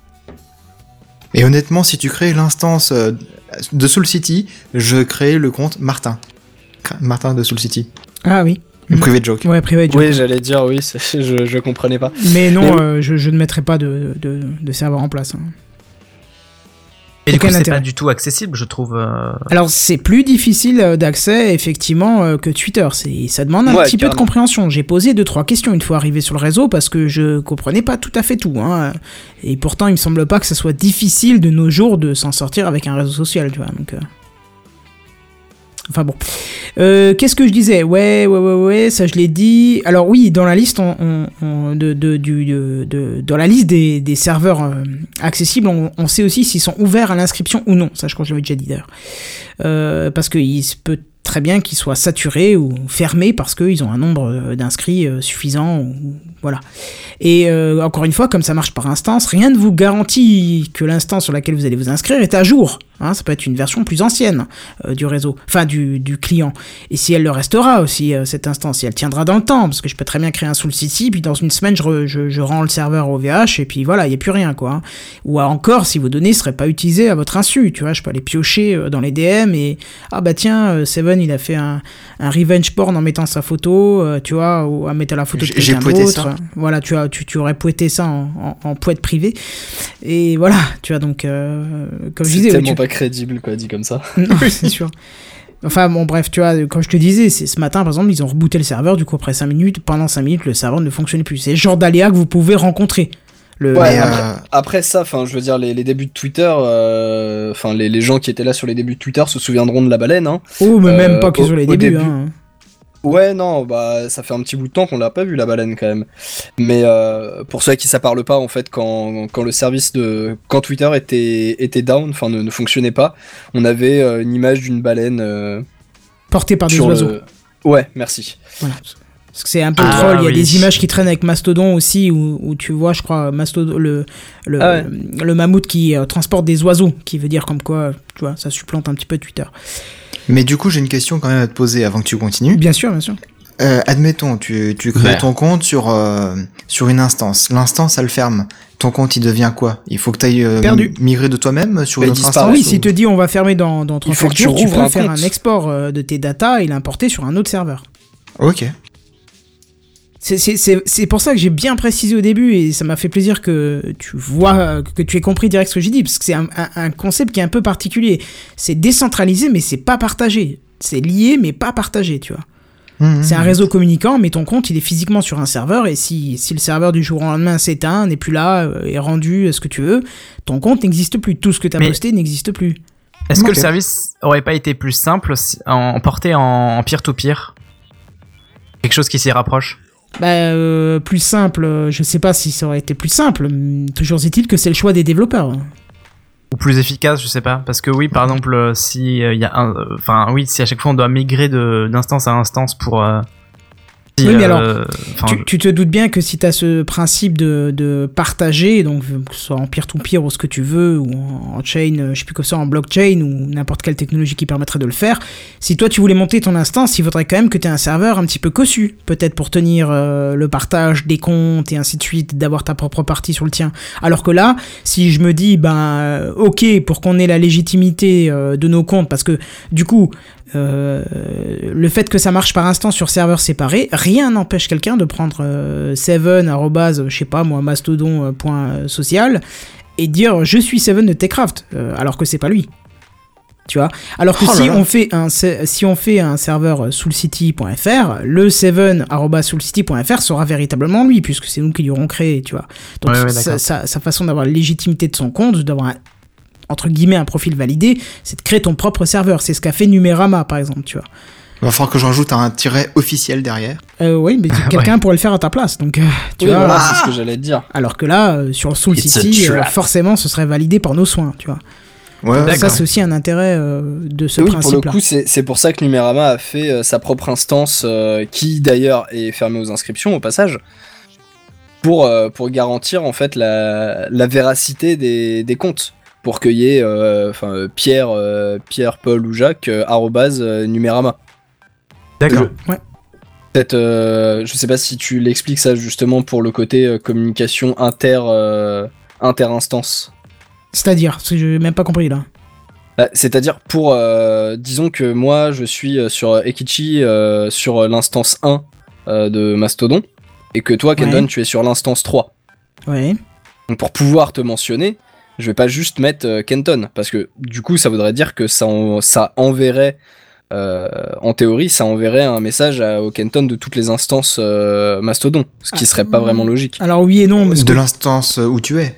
Et honnêtement, si tu crées l'instance de SoulCity, je crée le compte Martin. Martin de SoulCity. Ah oui. Private joke. Ouais, private joke. Oui, j'allais dire oui, je comprenais pas. Mais non, je ne mettrai pas de serveur en place. Hein. Et du coup, Aucun c'est intérêt. pas du tout accessible, je trouve. Alors, c'est plus difficile d'accès, effectivement, que Twitter. Ça demande un petit peu de compréhension. J'ai posé 2-3 questions une fois arrivé sur le réseau parce que je comprenais pas tout à fait tout. Hein. Et pourtant, il me semble pas que ce soit difficile de nos jours de s'en sortir avec un réseau social, tu vois. Donc, enfin bon. Qu'est-ce que je disais ? Ouais, ça je l'ai dit. Alors oui, dans la liste, dans la liste des serveurs accessibles, on sait aussi s'ils sont ouverts à l'inscription ou non. Ça, je crois que je l'avais déjà dit d'ailleurs. Parce qu'il se peut très bien qu'ils soient saturés ou fermés parce qu'ils ont un nombre d'inscrits suffisant. Voilà. Et encore une fois, comme ça marche par instance, rien ne vous garantit que l'instance sur laquelle vous allez vous inscrire est à jour. Hein, ça peut être une version plus ancienne du réseau, enfin du client. Et si elle le restera aussi, cette instance, si elle tiendra dans le temps, parce que je peux très bien créer un SoulCity, puis dans une semaine, je rends le serveur au VH, et puis voilà, il n'y a plus rien, quoi. Hein. Ou encore, si vos données ne seraient pas utilisées à votre insu, tu vois, je peux aller piocher dans les DM et ah bah tiens, Seven, il a fait un revenge porn en mettant sa photo, tu vois, ou en mettant la photo de quelqu'un d'autre. Voilà, tu aurais poêté ça en poète privé. Et voilà, tu vois, donc, comme je disais... C'est tellement pas crédible, quoi, dit comme ça. Non, c'est sûr. Enfin, bon, bref, tu vois, comme je te disais, ce matin, par exemple, ils ont rebooté le serveur, du coup, après 5 minutes, pendant 5 minutes, le serveur ne fonctionnait plus. C'est le genre d'aléa que vous pouvez rencontrer. Après ça, enfin, je veux dire, les débuts de Twitter, enfin, les gens qui étaient là sur les débuts de Twitter se souviendront de la baleine, hein. Oh, mais même pas que sur les débuts, hein. Ouais, non, bah ça fait un petit bout de temps qu'on l'a pas vu la baleine quand même. Mais pour ceux à qui ça parle pas, en fait, quand le service quand Twitter était down, enfin ne fonctionnait pas, on avait une image d'une baleine portée par des oiseaux. Ouais, merci. Voilà. Parce que c'est un peu troll, il y a des images qui traînent avec Mastodon aussi, où tu vois, je crois, Mastodon, le mammouth qui transporte des oiseaux, qui veut dire comme quoi, tu vois, ça supplante un petit peu Twitter. Mais du coup, j'ai une question quand même à te poser avant que tu continues. Bien sûr, bien sûr. Admettons, tu crées ton compte sur une instance. L'instance, elle ferme. Ton compte, il devient quoi ? Il faut que tu ailles migrer de toi-même sur une autre instance. Oui, s'il te dit on va fermer dans 3 jours, tu peux faire un export de tes datas et l'importer sur un autre serveur. Ok. C'est pour ça que j'ai bien précisé au début et ça m'a fait plaisir que tu vois, que tu aies compris direct ce que j'ai dit, parce que c'est un concept qui est un peu particulier. C'est décentralisé mais c'est pas partagé. C'est lié mais pas partagé, tu vois. C'est un réseau communicant, mais ton compte il est physiquement sur un serveur et si le serveur du jour au lendemain s'éteint, n'est plus là, est rendu, ce que tu veux, ton compte n'existe plus. Tout ce que tu as posté n'existe plus. Est-ce que le service aurait pas été plus simple en porté en peer-to-peer ? Quelque chose qui s'y rapproche ? Plus simple, je sais pas si ça aurait été plus simple. Toujours est-il que c'est le choix des développeurs. Ou plus efficace, je sais pas. Parce que oui, par exemple, si y a si à chaque fois on doit migrer d'instance à instance pour. Oui, mais alors, tu te doutes bien que si tu as ce principe de partager, donc que ce soit en peer-to-peer ou ce que tu veux, ou en chain, je sais plus quoi ça, en blockchain, ou n'importe quelle technologie qui permettrait de le faire, si toi tu voulais monter ton instance, il faudrait quand même que tu aies un serveur un petit peu cossu, peut-être pour tenir le partage des comptes et ainsi de suite, d'avoir ta propre partie sur le tien. Alors que là, si je me dis, ok, pour qu'on ait la légitimité de nos comptes, parce que du coup, le fait que ça marche par instance sur serveur séparé, rien n'empêche quelqu'un de prendre Seven @, je sais pas moi, mastodon.social et dire je suis Seven de Techcraft, alors que c'est pas lui. Tu vois, alors que si on fait un serveur soulcity.fr, le Seven @soulcity.fr sera véritablement lui, puisque c'est nous qui l'aurons créé, tu vois. Donc sa façon d'avoir la légitimité de son compte, d'avoir entre guillemets un profil validé, c'est de créer ton propre serveur. C'est ce qu'a fait Numérama par exemple, tu vois. Il va falloir que je rajoute un tiret officiel derrière. Oui, mais quelqu'un pourrait le faire à ta place, donc tu vois. Voilà, c'est ce que j'allais te dire. Alors que là, sur SoulCity, forcément, ce serait validé par nos soins, tu vois. Ouais, ça, c'est aussi un intérêt de ce principe-là. Pour le coup, c'est pour ça que Numérama a fait sa propre instance, qui d'ailleurs est fermée aux inscriptions au passage, pour garantir en fait la véracité des comptes. Pour qu'il y ait Pierre, Paul ou Jacques @Numérama. D'accord. Ouais. Peut-être, je sais pas si tu l'expliques ça justement pour le côté communication inter-instance. C'est-à-dire, parce que j'ai même pas compris là. C'est-à-dire pour, disons que moi je suis sur Ekichi sur l'instance 1 de Mastodon, et que toi, Kenton, tu es sur l'instance 3. Ouais. Donc pour pouvoir te mentionner, je vais pas juste mettre Kenton, parce que du coup, ça voudrait dire que ça enverrait, en théorie, ça enverrait un message au Kenton de toutes les instances Mastodon, ce qui serait pas vraiment logique. Alors oui et non. De l'instance où tu es.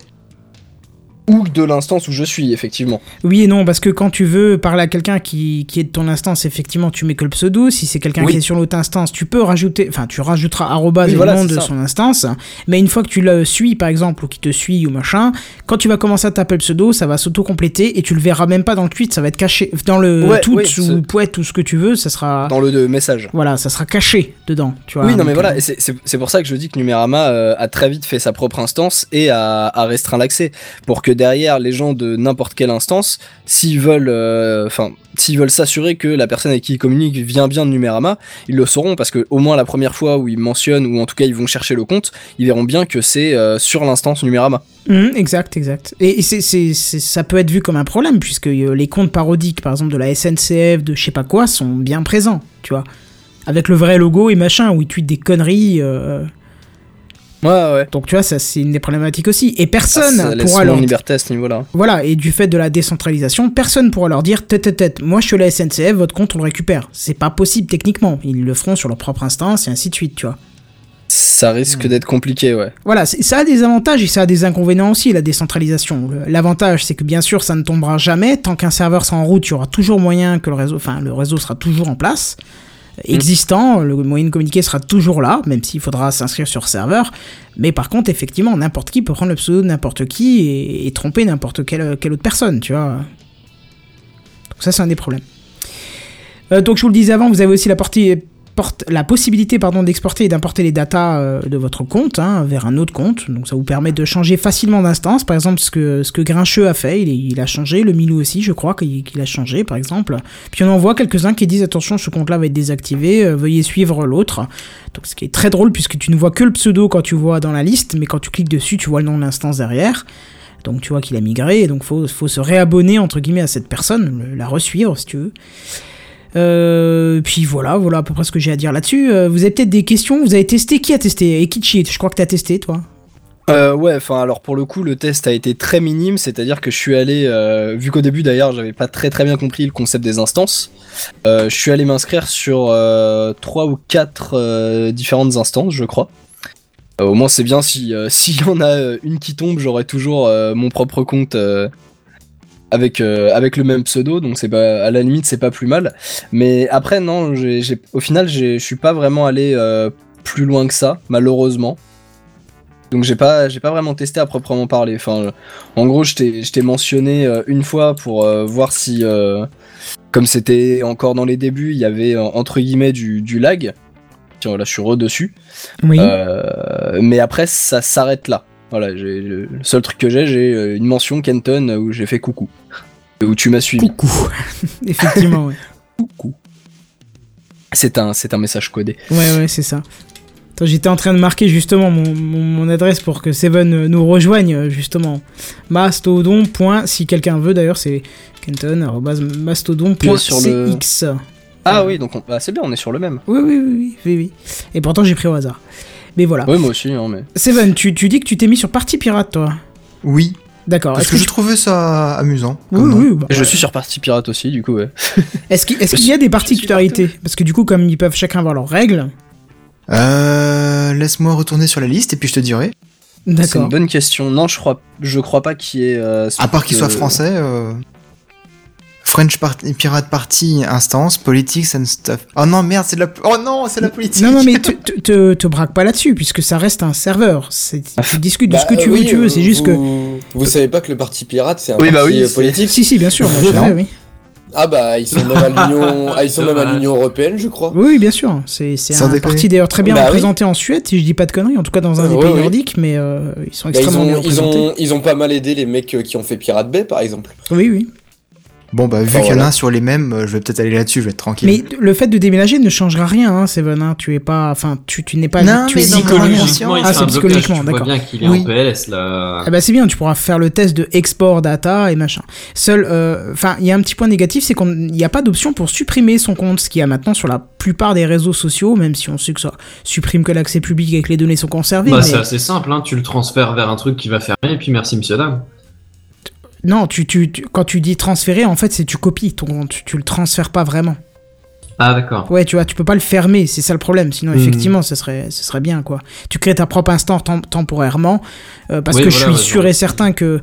Ou de l'instance où je suis, effectivement. Oui et non, parce que quand tu veux parler à quelqu'un qui est de ton instance, effectivement, tu mets que le pseudo. Si c'est quelqu'un qui est sur l'autre instance, tu peux rajouter, enfin, tu rajouteras arrobase le nom de son instance. Mais une fois que tu le suis, par exemple, ou qu'il te suit ou machin, quand tu vas commencer à taper le pseudo, ça va s'auto-compléter et tu le verras même pas dans le tweet, ça va être caché. Dans le tweet ou poète ou ce que tu veux, ça sera... Dans le message. Voilà, ça sera caché dedans, tu vois. Oui, non mais voilà, et c'est pour ça que je dis que Numérama a très vite fait sa propre instance et a restreint l'accès. Pour que derrière, les gens de n'importe quelle instance, s'ils veulent s'assurer que la personne avec qui ils communiquent vient bien de Numérama, ils le sauront, parce que au moins la première fois où ils mentionnent, ou en tout cas ils vont chercher le compte, ils verront bien que c'est sur l'instance Numérama. Exact. Et ça peut être vu comme un problème, puisque les comptes parodiques, par exemple de la SNCF, de je sais pas quoi, sont bien présents, tu vois. Avec le vrai logo et machin, où ils tweetent des conneries... Ouais. Donc tu vois, ça c'est une des problématiques aussi. Et personne pourra leur... liberté à ce niveau-là. Voilà, et du fait de la décentralisation, personne pourra leur dire moi je suis la SNCF, votre compte on le récupère. C'est pas possible techniquement. Ils le feront sur leur propre instance et ainsi de suite, tu vois. Ça risque d'être compliqué, ouais. Voilà, ça a des avantages et ça a des inconvénients aussi, la décentralisation. L'avantage, c'est que bien sûr, ça ne tombera jamais. Tant qu'un serveur sera en route, il y aura toujours moyen que le réseau sera toujours en place. Existant, le moyen de communiquer sera toujours là, même s'il faudra s'inscrire sur serveur. Mais par contre, effectivement, n'importe qui peut prendre le pseudo de n'importe qui et tromper n'importe quelle autre personne, tu vois. Donc ça, c'est un des problèmes. Donc je vous le disais avant, vous avez aussi la possibilité d'exporter et d'importer les datas de votre compte vers un autre compte. Donc ça vous permet de changer facilement d'instance. Par exemple, ce que Grincheux a fait, il a changé. Le Milou aussi, je crois qu'il a changé, par exemple. Puis on en voit quelques-uns qui disent attention, ce compte-là va être désactivé, veuillez suivre l'autre. Donc ce qui est très drôle puisque tu ne vois que le pseudo quand tu vois dans la liste, mais quand tu cliques dessus, tu vois le nom de l'instance derrière. Donc tu vois qu'il a migré et donc faut se réabonner entre guillemets à cette personne, la resuivre si tu veux. Puis voilà à peu près ce que j'ai à dire là-dessus. Vous avez peut-être des questions, vous avez testé, qui a testé? Ekichi, je crois que t'as testé toi. Ouais, enfin alors pour le coup le test a été très minime, c'est-à-dire que je suis allé, vu qu'au début d'ailleurs j'avais pas très bien compris le concept des instances, je suis allé m'inscrire sur 3 ou 4 différentes instances je crois. Au moins c'est bien, s'il y en a une qui tombe, j'aurai toujours mon propre compte avec le même pseudo, donc c'est pas, à la limite c'est pas plus mal. Mais après non, au final je suis pas vraiment allé plus loin que ça, malheureusement. Donc j'ai pas vraiment testé à proprement parler. Enfin, en gros je t'ai mentionné une fois pour voir si, comme c'était encore dans les débuts, il y avait entre guillemets du lag. Tiens, là je suis redessus. Oui. Mais après ça s'arrête là. Voilà, le seul truc que j'ai une mention Kenton où j'ai fait coucou. Où tu m'as suivi. Coucou. Effectivement, ouais. Coucou. C'est un message codé. Ouais, c'est ça. Attends, j'étais en train de marquer justement mon adresse pour que Seven nous rejoigne, justement. Mastodon. Si quelqu'un veut, d'ailleurs, c'est kenton@mastodon.cx. Ah oui, donc c'est bien, on est sur le même. Oui. Et pourtant, j'ai pris au hasard. Mais voilà. Oui, moi aussi, mais... Seven, tu dis que tu t'es mis sur Partie Pirate, toi? Oui. D'accord. Parce que je trouvais ça amusant. Oui. Je suis sur Partie Pirate aussi, du coup, ouais. Est-ce qu'il y a des particularités? Parce que du coup, comme ils peuvent chacun avoir leurs règles... Laisse-moi retourner sur la liste et puis je te dirai. D'accord. C'est une bonne question. Non, je crois pas qu'il y ait... à part qu'il soit français... French Pirate Party instance, politics and stuff. Oh non, merde, c'est de la politique. Non, mais te braque pas là-dessus, puisque ça reste un serveur. Tu discutes de ce que tu veux, c'est juste que... Vous savez pas que le Parti Pirate, c'est un parti politique? Si, bien sûr, moi je sais, oui. Ah bah, ils sont même à l'Union Européenne, je crois. Oui, bien sûr. C'est un parti d'ailleurs très bien représenté en Suède, si je dis pas de conneries, en tout cas dans un des pays nordiques, mais ils sont extrêmement bien représentés. Ils ont pas mal aidé les mecs qui ont fait Pirate Bay, par exemple. Oui. Bon, bah, vu qu'il y en a un sur les mêmes, je vais peut-être aller là-dessus, je vais être tranquille. Mais le fait de déménager ne changera rien, hein, Seven. Hein. Tu es pas, enfin, tu n'es pas. Non, tu mais es psychologiquement, il ah, fait c'est un blocage. psychologiquement, Tu vois d'accord. bien qu'il est en PLS là. Ah bah c'est bien, tu pourras faire le test de export data et machin. Seul, enfin, il y a un petit point négatif, c'est qu'il n'y a pas d'option pour supprimer son compte, ce qu'il y a maintenant sur la plupart des réseaux sociaux, même si on sait que ça supprime que l'accès public et que les données sont conservées. Bah mais... c'est assez simple, hein. Tu le transfères vers un truc qui va fermer et puis merci monsieur dame. Non, quand tu dis transférer, en fait, c'est tu copies ton compte, tu le transfères pas vraiment. Ah d'accord. Ouais, tu vois, tu peux pas le fermer, c'est ça le problème. Sinon, effectivement, ce serait bien, quoi. Tu crées ta propre instance temporairement, parce que je suis sûr et certain que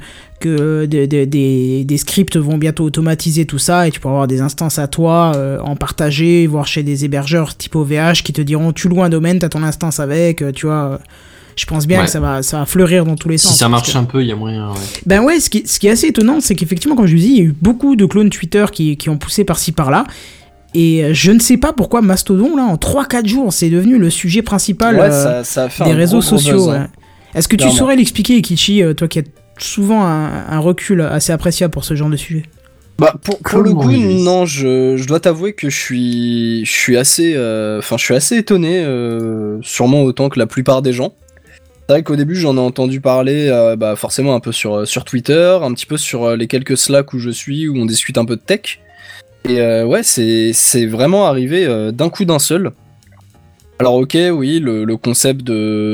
des scripts vont bientôt automatiser tout ça, et tu pourras avoir des instances à toi, en partager, voire chez des hébergeurs type OVH qui te diront, tu loues un domaine, t'as ton instance avec, tu vois... Je pense bien que ça va fleurir dans tous les sens. Si ça marche un peu, il y a moyen. Ouais. Ben ouais, ce qui est assez étonnant, c'est qu'effectivement, comme je vous dis, il y a eu beaucoup de clones Twitter qui ont poussé par-ci par-là. Et je ne sais pas pourquoi Mastodon, là, en 3-4 jours, c'est devenu le sujet principal ça a fait des un réseaux gros sociaux. buzz, hein. Est-ce que Clairement. tu saurais l'expliquer, Ikichi, toi qui as souvent un recul assez appréciable pour ce genre de sujet? Bah pour le coup, non, je dois t'avouer que je suis assez étonné, sûrement autant que la plupart des gens. C'est vrai qu'au début j'en ai entendu parler forcément un peu sur Twitter, un petit peu sur les quelques Slack où je suis, où on discute un peu de tech. Et ouais, c'est vraiment arrivé d'un coup d'un seul. Alors ok, oui, le concept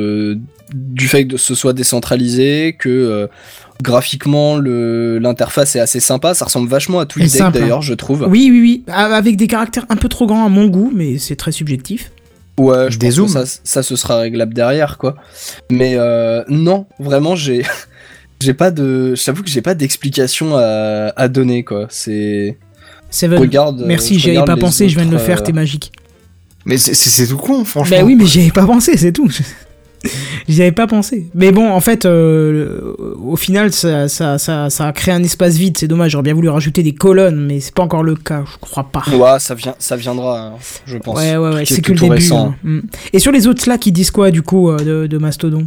du fait que ce soit décentralisé, que graphiquement l'interface est assez sympa, ça ressemble vachement à TweetDeck d'ailleurs, je trouve. Oui, avec des caractères un peu trop grands à mon goût, mais c'est très subjectif. Ouais, je pense que ça ce sera réglable derrière, quoi. Mais non, vraiment, j'avoue que j'ai pas d'explication à donner, quoi. C'est... Seven, merci, j'y avais pas pensé, je viens de le faire, t'es magique. Mais c'est tout con, franchement. Bah oui, mais j'y avais pas pensé, c'est tout. J'y avais pas pensé. Mais bon, en fait, au final, ça a créé un espace vide, c'est dommage, j'aurais bien voulu rajouter des colonnes, mais c'est pas encore le cas, je crois pas. Ouais, ça viendra, hein, je pense. Ouais, c'est que le début. Récent. Hein. Et sur les autres Slack, ils disent quoi, du coup, de Mastodon?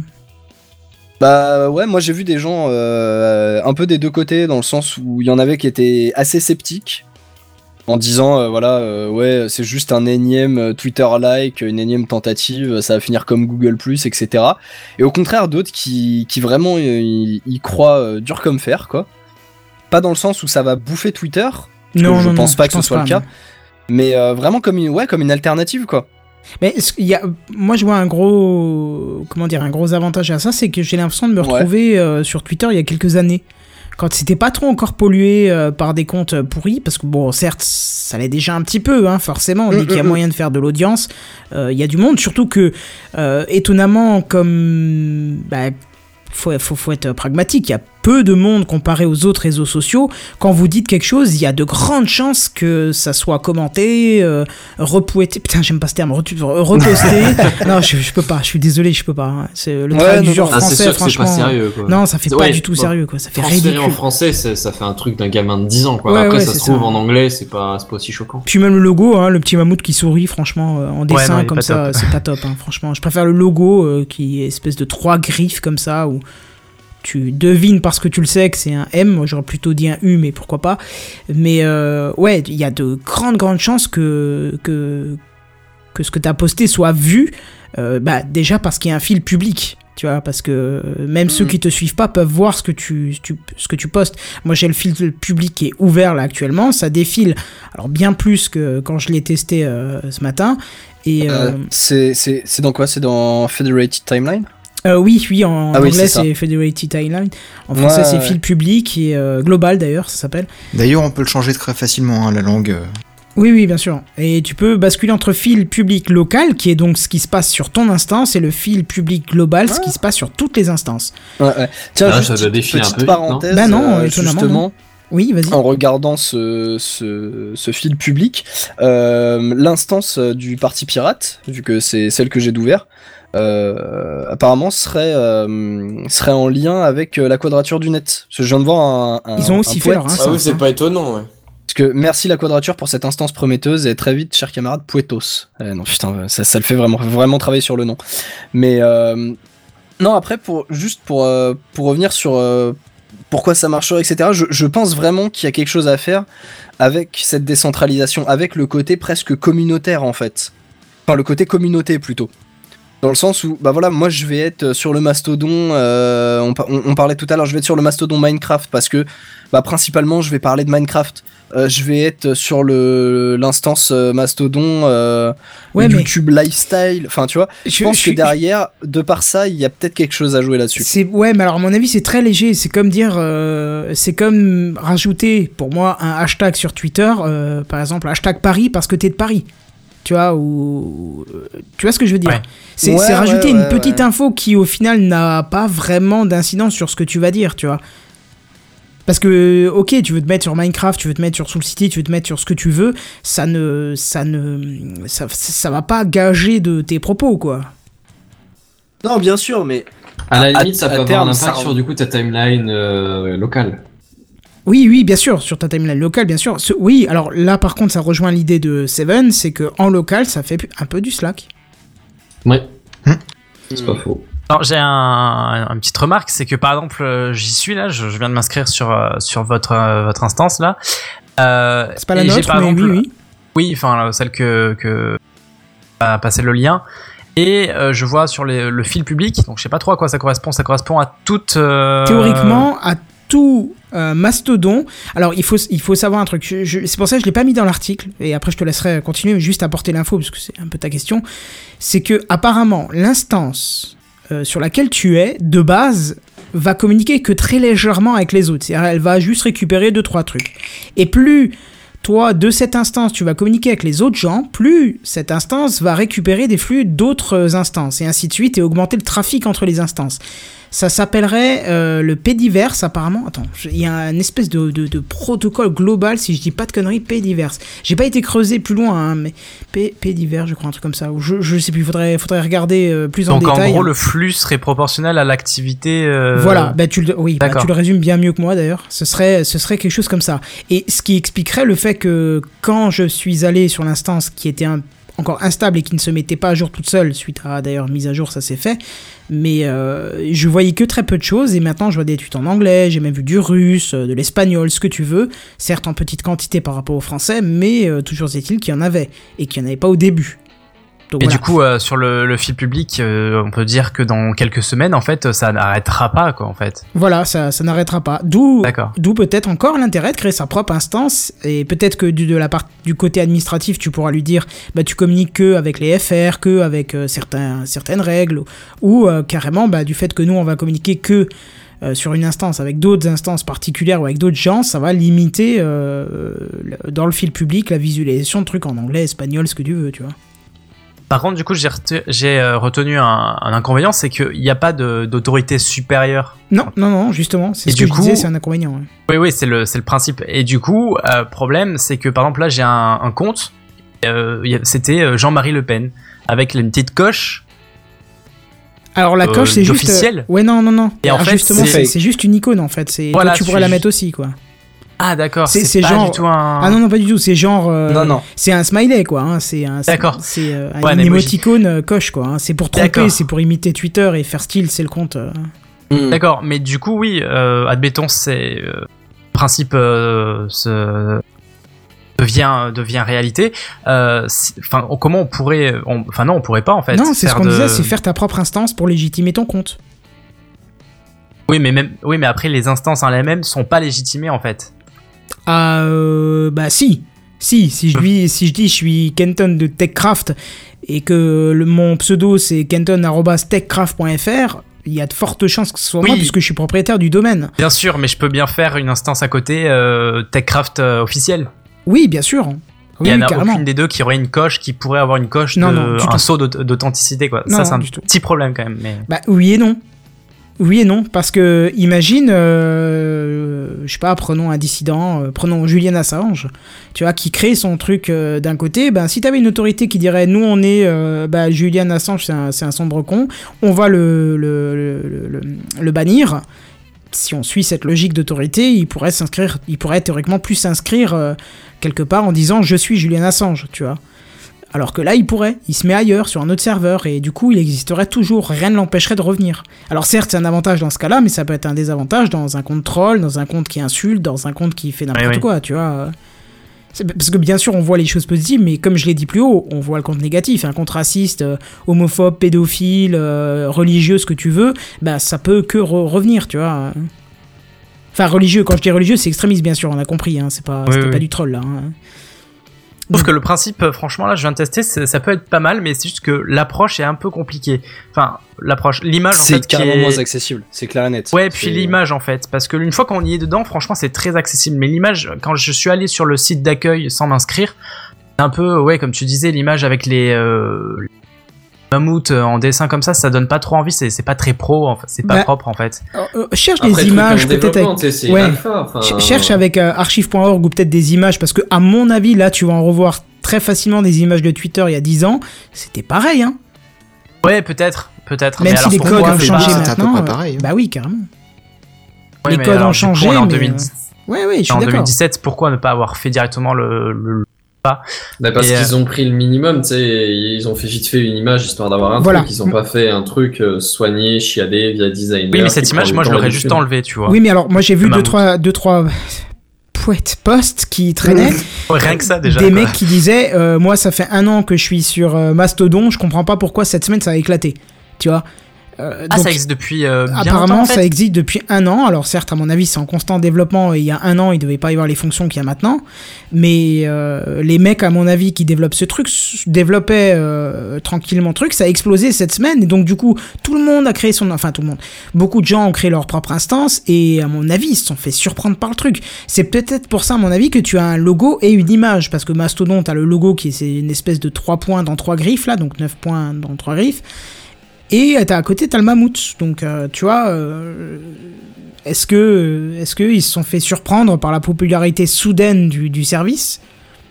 Bah ouais, moi j'ai vu des gens un peu des deux côtés, dans le sens où il y en avait qui étaient assez sceptiques, en disant ouais, c'est juste un énième Twitter-like, une énième tentative, ça va finir comme Google+, etc. Et au contraire d'autres qui vraiment y croient dur comme fer, quoi. Pas dans le sens où ça va bouffer Twitter, je pense pas que ce soit le cas, mais vraiment comme une alternative, quoi. Mais moi je vois un gros avantage à ça, c'est que j'ai l'impression de me retrouver sur Twitter il y a quelques années, quand c'était pas trop encore pollué par des comptes pourris, parce que bon, certes ça l'est déjà un petit peu, hein, forcément, on dit qu'il y a moyen de faire de l'audience, il y a du monde, surtout que étonnamment, comme faut être pragmatique, il y a peu de monde comparé aux autres réseaux sociaux. Quand vous dites quelque chose, il y a de grandes chances que ça soit commenté, repouetté, putain j'aime pas ce terme, reposté. Non, je peux pas, je suis désolé, je peux pas. Hein. C'est le travail du genre français, c'est sûr franchement. Que c'est pas sérieux, quoi. Non, ça fait pas du tout sérieux, quoi. Ça fait ridicule. En français, ça fait un truc d'un gamin de 10 ans, quoi. Après, ça se trouve en anglais, c'est pas aussi choquant. Puis même le logo, hein, le petit mammouth qui sourit, franchement, en dessin comme ça, c'est pas top. Hein. Franchement, je préfère le logo qui est espèce de 3 griffes comme ça, où tu devines parce que tu le sais que c'est un M, moi j'aurais plutôt dit un U, mais pourquoi pas. Mais ouais, il y a de grandes chances que ce que tu as posté soit vu, déjà parce qu'il y a un fil public. Tu vois, parce que même ceux qui te suivent pas peuvent voir ce que tu postes. Moi, j'ai le fil public qui est ouvert là actuellement, ça défile. Alors bien plus que quand je l'ai testé ce matin. Et c'est dans quoi? C'est dans Federated Timeline? Oui, en anglais c'est Federated Timeline. En français c'est fil public et global d'ailleurs, ça s'appelle. D'ailleurs, on peut le changer très facilement, hein, la langue. Oui, bien sûr. Et tu peux basculer entre fil public local, qui est donc ce qui se passe sur ton instance, et le fil public global, ce qui se passe sur toutes les instances. Ouais. Tiens, juste ça défile petite un peu, parenthèse, étonnamment. justement. Non. Oui, vas-y. En regardant ce fil public, l'instance du Parti Pirate, vu que c'est celle que j'ai d'ouvert, apparemment serait en lien avec la Quadrature du Net. Parce que je viens de voir un Ils ont aussi fait leur instance. Ah oui, c'est pas étonnant, ouais. Parce que merci la Quadrature pour cette instance prometteuse et très vite, cher camarade, Puetos. Non, putain, ça le fait vraiment travailler sur le nom. Mais non, après, pour revenir sur pourquoi ça marcherait, etc. Je pense vraiment qu'il y a quelque chose à faire avec cette décentralisation, avec le côté presque communautaire en fait. Enfin, le côté communauté plutôt. Dans le sens où, bah voilà, moi je vais être sur le mastodon, on parlait tout à l'heure, je vais être sur le mastodon Minecraft parce que, bah principalement, je vais parler de Minecraft. Je vais être sur l'instance mastodon YouTube Lifestyle, enfin tu vois, je pense que derrière, de par ça, il y a peut-être quelque chose à jouer là-dessus. Ouais, mais alors à mon avis, c'est très léger, c'est comme dire, c'est comme rajouter, pour moi, un hashtag sur Twitter, par exemple, hashtag Paris parce que t'es de Paris. Tu vois, ou tu vois ce que je veux dire. C'est rajouter une petite info qui au final n'a pas vraiment d'incidence sur ce que tu vas dire, tu vois. Parce que ok, tu veux te mettre sur Minecraft, tu veux te mettre sur Soul City, tu veux te mettre sur ce que tu veux, ça va pas gager de tes propos, quoi. Non, bien sûr, mais à la limite, ça peut avoir un impact sur du coup ta timeline locale. Oui, bien sûr, sur ta timeline locale, bien sûr. Oui, alors là, par contre, ça rejoint l'idée de Seven, c'est que en local, ça fait un peu du Slack. Ouais, c'est pas faux. Alors, j'ai une petite remarque, c'est que par exemple, j'y suis là, je viens de m'inscrire sur votre instance là. C'est pas la nôtre, mais oui. Oui, enfin celle que a passé le lien. Et je vois sur le fil public, donc je sais pas trop à quoi ça correspond. Ça correspond à toute. Théoriquement, à tout Mastodon. Alors il faut savoir un truc. C'est pour ça que je l'ai pas mis dans l'article. Et après je te laisserai continuer, mais juste apporter l'info parce que c'est un peu ta question. C'est que apparemment l'instance sur laquelle tu es de base va communiquer que très légèrement avec les autres. C'est-à-dire elle va juste récupérer 2-3 trucs. Et plus toi, de cette instance, tu vas communiquer avec les autres gens, plus cette instance va récupérer des flux d'autres instances, et ainsi de suite, et augmenter le trafic entre les instances. Ça s'appellerait le Pdiverse, apparemment. Attends, il y a une espèce de protocole global, si je dis pas de conneries, Pdiverse. J'ai pas été creusé plus loin, hein, mais Pdiverse, je crois, un truc comme ça. Je sais plus, faudrait regarder plus en détail. Donc en gros, le flux serait proportionnel à l'activité. Voilà, tu le résumes bien mieux que moi d'ailleurs. Ce serait quelque chose comme ça. Et ce qui expliquerait le fait que quand je suis allé sur l'instance qui était encore instable et qui ne se mettait pas à jour toute seule, suite à d'ailleurs mise à jour, ça s'est fait, mais je voyais que très peu de choses, et maintenant je vois des tweets en anglais, j'ai même vu du russe, de l'espagnol, ce que tu veux, certes en petite quantité par rapport au français, mais toujours est-il qu'il y en avait, et qu'il n'y en avait pas au début. Donc, et voilà. du coup, sur le fil public, on peut dire que dans quelques semaines, en fait, ça n'arrêtera pas, quoi, en fait. Voilà, ça n'arrêtera pas. D'où peut-être encore l'intérêt de créer sa propre instance, et peut-être que du côté administratif, tu pourras lui dire, bah, tu communiques que avec les FR, que avec certaines règles, ou carrément, bah, du fait que nous, on va communiquer que sur une instance avec d'autres instances particulières ou avec d'autres gens, ça va limiter dans le fil public la visualisation de trucs en anglais, espagnol, ce que tu veux, tu vois. Par contre, du coup, j'ai retenu un inconvénient, c'est qu'il n'y a pas d'autorité supérieure. Non, justement, c'est ce que je disais, c'est un inconvénient. Ouais. Oui, c'est le principe. Et du coup, problème, c'est que par exemple, là, j'ai un compte, c'était Jean-Marie Le Pen, avec une petite coche. Alors la coche, c'est juste officielle. Ouais, non. Et en fait, justement, c'est juste une icône, en fait. Voilà, tu pourrais la mettre aussi, quoi. Ah d'accord, c'est pas genre... du tout un... Ah non, pas du tout, c'est genre... Non. C'est un smiley, quoi. Hein. D'accord. C'est une émoticône coche, quoi. Hein. C'est pour tromper, c'est pour imiter Twitter et faire style, c'est le compte. D'accord, mais du coup, oui, admettons, c'est... principe devient réalité. Enfin, comment on pourrait... Enfin non, on pourrait pas, en fait. Non, c'est ce qu'on disait, c'est faire ta propre instance pour légitimer ton compte. Oui, mais après, les instances en elles-mêmes sont pas légitimées, en fait. Bah si je dis je suis Kenton de TechCraft et que mon pseudo c'est kenton@techcraft.fr, il y a de fortes chances que ce soit moi puisque je suis propriétaire du domaine. Bien sûr, mais je peux bien faire une instance à côté techcraft officielle. Oui, bien sûr. Il y en a aucune des deux qui aurait une coche, qui pourrait avoir une coche un saut d'authenticité, quoi. Ça c'est un petit problème quand même. Mais... Bah oui et non, parce que imagine, je sais pas, prenons un dissident, prenons Julian Assange, tu vois, qui crée son truc d'un côté, ben si t'avais une autorité qui dirait, nous on est, Julian Assange c'est un sombre con, on va le bannir. Si on suit cette logique d'autorité, il pourrait théoriquement plus s'inscrire quelque part en disant je suis Julian Assange, tu vois. Alors que là, il pourrait, il se met ailleurs, sur un autre serveur, et du coup, il existerait toujours, rien ne l'empêcherait de revenir. Alors certes, c'est un avantage dans ce cas-là, mais ça peut être un désavantage dans un compte troll, dans un compte qui insulte, dans un compte qui fait n'importe quoi, tu vois. Parce que bien sûr, on voit les choses positives, mais comme je l'ai dit plus haut, on voit le compte négatif, un compte raciste, homophobe, pédophile, religieux, ce que tu veux, bah ça peut que revenir, tu vois. Enfin, religieux, quand je dis religieux, c'est extrémiste, bien sûr, on a compris, hein, c'était pas du troll, là. Hein. Je trouve que le principe, franchement, là, je viens de tester, ça peut être pas mal, mais c'est juste que l'approche est un peu compliquée. Enfin, l'image, en fait, c'est carrément moins accessible, c'est clair et net. Ouais, puis l'image, en fait, parce que une fois qu'on y est dedans, franchement, c'est très accessible. Mais l'image, quand je suis allé sur le site d'accueil sans m'inscrire, c'est un peu, ouais, comme tu disais, l'image avec les mammouths en dessin comme ça donne pas trop envie, c'est pas très pro, en fait, c'est pas propre, en fait. Cherche des images, peut-être avec... Cherche avec archive.org ou peut-être des images, parce que à mon avis, là, tu vas en revoir très facilement des images de Twitter il y a 10 ans, c'était pareil, hein. Ouais, peut-être. Même si les codes ont changé c'est à peu maintenant, près pareil. bah oui, carrément. Ouais, les codes ont changé, en mais... 2010. Ouais, je suis en d'accord. 2017, pourquoi ne pas avoir fait directement le pas? Parce qu'ils ont pris le minimum, tu sais, ils ont fait vite fait une image histoire d'avoir un truc, ils ont pas fait un truc soigné, chiadé via designer. Oui, mais cette image, moi je l'aurais juste enlevé, tu vois. Oui, mais alors moi j'ai vu deux trois posts qui traînaient. Rien que ça déjà. Des mecs qui disaient moi ça fait 1 an que je suis sur Mastodon, je comprends pas pourquoi cette semaine ça a éclaté. Tu vois. Donc, ça existe depuis bien apparemment longtemps, en fait. Ça existe depuis 1 an. Alors certes, à mon avis, c'est en constant développement et il y a 1 an, il devait pas y avoir les fonctions qu'il y a maintenant. Mais les mecs, à mon avis, qui développent ce truc, développaient tranquillement le truc. Ça a explosé cette semaine et donc du coup, tout le monde a créé beaucoup de gens ont créé leur propre instance et à mon avis, ils se sont fait surprendre par le truc. C'est peut-être pour ça, à mon avis, que tu as un logo et une image, parce que Mastodon, t'as le logo c'est une espèce de 3 points dans 3 griffes là, donc 9 points dans 3 griffes. Et à côté, t'as le mammouth. Donc, tu vois, est-ce que ils se sont fait surprendre par la popularité soudaine du service ?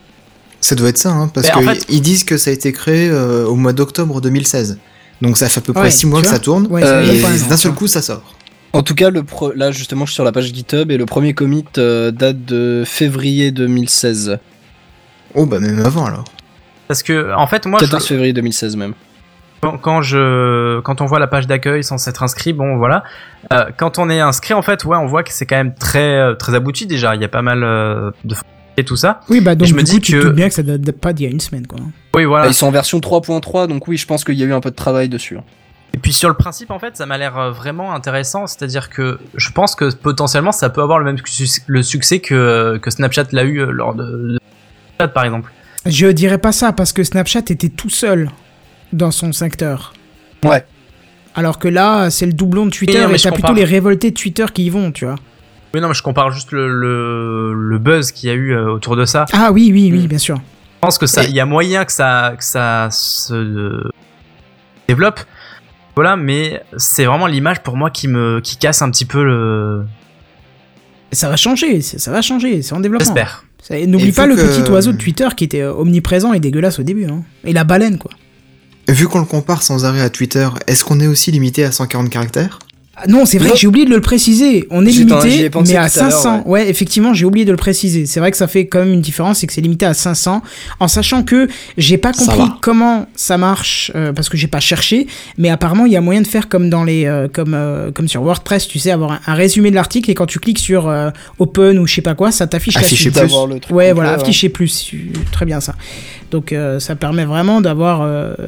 Ça doit être ça, hein, parce qu'ils disent que ça a été créé au mois d'octobre 2016. Donc ça fait à peu près 6 mois que ça tourne, et d'un seul coup, ça sort. En tout cas, là, justement, je suis sur la page GitHub, et le premier commit date de février 2016. Oh, bah même avant, alors. Parce que, en fait, moi... 14 février 2016, même. Quand on voit la page d'accueil sans s'être inscrit, bon voilà. Quand on est inscrit, en fait, ouais, on voit que c'est quand même très très abouti déjà. Il y a pas mal de et tout ça. Oui, bah donc je me dis tu te doutes bien que ça date pas d'il y a une semaine, quoi. Oui, voilà. Ils sont en version 3.3, donc oui, je pense qu'il y a eu un peu de travail dessus. Et puis sur le principe, en fait, ça m'a l'air vraiment intéressant. C'est-à-dire que je pense que potentiellement, ça peut avoir le même succès que Snapchat l'a eu lors de Snapchat, par exemple. Je dirais pas ça parce que Snapchat était tout seul dans son secteur. Ouais. Alors que là, c'est le doublon de Twitter et t'as plutôt les révoltés de Twitter qui y vont, tu vois. Oui, non, mais je compare juste le buzz qu'il y a eu autour de ça. Ah oui, bien sûr. Je pense que ça, il y a moyen que ça se développe. Voilà, mais c'est vraiment l'image pour moi qui casse un petit peu le... Ça va changer, c'est en développement. J'espère. N'oublie pas le petit oiseau de Twitter qui était omniprésent et dégueulasse au début, hein. Et la baleine, quoi. Vu qu'on le compare sans arrêt à Twitter, est-ce qu'on est aussi limité à 140 caractères ? Non, c'est vrai que j'ai oublié de le préciser. On est limité, mais à 500. Ouais, effectivement, j'ai oublié de le préciser. C'est vrai que ça fait quand même une différence, c'est que c'est limité à 500, en sachant que j'ai pas compris comment ça marche, parce que j'ai pas cherché, mais apparemment, il y a moyen de faire comme dans les, comme sur WordPress, tu sais, avoir un résumé de l'article, et quand tu cliques sur Open ou je sais pas quoi, ça t'affiche la suite. Ouais, voilà, afficher plus. Très bien, ça. Donc, ça permet vraiment d'avoir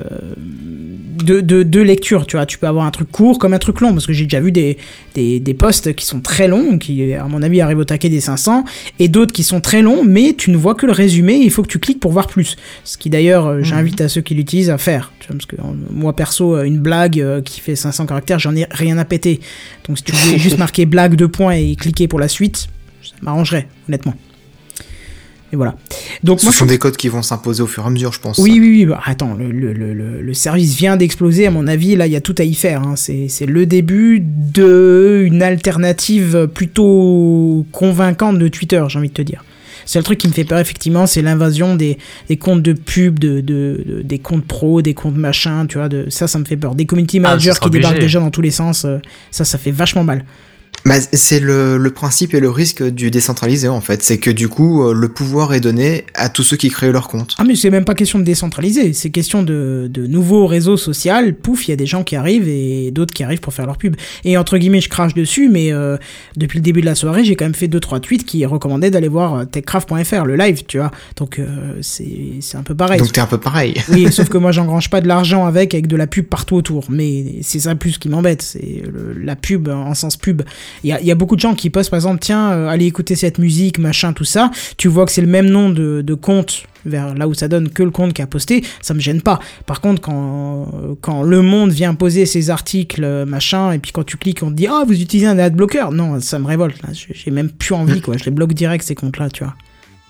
deux lectures, tu vois. Tu peux avoir un truc court comme un truc long, parce que j'ai déjà vu des posts qui sont très longs, qui à mon avis arrivent au taquet des 500, et d'autres qui sont très longs, mais tu ne vois que le résumé, et il faut que tu cliques pour voir plus. Ce qui d'ailleurs, j'invite à ceux qui l'utilisent à faire, tu vois, parce que moi perso, une blague qui fait 500 caractères, j'en ai rien à péter. Donc si tu voulais juste marquer blague 2 points et cliquer pour la suite, ça m'arrangerait, honnêtement. Et voilà. Donc, ce sont des codes qui vont s'imposer au fur et à mesure, je pense. Oui. Bah, attends, le service vient d'exploser, à mon avis. Là, il y a tout à y faire. Hein. C'est le début d'une alternative plutôt convaincante de Twitter, j'ai envie de te dire. C'est le truc qui me fait peur, effectivement, c'est l'invasion des comptes de pub, des comptes pro, des comptes machin, tu vois. Ça me fait peur. Des community managers qui débarquent déjà dans tous les sens, ça fait vachement mal. Bah, c'est le principe et le risque du décentralisé en fait, c'est que du coup le pouvoir est donné à tous ceux qui créent leur compte. Ah mais c'est même pas question de décentraliser, c'est question de nouveaux réseaux sociaux, pouf, il y a des gens qui arrivent et d'autres qui arrivent pour faire leur pub. Et entre guillemets, je crache dessus, mais depuis le début de la soirée, j'ai quand même fait 2-3 tweets qui recommandaient d'aller voir techcraft.fr, le live, tu vois. Donc c'est un peu pareil. Donc t'es un peu pareil. Oui, sauf que moi j'engrange pas de l'argent avec de la pub partout autour, mais c'est ça plus qui m'embête, c'est la pub en sens pub. Il y a beaucoup de gens qui postent par exemple tiens allez écouter cette musique machin tout ça, tu vois que c'est le même nom de compte vers là où ça donne que le compte qui a posté, ça me gêne pas. Par contre quand Le Monde vient poser ses articles machin et puis quand tu cliques on te dit vous utilisez un adblocker, non ça me révolte là. J'ai même plus envie quoi, je les bloque direct ces comptes là tu vois.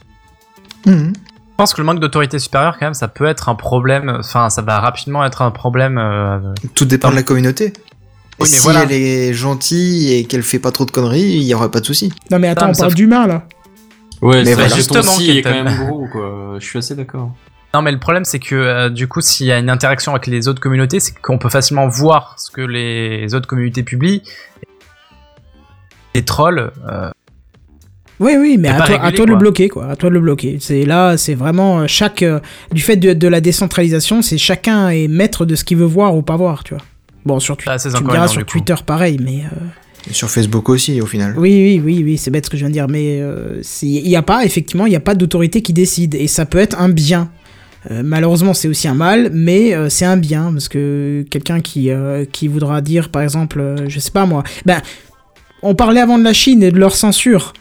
Je pense que le manque d'autorité supérieure quand même ça peut être un problème, enfin ça va rapidement être un problème. Tout dépend de la communauté. Oui, mais si voilà. elle est gentille et qu'elle fait pas trop de conneries, il y aura pas de souci. Non mais attends, on parle d'humain là. Ouais, Mais c'est voilà. justement Qui qui est est quand même gros, quoi. Je suis assez d'accord. Non mais le problème c'est que du coup s'il y a une interaction avec les autres communautés, c'est qu'on peut facilement voir ce que les autres communautés publient. Les trolls. Oui, mais à toi de le quoi. bloquer, quoi. À toi de le bloquer. C'est vraiment du fait de la décentralisation, c'est chacun est maître de ce qu'il veut voir ou pas voir, tu vois. Bon, sur Twitter, tu me diras sur Twitter pareil, mais. Et sur Facebook aussi, au final. Oui, c'est bête ce que je viens de dire, mais il y a pas d'autorité qui décide, et ça peut être un bien. Malheureusement, c'est aussi un mal, mais c'est un bien, parce que quelqu'un qui voudra dire, par exemple, je sais pas moi, on parlait avant de la Chine et de leur censure.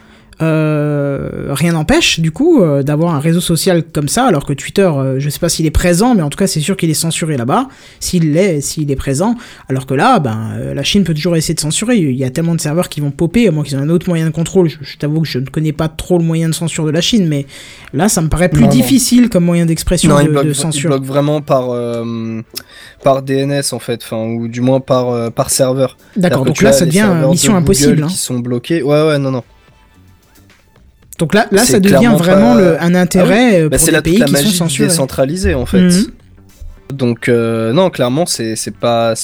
Rien n'empêche du coup d'avoir un réseau social comme ça, alors que Twitter je sais pas s'il est présent, mais en tout cas c'est sûr qu'il est censuré là-bas s'il est présent, alors que là la Chine peut toujours essayer de censurer, il y a tellement de serveurs qui vont popper, à moins qu'ils aient un autre moyen de contrôle. Je t'avoue que je ne connais pas trop le moyen de censure de la Chine, mais là ça me paraît plus difficile comme moyen d'expression de censure. Il bloque vraiment par DNS en fait, ou du moins par serveur. D'accord, donc là ça devient mission impossible qui sont bloqués. Ouais, non. Donc là ça devient vraiment un intérêt pour des pays qui sont censurés. C'est décentralisé en fait. Donc non, clairement c'est pas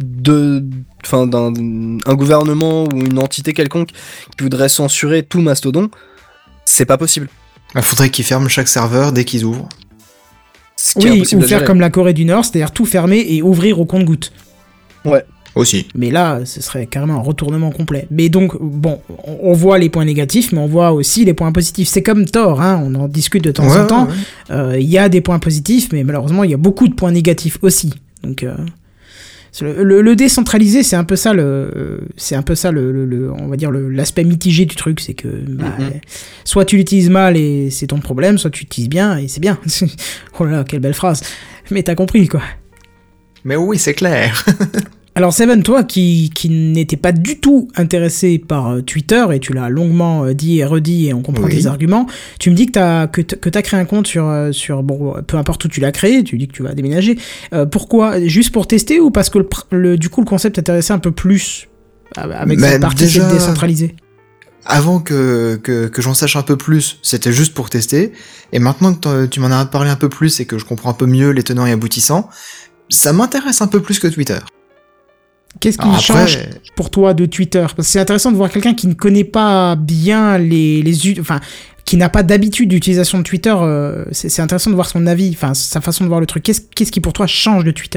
un gouvernement ou une entité quelconque qui voudrait censurer tout Mastodon, c'est pas possible. Il faudrait qu'ils ferment chaque serveur dès qu'ils ouvrent. Ou faire comme la Corée du Nord, c'est-à-dire tout fermer et ouvrir au compte-gouttes. Ouais. Aussi. Mais là, ce serait carrément un retournement complet. Mais donc, bon, on voit les points négatifs, mais on voit aussi les points positifs. C'est comme Tor, hein, on en discute de temps en temps. Il y a des points positifs, mais malheureusement, il y a beaucoup de points négatifs aussi. Donc, le décentralisé, c'est un peu ça on va dire l'aspect mitigé du truc, c'est que soit tu l'utilises mal et c'est ton problème, soit tu l'utilises bien et c'est bien. Oh là là, quelle belle phrase. Mais t'as compris, quoi. Mais oui, c'est clair. Alors Seven, toi qui n'étais pas du tout intéressé par Twitter, et tu l'as longuement dit et redit et on comprend tes arguments, tu me dis que t'as créé un compte sur bon, peu importe où tu l'as créé, tu dis que tu vas déménager. Pourquoi ? Juste pour tester ou parce que du coup le concept t'intéressait un peu plus avec cette partie décentralisée ? Avant que j'en sache un peu plus, c'était juste pour tester, et maintenant que tu m'en as parlé un peu plus et que je comprends un peu mieux les tenants et aboutissants, ça m'intéresse un peu plus que Twitter. Qu'est-ce qui change pour toi de Twitter ? Parce que c'est intéressant de voir quelqu'un qui ne connaît pas bien qui n'a pas d'habitude d'utilisation de Twitter. C'est intéressant de voir son avis, sa façon de voir le truc. Qu'est-ce qui pour toi change de Twitter ?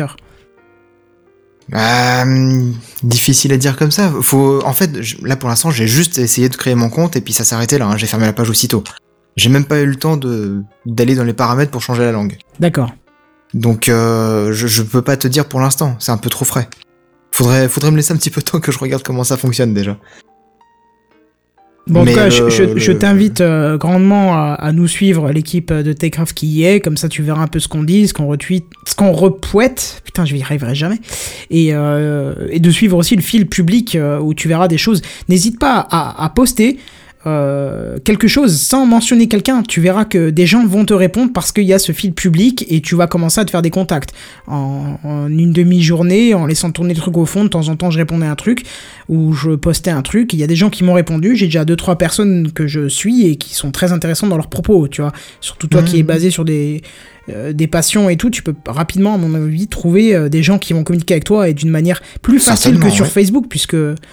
Difficile à dire comme ça. En fait, là pour l'instant, j'ai juste essayé de créer mon compte et puis ça s'est arrêté là. Hein. J'ai fermé la page aussitôt. J'ai même pas eu le temps d'aller dans les paramètres pour changer la langue. D'accord. Donc je peux pas te dire pour l'instant. C'est un peu trop frais. Faudrait me laisser un petit peu de temps que je regarde comment ça fonctionne déjà. Bon, en tout cas, je t'invite grandement à nous suivre, l'équipe de Techcraft qui y est, comme ça tu verras un peu ce qu'on dit, ce qu'on retweet, ce qu'on repouette, putain je n'y arriverai jamais, et de suivre aussi le fil public où tu verras des choses. N'hésite pas à poster quelque chose sans mentionner quelqu'un, tu verras que des gens vont te répondre parce qu'il y a ce fil public et tu vas commencer à te faire des contacts en une demi-journée, en laissant tourner le truc au fond. De temps en temps je répondais à un truc ou je postais un truc, il y a des gens qui m'ont répondu, j'ai déjà 2-3 personnes que je suis et qui sont très intéressantes dans leurs propos, tu vois, surtout toi qui est basé sur des passions et tout, tu peux rapidement à mon avis trouver des gens qui vont communiquer avec toi et d'une manière plus facile que sur Facebook, puisque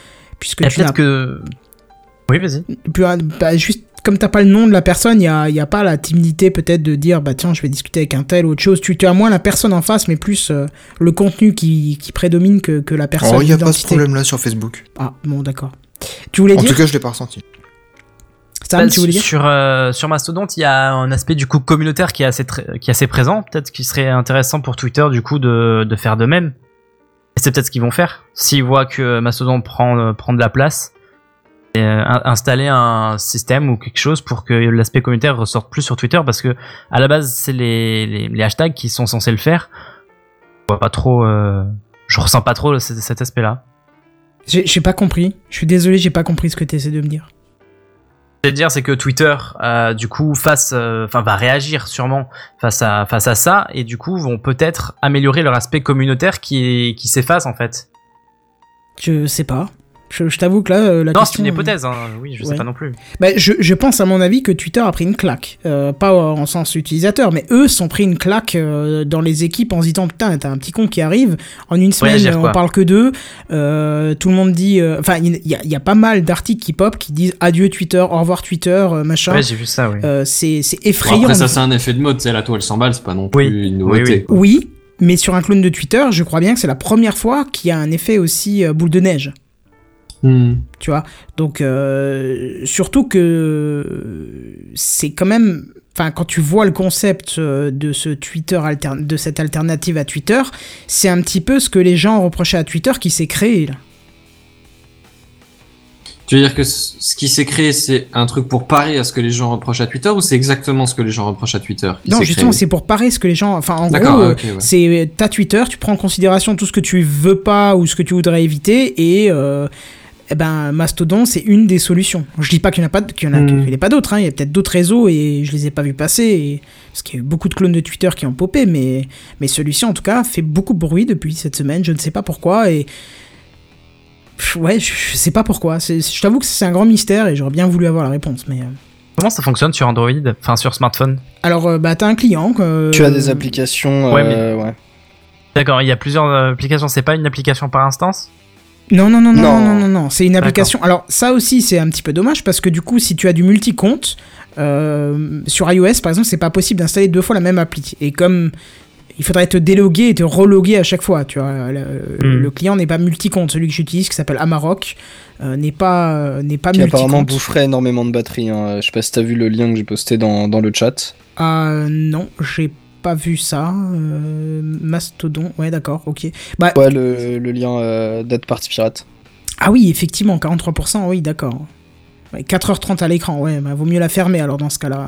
puisque Et tu n'as peut-être que... Oui, vas-y. juste comme t'as pas le nom de la personne, il y a pas la timidité peut-être de dire bah tiens je vais discuter avec un tel ou autre chose. Tu as moins la personne en face, mais plus le contenu qui prédomine que la personne. Oh, il y a pas ce problème-là sur Facebook. Ah bon, d'accord. Tu voulais dire? En tout cas, je l'ai pas ressenti. Sam, tu voulais dire? Sur Mastodonte, il y a un aspect du coup communautaire qui est assez présent. Peut-être qu'il serait intéressant pour Twitter du coup de faire de même. Et c'est peut-être ce qu'ils vont faire. S'ils voient que Mastodon prend de la place, et installer un système ou quelque chose pour que l'aspect communautaire ressorte plus sur Twitter, parce que à la base c'est les hashtags qui sont censés le faire. Je vois pas trop, je ressens pas trop cet aspect-là. J'ai pas compris. Je suis désolé, j'ai pas compris ce que tu essaies de me dire. C'est que Twitter, du coup, va réagir sûrement face à ça, et du coup, vont peut-être améliorer leur aspect communautaire qui s'efface en fait. Je sais pas. Je t'avoue que là, la non, question... c'est une hypothèse, hein. Oui, je sais pas non plus. Bah, je pense à mon avis que Twitter a pris une claque. Pas en sens utilisateur, mais eux se sont pris une claque dans les équipes en se disant putain, t'as un petit con qui arrive, en une semaine on parle que d'eux, tout le monde dit... Enfin, il y a pas mal d'articles qui pop qui disent adieu Twitter, au revoir Twitter, machin. Ouais, j'ai vu ça, oui. C'est effrayant. Bon, après ça c'est un effet de mode, c'est la toile s'emballe, c'est pas non plus une nouveauté. Oui, mais sur un clone de Twitter, je crois bien que c'est la première fois qu'il y a un effet aussi boule de neige. Tu vois, donc surtout que c'est quand même, enfin quand tu vois le concept de ce Twitter de cette alternative à Twitter, c'est un petit peu ce que les gens reprochaient à Twitter qui s'est créé là. Tu veux dire que ce qui s'est créé, c'est un truc pour parer à ce que les gens reprochent à Twitter, ou c'est exactement ce que les gens reprochent à Twitter? Non, justement, c'est pour parer ce que les gens... Enfin, en gros, c'est ta Twitter, tu prends en considération tout ce que tu veux pas ou ce que tu voudrais éviter, et Mastodon, c'est une des solutions. Je dis pas qu'il n'y en a pas d'autres, hein. Il y a peut-être d'autres réseaux, et je les ai pas vus passer, parce qu'il y a eu beaucoup de clones de Twitter qui ont popé, mais celui-ci, en tout cas, fait beaucoup de bruit depuis cette semaine, je ne sais pas pourquoi, et... Ouais, je sais pas pourquoi. Je t'avoue que c'est un grand mystère et j'aurais bien voulu avoir la réponse. Mais comment ça fonctionne sur Android, enfin sur smartphone? Alors, t'as un client. Tu as des applications. Ouais. D'accord, il y a plusieurs applications. C'est pas une application par instance? Non. C'est une application. Alors, ça aussi, c'est un petit peu dommage parce que du coup, si tu as du multi-compte sur iOS, par exemple, c'est pas possible d'installer 2 fois la même appli. Et comme il faudrait te déloguer et te reloguer à chaque fois, tu vois. Le client n'est pas multi-compte. Celui que j'utilise, qui s'appelle Amarok, n'est pas multi-compte. Qui apparemment boufferait énormément de batterie. Hein. Je sais pas si t'as vu le lien que j'ai posté dans le chat. Non, j'ai pas vu ça. Mastodon, ouais, d'accord, ok. Ouais, le lien Date Party Pirate. Ah oui, effectivement, 43%, oui, d'accord. Ouais, 4h30 à l'écran, ouais, vaut mieux la fermer alors dans ce cas-là.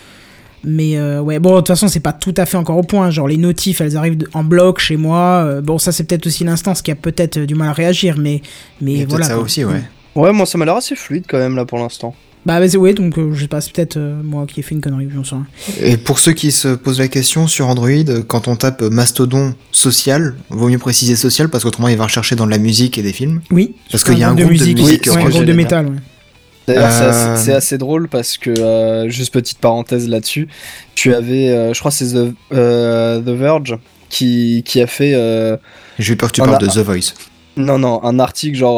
Mais ouais, bon, de toute façon, c'est pas tout à fait encore au point. Genre, les notifs, elles arrivent en bloc chez moi. Bon, ça, c'est peut-être aussi l'instance qui a peut-être du mal à réagir, mais voilà. Ça aussi, ouais. Ouais, moi, ça m'a l'air assez fluide quand même, là, pour l'instant. Ouais, donc je sais pas, c'est peut-être moi qui ai fait une connerie, j'en sais rien. Et pour ceux qui se posent la question sur Android, quand on tape Mastodon social, vaut mieux préciser social parce qu'autrement il va rechercher dans de la musique et des films. Oui. Parce qu'il y a un groupe de musique. Oui, un groupe de métal, ouais. D'ailleurs, c'est assez drôle parce que, juste petite parenthèse là-dessus, tu avais, je crois que c'est The Verge qui a fait... J'ai eu peur que tu parles de The Voice. Non, un article genre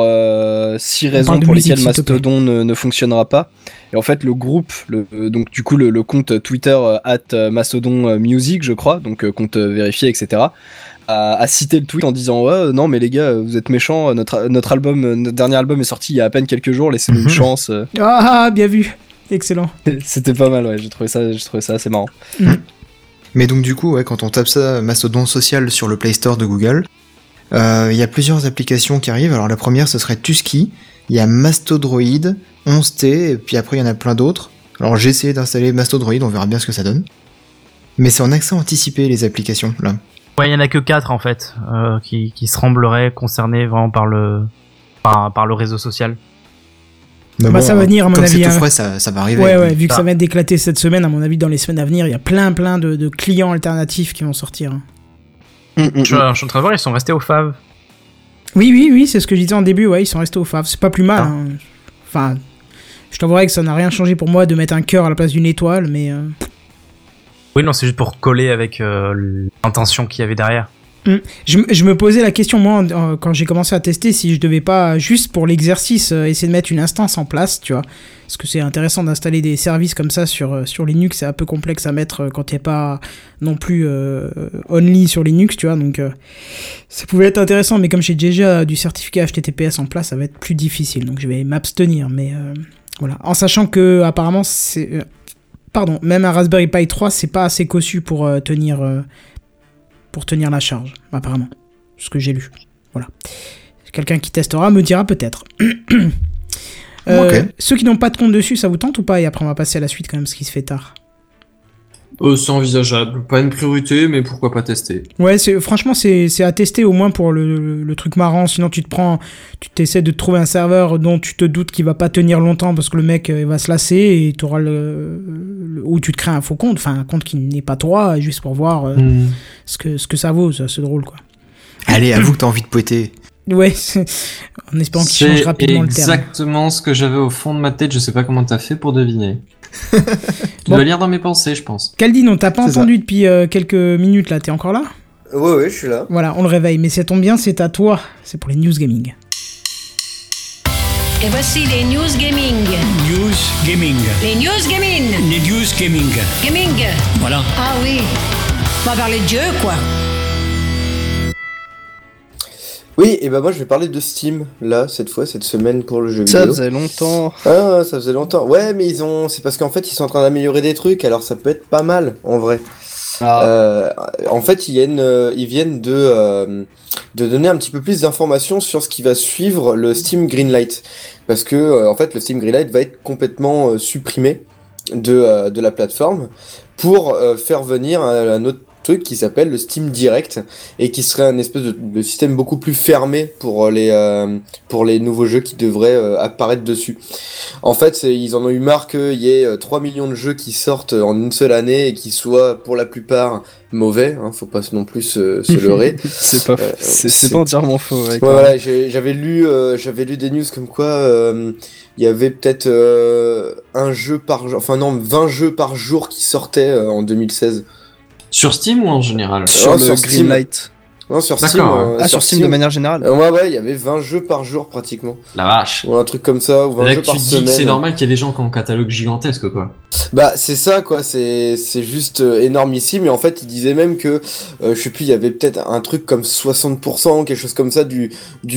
6 raisons pour lesquelles Mastodon ne fonctionnera pas. Et en fait, le groupe, donc du coup le compte Twitter @Mastodon Music, je crois, donc compte vérifié, etc., a cité le tweet en disant ouais, non mais les gars, vous êt méchants, notre dernier album est sorti il y a à peine quelques jours, laissez-nous une chance. Ah, bien vu, excellent. C'était pas mal, ouais, j'ai trouvé ça assez marrant. Mais donc du coup, ouais, quand on tape ça, Mastodon social sur le Play Store de Google, il y a plusieurs applications qui arrivent. Alors la première, ce serait Tusky, il y a Mastodroid, 11T, et puis après il y en a plein d'autres. Alors j'ai essayé d'installer Mastodroid, on verra bien ce que ça donne. Mais c'est en accès anticipé les applications, là. Ouais, il y en a que 4 en fait, qui sembleraient concernés vraiment par le réseau social. Mais bon, ça va venir à mon avis. Comme c'est tout frais, ça va arriver. Ouais, vu que ça va être éclaté cette semaine, à mon avis, dans les semaines à venir, il y a plein de clients alternatifs qui vont sortir. Je suis en train de voir, ils sont restés au Fav. Oui, c'est ce que je disais en début, ouais, ils sont restés au Fav. C'est pas plus mal. Hein. Enfin, je t'avouerais que ça n'a rien changé pour moi de mettre un cœur à la place d'une étoile, mais... Oui, non, c'est juste pour coller avec l'intention qu'il y avait derrière. Je me posais la question, moi, quand j'ai commencé à tester, si je devais pas, juste pour l'exercice, essayer de mettre une instance en place, tu vois. Parce que c'est intéressant d'installer des services comme ça sur Linux, c'est un peu complexe à mettre quand il n'y a pas non plus only sur Linux, tu vois. Donc, ça pouvait être intéressant, mais comme j'ai déjà du certificat HTTPS en place, ça va être plus difficile. Donc, je vais m'abstenir, mais voilà. En sachant que, apparemment, même un Raspberry Pi 3, c'est pas assez cossu pour tenir la charge, apparemment. Ce que j'ai lu. Voilà. Quelqu'un qui testera me dira peut-être. Ceux qui n'ont pas de compte dessus, ça vous tente ou pas? Et après, on va passer à la suite quand même, parce qu'il se fait tard. C'est envisageable. Pas une priorité, mais pourquoi pas tester? Ouais, franchement, c'est à tester au moins pour le truc marrant. Sinon, tu t'essaies de trouver un serveur dont tu te doutes qu'il va pas tenir longtemps parce que le mec il va se lasser et tu auras ou tu te crées un faux compte, enfin un compte qui n'est pas toi, juste pour voir ce que ça vaut. C'est drôle, quoi. Allez, avoue que t'as envie de poêter. Ouais, en espérant qu'il change rapidement le terme. C'est exactement ce que j'avais au fond de ma tête. Je sais pas comment t'as fait pour deviner. Tu dois lire dans mes pensées, je pense. Caldine, on t'a pas entendu depuis quelques minutes là. T'es encore là? Ouais, je suis là. Voilà, on le réveille. Mais ça tombe bien, c'est à toi. C'est pour les news gaming. Et voici les news gaming. News gaming. Les news gaming. Les news gaming. Gaming. Voilà. Ah oui. On va parler de jeu, quoi. Oui, et bah moi je vais parler de Steam, là, cette semaine pour le jeu vidéo. Ça faisait longtemps. Ah, ça faisait longtemps. Ouais, mais c'est parce qu'en fait ils sont en train d'améliorer des trucs, alors ça peut être pas mal, en vrai. En fait, ils viennent de donner un petit peu plus d'informations sur ce qui va suivre le Steam Greenlight. Parce que, en fait, le Steam Greenlight va être complètement supprimé de la plateforme pour faire venir un autre truc qui s'appelle le Steam Direct et qui serait un espèce de système beaucoup plus fermé pour les nouveaux jeux qui devraient apparaître dessus. En fait, ils en ont eu marre qu'il y ait 3 millions de jeux qui sortent en une seule année et qui soient pour la plupart mauvais, hein, faut pas non plus se leurrer. C'est pas entièrement faux. Ouais, voilà, j'avais lu des news comme quoi il y avait peut-être un jeu par jour, 20 jeux par jour qui sortaient en 2016. Sur Steam ou en général? Sur le Greenlight. Non, sur Steam. Sur Steam de manière générale. Ouais, il y avait 20 jeux par jour pratiquement. La vache. Ou un truc comme ça, ou 20 jeux par semaine. C'est normal qu'il y ait des gens qui ont un catalogue gigantesque, quoi. Bah, c'est ça, quoi. C'est juste énormissime. Et en fait, il disait même que, je sais plus, il y avait peut-être un truc comme 60%, quelque chose comme ça, de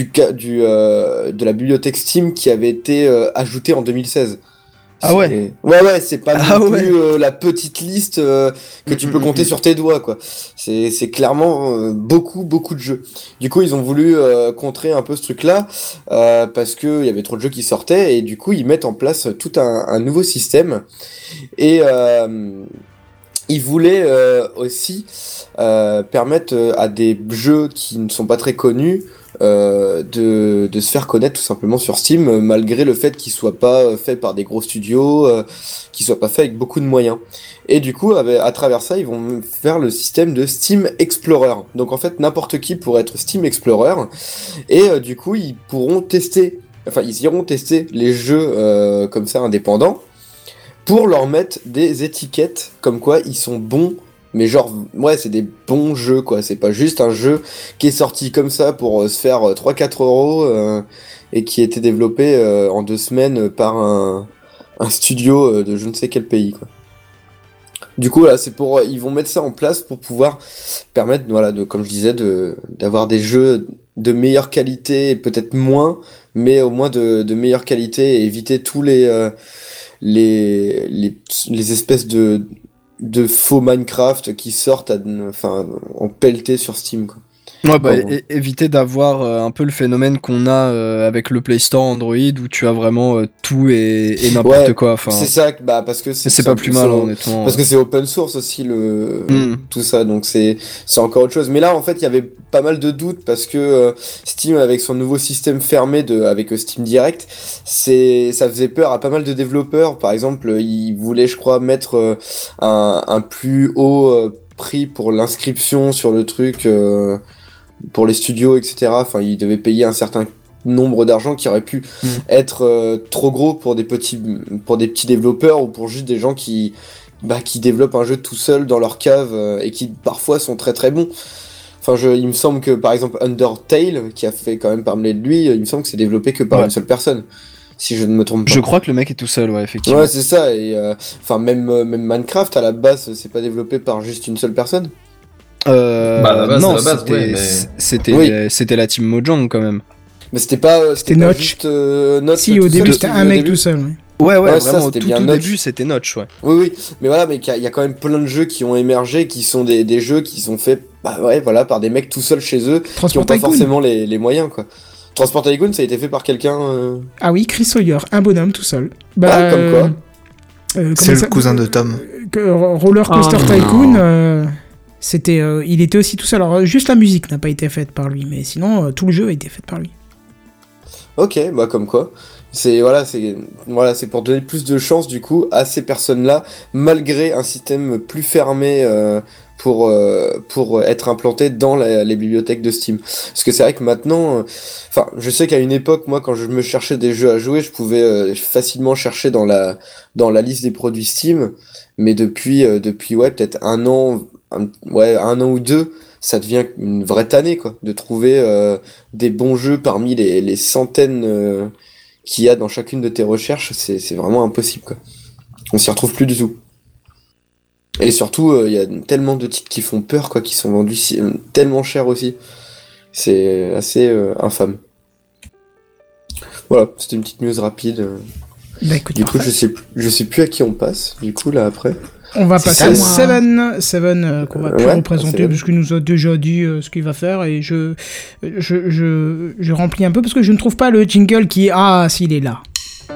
la bibliothèque Steam qui avait été ajoutée en 2016. Ah ouais. Ouais, c'est pas non plus la petite liste que tu peux compter sur tes doigts, quoi. C'est clairement beaucoup de jeux. Du coup, ils ont voulu contrer un peu ce truc-là parce que il y avait trop de jeux qui sortaient et du coup, ils mettent en place tout un nouveau système et ils voulaient aussi permettre à des jeux qui ne sont pas très connus de se faire connaître tout simplement sur Steam, malgré le fait qu'ils soient pas faits par des gros studios, qu'ils soient pas faits avec beaucoup de moyens. Et du coup, à travers ça, ils vont faire le système de Steam Explorer. Donc en fait, n'importe qui pourrait être Steam Explorer, et du coup, ils iront tester les jeux comme ça indépendants, pour leur mettre des étiquettes comme quoi ils sont bons. Mais genre, ouais, c'est des bons jeux, quoi. C'est pas juste un jeu qui est sorti comme ça pour se faire 3-4 euros et qui a été développé en 2 semaines par un studio de je ne sais quel pays, quoi. Du coup, là, ils vont mettre ça en place pour pouvoir permettre, voilà, comme je disais, d'avoir des jeux de meilleure qualité, peut-être moins, mais au moins de meilleure qualité et éviter tous les espèces de faux Minecraft qui sortent en pelleté sur Steam, quoi. Ouais, bah, éviter d'avoir un peu le phénomène qu'on a avec le Play Store Android où tu as vraiment tout et n'importe quoi. C'est ça, parce que c'est pas plus mal, honnêtement. Parce que c'est open source aussi tout ça, donc c'est encore autre chose. Mais là, en fait, il y avait pas mal de doutes parce que Steam, avec son nouveau système fermé avec Steam Direct, ça faisait peur à pas mal de développeurs. Par exemple, ils voulaient, je crois, mettre un plus haut prix pour l'inscription sur le truc. Pour les studios, etc. Enfin, ils devaient payer un certain nombre d'argent qui aurait pu être trop gros pour des petits développeurs ou pour juste des gens qui développent un jeu tout seul dans leur cave et qui parfois sont très très bons. il me semble que par exemple Undertale, qui a fait quand même parler de lui, il me semble que c'est développé que par une seule personne. Si je ne me trompe pas. Je crois que le mec est tout seul, ouais, effectivement. Ouais, c'est ça. Et même Minecraft à la base, c'est pas développé par juste une seule personne. Non, c'était c'était la team Mojang quand même. Mais c'était pas. C'était pas Notch. Juste, Notch. Si, au début, c'était un mec tout seul. Ouais, Ouais, vraiment, ça, au c'était tout bien Notch. début, c'était Notch, ouais. Oui, mais voilà, mais il y a quand même plein de jeux qui ont émergé, qui sont des jeux qui sont faits, par des mecs tout seuls chez eux, qui ont pas forcément les moyens, quoi. Transport Tycoon, ça a été fait par quelqu'un. Ah oui, Chris Sawyer, un bonhomme tout seul. Comme quoi. C'est le cousin de Tom. Roller Coaster Tycoon, il était aussi tout seul. Alors juste la musique n'a pas été faite par lui, mais sinon tout le jeu a été fait par lui. Ok, comme quoi. C'est pour donner plus de chance du coup à ces personnes-là, malgré un système plus fermé pour être implanté dans les bibliothèques de Steam. Parce que c'est vrai que maintenant, je sais qu'à une époque, moi, quand je me cherchais des jeux à jouer, je pouvais facilement chercher dans la liste des produits Steam, mais depuis peut-être un an ou deux, ça devient une vraie tannée, quoi, de trouver des bons jeux parmi les centaines qu'il y a dans chacune de tes recherches. C'est vraiment impossible, quoi. On s'y retrouve plus du tout. Et surtout, il y a tellement de titres qui font peur, quoi, qui sont vendus tellement cher aussi. C'est assez infâme. Voilà, c'était une petite news rapide. Écoute, du coup, je sais plus à qui on passe, du coup, là, après. On va passer à Seven qu'on va plus représenter Seven. parce qu'il nous a déjà dit ce qu'il va faire et je remplis un peu parce que je ne trouve pas le jingle qui est... Ah, s'il est là.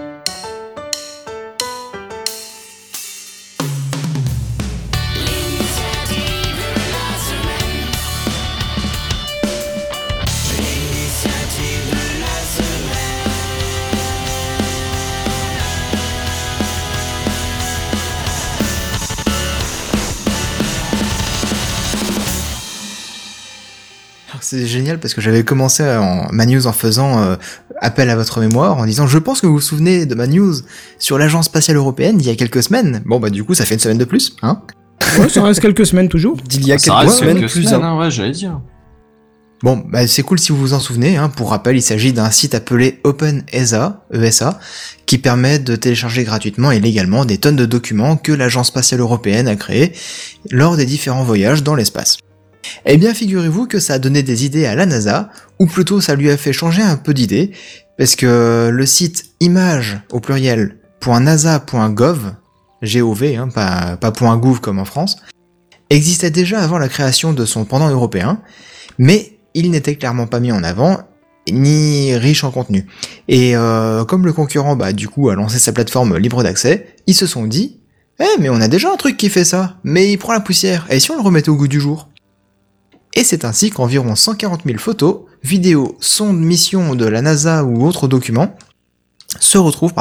C'est génial parce que j'avais commencé ma news en faisant appel à votre mémoire en disant je pense que vous vous souvenez de ma news sur l'agence spatiale européenne d'il y a quelques semaines. Bon du coup ça fait une semaine de plus, hein. Ouais, ça reste quelques semaines toujours. D'il y a quelques semaines plus, hein. Ouais, j'allais dire. Bon, c'est cool si vous vous en souvenez, hein. Pour rappel, il s'agit d'un site appelé OpenESA, ESA, qui permet de télécharger gratuitement et légalement des tonnes de documents que l'agence spatiale européenne a créés lors des différents voyages dans l'espace. Eh bien, figurez-vous que ça a donné des idées à la NASA, ou plutôt ça lui a fait changer un peu d'idée, parce que le site image, au pluriel, .nasa.gov, G-O-V, hein, pas .gouv comme en France, existait déjà avant la création de son pendant européen, mais il n'était clairement pas mis en avant, ni riche en contenu. Et comme le concurrent, du coup, a lancé sa plateforme libre d'accès, ils se sont dit « mais on a déjà un truc qui fait ça, mais il prend la poussière, et si on le remettait au goût du jour ?» Et c'est ainsi qu'environ 140 000 photos, vidéos, sondes, missions de la NASA ou autres documents se retrouvent,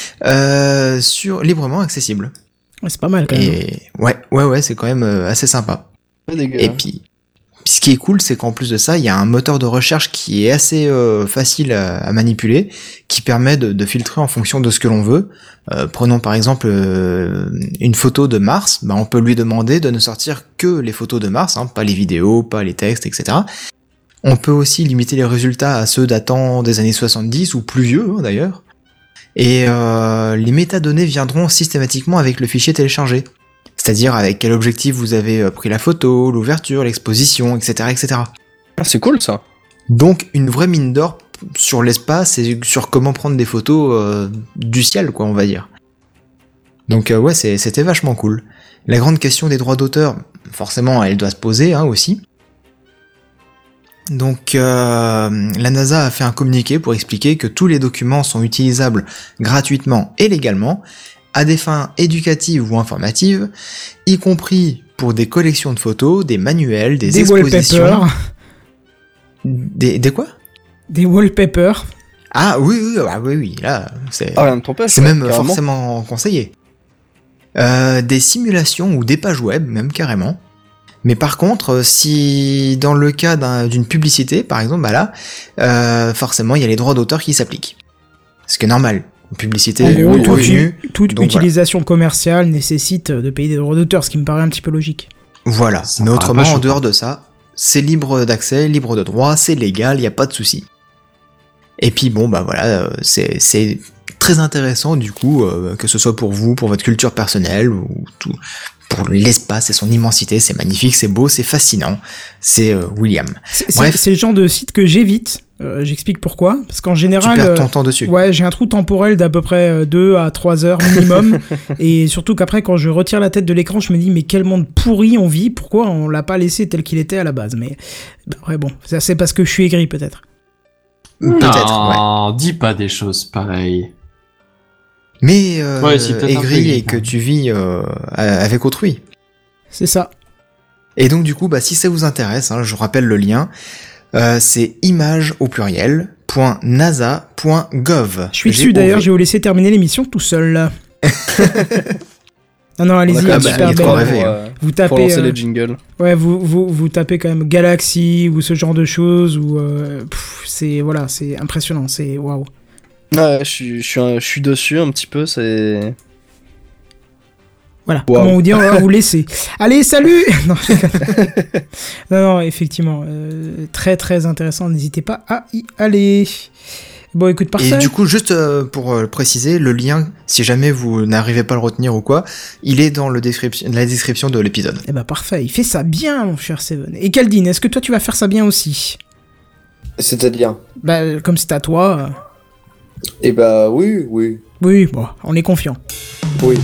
librement accessibles. Ouais, c'est pas mal quand même. Et ouais, c'est quand même assez sympa. Et puis, ce qui est cool, c'est qu'en plus de ça, il y a un moteur de recherche qui est assez facile à manipuler, qui permet de filtrer en fonction de ce que l'on veut. Prenons par exemple une photo de Mars, on peut lui demander de ne sortir que les photos de Mars, pas les vidéos, pas les textes, etc. On peut aussi limiter les résultats à ceux datant des années 70 ou plus vieux d'ailleurs. Et les métadonnées viendront systématiquement avec le fichier téléchargé. C'est-à-dire avec quel objectif vous avez pris la photo, l'ouverture, l'exposition, etc., etc. Ah, c'est cool ça. Donc une vraie mine d'or sur l'espace et sur comment prendre des photos du ciel, quoi, on va dire. Donc c'était vachement cool. La grande question des droits d'auteur, forcément, elle doit se poser aussi. Donc la NASA a fait un communiqué pour expliquer que tous les documents sont utilisables gratuitement et légalement, à des fins éducatives ou informatives, y compris pour des collections de photos, des manuels, des expositions... Wallpapers. Des quoi ? Des wallpapers. Ah oui, là, c'est c'est même forcément conseillé. Des simulations ou des pages web, même carrément. Mais par contre, si dans le cas d'une publicité, par exemple, forcément, il y a les droits d'auteur qui s'appliquent. Ce qui est normal. Une publicité, toute utilisation commerciale nécessite de payer des droits d'auteur, ce qui me paraît un petit peu logique. Voilà. Mais autrement, en dehors de ça, c'est libre d'accès, libre de droit, c'est légal, il n'y a pas de souci. Et puis bon, bah voilà, c'est très intéressant du coup, que ce soit pour vous, pour votre culture personnelle, ou tout, pour l'espace et son immensité, c'est magnifique, c'est beau, c'est fascinant, c'est William. Bref, C'est le genre de site que j'évite. J'explique pourquoi. Parce qu'en général, tu perds ton temps dessus. Ouais, j'ai un trou temporel d'à peu près 2 à 3 heures minimum. Et surtout qu'après, quand je retire la tête de l'écran, je me dis, mais quel monde pourri on vit, pourquoi on l'a pas laissé tel qu'il était à la base. Mais ouais, bon, ça c'est parce que je suis aigri peut-être. Non, dis pas des choses pareilles. Mais c'est peut-être un peu aigri et aigri, que hein. tu vis avec autrui. C'est ça. Et donc du coup, bah si ça vous intéresse, je vous rappelle le lien, c'est image au pluriel .nasa.gov. Je suis dessus d'ailleurs, je vais vous laisser terminer l'émission tout seul là. Non, allez-y, super belle. Vous tapez pour lancer les jingles. Ouais, vous tapez quand même Galaxy ou ce genre de choses ou c'est impressionnant, c'est waouh. Ouais, je suis dessus un petit peu, c'est... Voilà, Wow. comment vous dire, on va vous laisser. Allez, salut. Non, effectivement, très très intéressant, n'hésitez pas à y aller. Bon, écoute, parfait. Et du coup, juste pour préciser, le lien, si jamais vous n'arrivez pas à le retenir ou quoi, il est dans la description de l'épisode. Eh ben parfait, il fait ça bien, mon cher Seven. Et Kaldin, est-ce que toi tu vas faire ça bien aussi? C'est-à-dire? Bah, comme c'est à toi. Eh bah oui. Oui, bon, on est confiant. Oui.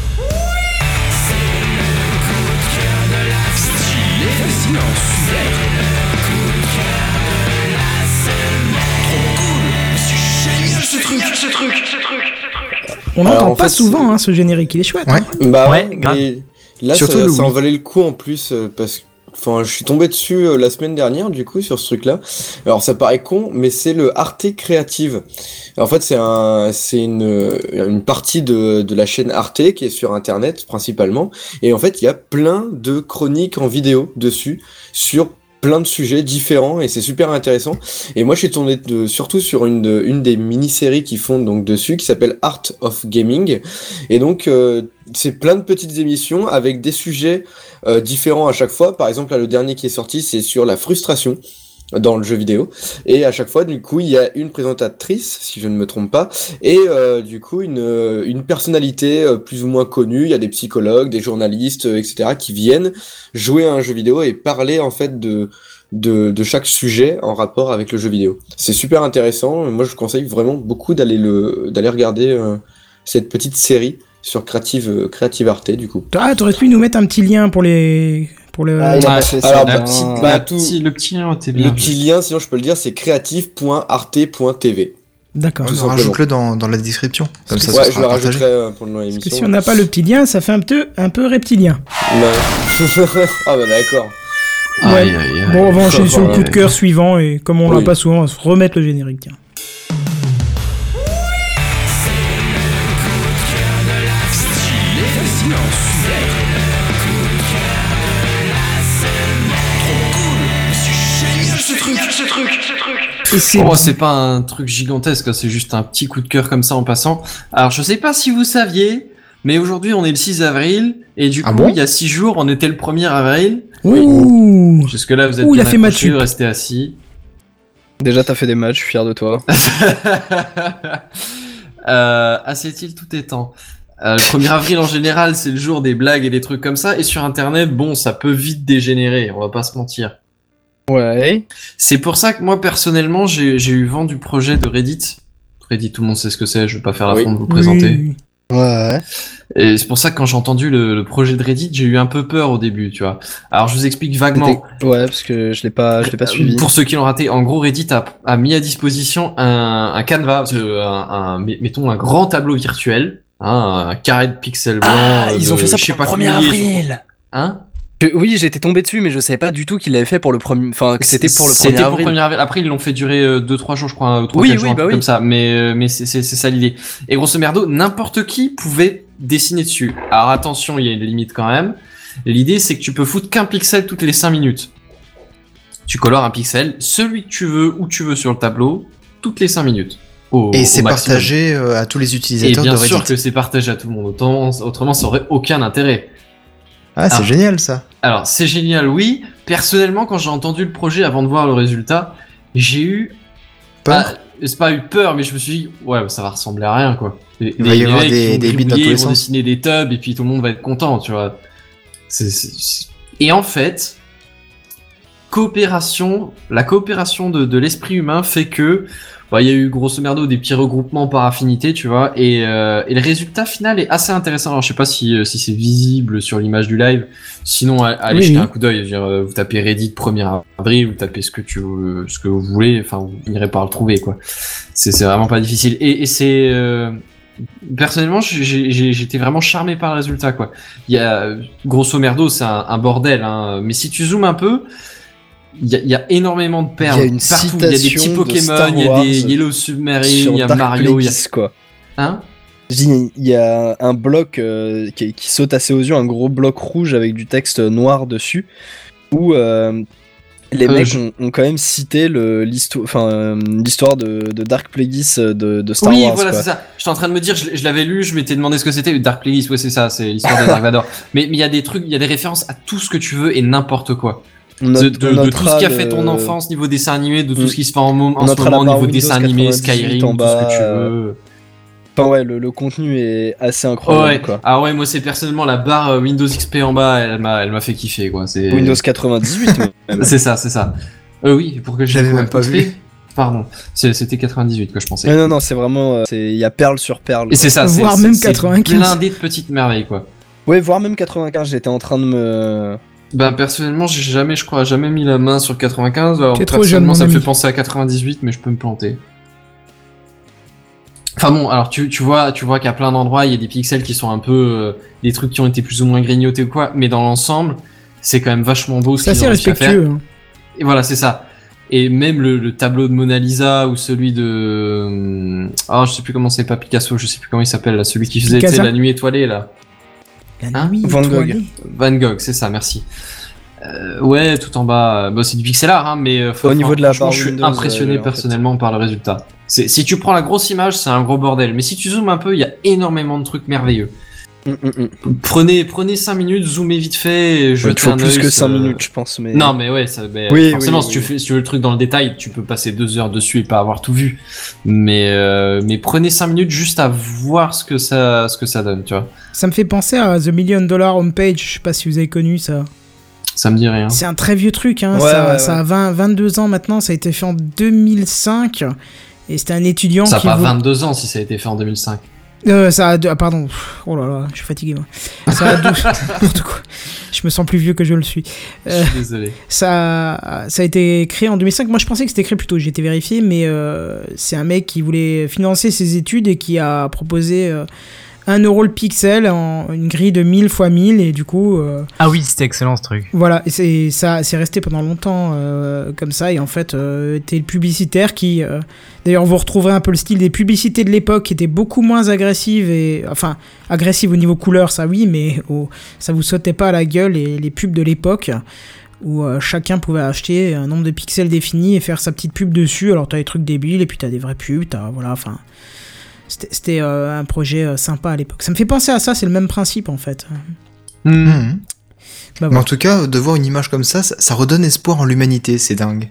On n'entend pas souvent ce générique, il est chouette. Ouais. Hein. Bah Ouais, ouais, grave. mais là Surtout ça en valait le coup en plus parce que je suis tombé dessus la semaine dernière du coup sur ce truc-là. Alors ça paraît con, mais c'est le Arte Creative. En fait, c'est une partie de la chaîne Arte qui est sur internet principalement, et en fait, il y a plein de chroniques en vidéo dessus sur plein de sujets différents, et c'est super intéressant. Et moi je suis tombé surtout sur une des mini-séries qu'ils font donc dessus, qui s'appelle Art of Gaming, et donc c'est plein de petites émissions avec des sujets différents à chaque fois. Par exemple là, le dernier qui est sorti, c'est sur la frustration dans le jeu vidéo, et à chaque fois du coup il y a une présentatrice, si je ne me trompe pas, et du coup une personnalité plus ou moins connue. Il y a des psychologues, des journalistes, etc. qui viennent jouer à un jeu vidéo et parler en fait de chaque sujet en rapport avec le jeu vidéo. C'est super intéressant. Moi je conseille vraiment beaucoup d'aller regarder cette petite série sur Creative Arte du coup. Ah, t'aurais pu nous mettre un petit lien pour le... il a pas fait ça. Alors, le petit lien était bien. Le petit lien, sinon je peux le dire, c'est creative.arte.tv. D'accord. Tout On rajoute-le dans la description. Comme ça, Ouais, ça je le sera partagé. rajouterai pendant Parce que l'émission. si on n'a pas le petit lien, ça fait un peu reptilien. Ouais. Ah bah d'accord. Ouais. Bon, on va enchaîner sur le coup de Ouais. cœur suivant, et comme on l'a Oui. pas souvent, on va se remettre le générique, tiens. Et c'est C'est pas un truc gigantesque, c'est juste un petit coup de cœur comme ça en passant. Alors je sais pas si vous saviez, mais aujourd'hui on est le 6 avril, et du Ah coup bon il y a 6 jours on était le 1er avril. Ouh. Jusque là vous êtes Ouh, il a bien fait accrochés, match. restez assis. Déjà, t'as fait des matchs, je suis fier de toi. À cette île tout étant. Le 1er avril en général c'est le jour des blagues et des trucs comme ça, et sur internet bon ça peut vite dégénérer, on va pas se mentir. Ouais. C'est pour ça que moi personnellement j'ai eu vent du projet de Reddit. Reddit, tout le monde sait ce que c'est, je vais pas faire l'affront de vous présenter. Oui. Ouais. Et c'est pour ça que quand j'ai entendu le projet de Reddit, j'ai eu un peu peur au début, tu vois. Alors je vous explique vaguement. Ouais, parce que je l'ai pas suivi. Pour ceux qui l'ont raté, en gros Reddit a mis à disposition un canevas, mettons un grand tableau virtuel, un carré de pixels blancs. Ils ont fait ça pour le 1er avril. Hein? Oui, j'étais tombé dessus, mais je savais pas du tout qu'ils l'avaient fait pour le premier. Enfin, que c'était pour le 1er C'était pour avril. le 1er avril. Après, ils l'ont fait durer 2-3 jours, je crois, 3 Oui, jours, oui, un bah truc oui. comme ça. Mais c'est ça l'idée. Et grosso merdo, n'importe qui pouvait dessiner dessus. Alors attention, il y a une limite quand même. L'idée, c'est que tu peux foutre qu'un pixel toutes les 5 minutes. Tu colores un pixel, celui que tu veux, où tu veux sur le tableau, toutes les 5 minutes. Et c'est au maximum. partagé à tous les Et utilisateurs bien de Reddit. sûr que c'est partagé à tout le monde. Autrement, ça aurait aucun intérêt. Ah, c'est génial ça. Alors, c'est génial, oui. Personnellement, quand j'ai entendu le projet avant de voir le résultat, j'ai eu... Peur. C'est pas eu peur, mais je me suis dit, ouais, ça va ressembler à rien, quoi. Il va y avoir des bits dans tous les ils vont sens. dessiner des tubs, et puis tout le monde va être content, tu vois. Et en fait, la coopération de l'esprit humain fait que il y a eu grosso merdo des petits regroupements par affinité, tu vois, et le résultat final est assez intéressant. Alors je sais pas si c'est visible sur l'image du live, sinon allez jeter un coup d'œil. Je veux dire, vous tapez Reddit 1er avril, vous tapez ce que vous voulez, enfin vous finirez par le trouver, quoi. C'est vraiment pas difficile. Et c'est personnellement, j'étais vraiment charmé par le résultat, quoi. Il y a grosso merdo, c'est un bordel, hein, mais si tu zoomes un peu. Il y a énormément de perles partout. Il y a des petits Pokémon, il y a des Yellow Submarine, il y a Mario, il y a quoi. Hein? Je dis, il y a un bloc qui saute assez aux yeux, un gros bloc rouge avec du texte noir dessus, où les mecs ont quand même cité l'histoire de Dark Plagueis de Star Wars. Oui, voilà, quoi. c'est ça. J'étais en train de me dire, je l'avais lu, je m'étais demandé ce que c'était. Dark Plagueis, ouais, c'est ça, c'est l'histoire de Dark Vador. Mais il y a des trucs, il y a des références à tout ce que tu veux et n'importe quoi. De tout ce qui a fait ton enfance niveau dessin animé, de tout ce qui se fait en ce moment niveau dessin animé, Skyrim, tout ce que tu veux. Enfin ouais, le contenu est assez incroyable, quoi. Ah ouais, moi c'est personnellement la barre Windows XP en bas, elle m'a fait kiffer, quoi. C'est Windows 98 même. C'est ça. Oui, pour que j'avais même pas vu. Pardon, c'était 98 que je pensais. Mais non, c'est vraiment il y a perle sur perle. Et c'est ça, voire même 95. C'est blindé de petites merveilles, quoi. Ouais, voire même 95, j'étais en train de me personnellement, j'ai jamais mis la main sur 95. Alors, t'es trop personnellement, jeune, ça me mon fait ami. penser à 98, mais je peux me planter. Enfin bon, alors tu vois qu'il y a plein d'endroits, il y a des pixels qui sont un peu des trucs qui ont été plus ou moins grignotés ou quoi, mais dans l'ensemble, c'est quand même vachement beau ce C'est qu'ils assez ont réussi à faire. respectueux. Et voilà, c'est ça. Et même le tableau de Mona Lisa ou celui de je sais plus comment c'est, pas Picasso, je sais plus comment il s'appelle là, celui qui faisait la nuit étoilée là. La nuit Van Gogh. étoilée. Van Gogh, c'est ça, merci. Ouais, tout en bas, c'est du pixel art, hein, mais au niveau de la franchement, barre je suis Windows, impressionné personnellement par le résultat. Si tu prends la grosse image, c'est un gros bordel, mais si tu zoomes un peu, il y a énormément de trucs merveilleux. Prenez 5 minutes, zoomez vite fait, jetez un œil. Il faut plus que 5 minutes, je pense. Mais... Non, mais ouais, forcément, si tu veux le truc dans le détail, tu peux passer 2 heures dessus et pas avoir tout vu. Mais prenez 5 minutes juste à voir ce que ça donne, tu vois. Ça me fait penser à The $1 Million Homepage, je sais pas si vous avez connu ça. Ça me dit rien. C'est un très vieux truc, hein. Ouais, ça a 22 ans maintenant, ça a été fait en 2005. Et c'était un étudiant ça qui... Ça a pas 22 ans si ça a été fait en 2005. Ça a pardon. Oh là là, je suis fatigué moi. Ça a n'importe quoi. Je me sens plus vieux que je le suis. Je suis désolé. Ça a été créé en 2005. Moi, je pensais que c'était créé plus tôt. J'ai été vérifié, mais c'est un mec qui voulait financer ses études et qui a proposé 1 euro le pixel en une grille de 1000 x 1000 et du coup... Ah oui, c'était excellent ce truc. Voilà, et c'est resté pendant longtemps comme ça, et en fait, t'es le publicitaire qui... D'ailleurs, vous retrouverez un peu le style des publicités de l'époque qui étaient beaucoup moins agressives, enfin, agressives au niveau couleur, ça oui, mais ça vous sautait pas à la gueule, les pubs de l'époque, où chacun pouvait acheter un nombre de pixels défini et faire sa petite pub dessus. Alors t'as des trucs débiles, et puis t'as des vraies pubs, voilà, enfin... C'était un projet sympa à l'époque. Ça me fait penser à ça, c'est le même principe en fait. Bah, voilà. Mais en tout cas, de voir une image comme ça redonne espoir en l'humanité, c'est dingue.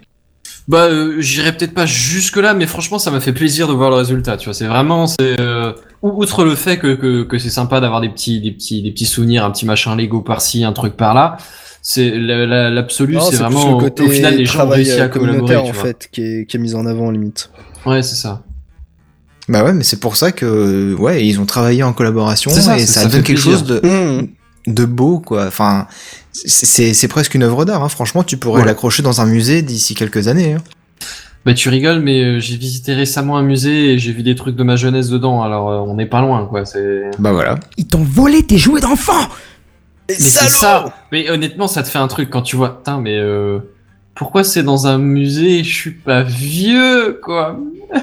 J'irai peut-être pas jusque là, mais franchement, ça m'a fait plaisir de voir le résultat. Tu vois, c'est vraiment, outre le fait que c'est sympa d'avoir des petits souvenirs, un petit machin Lego par-ci, un truc par-là. C'est l'absolu, c'est vraiment le côté au final les gens ont réussi à collaborer, en fait, qui est mis en avant limite. Ouais, c'est ça. Bah ouais, mais c'est pour ça que ils ont travaillé en collaboration et ça donne quelque chose de beau, quoi. Enfin, c'est presque une œuvre d'art, hein. Franchement, tu pourrais l'accrocher dans un musée d'ici quelques années, hein. Bah tu rigoles, mais j'ai visité récemment un musée et j'ai vu des trucs de ma jeunesse dedans, alors on n'est pas loin, quoi. Bah voilà. Ils t'ont volé tes jouets d'enfant. Mais c'est ça. Mais honnêtement, ça te fait un truc quand tu vois. Putain, mais pourquoi c'est dans un musée? Je suis pas vieux, quoi.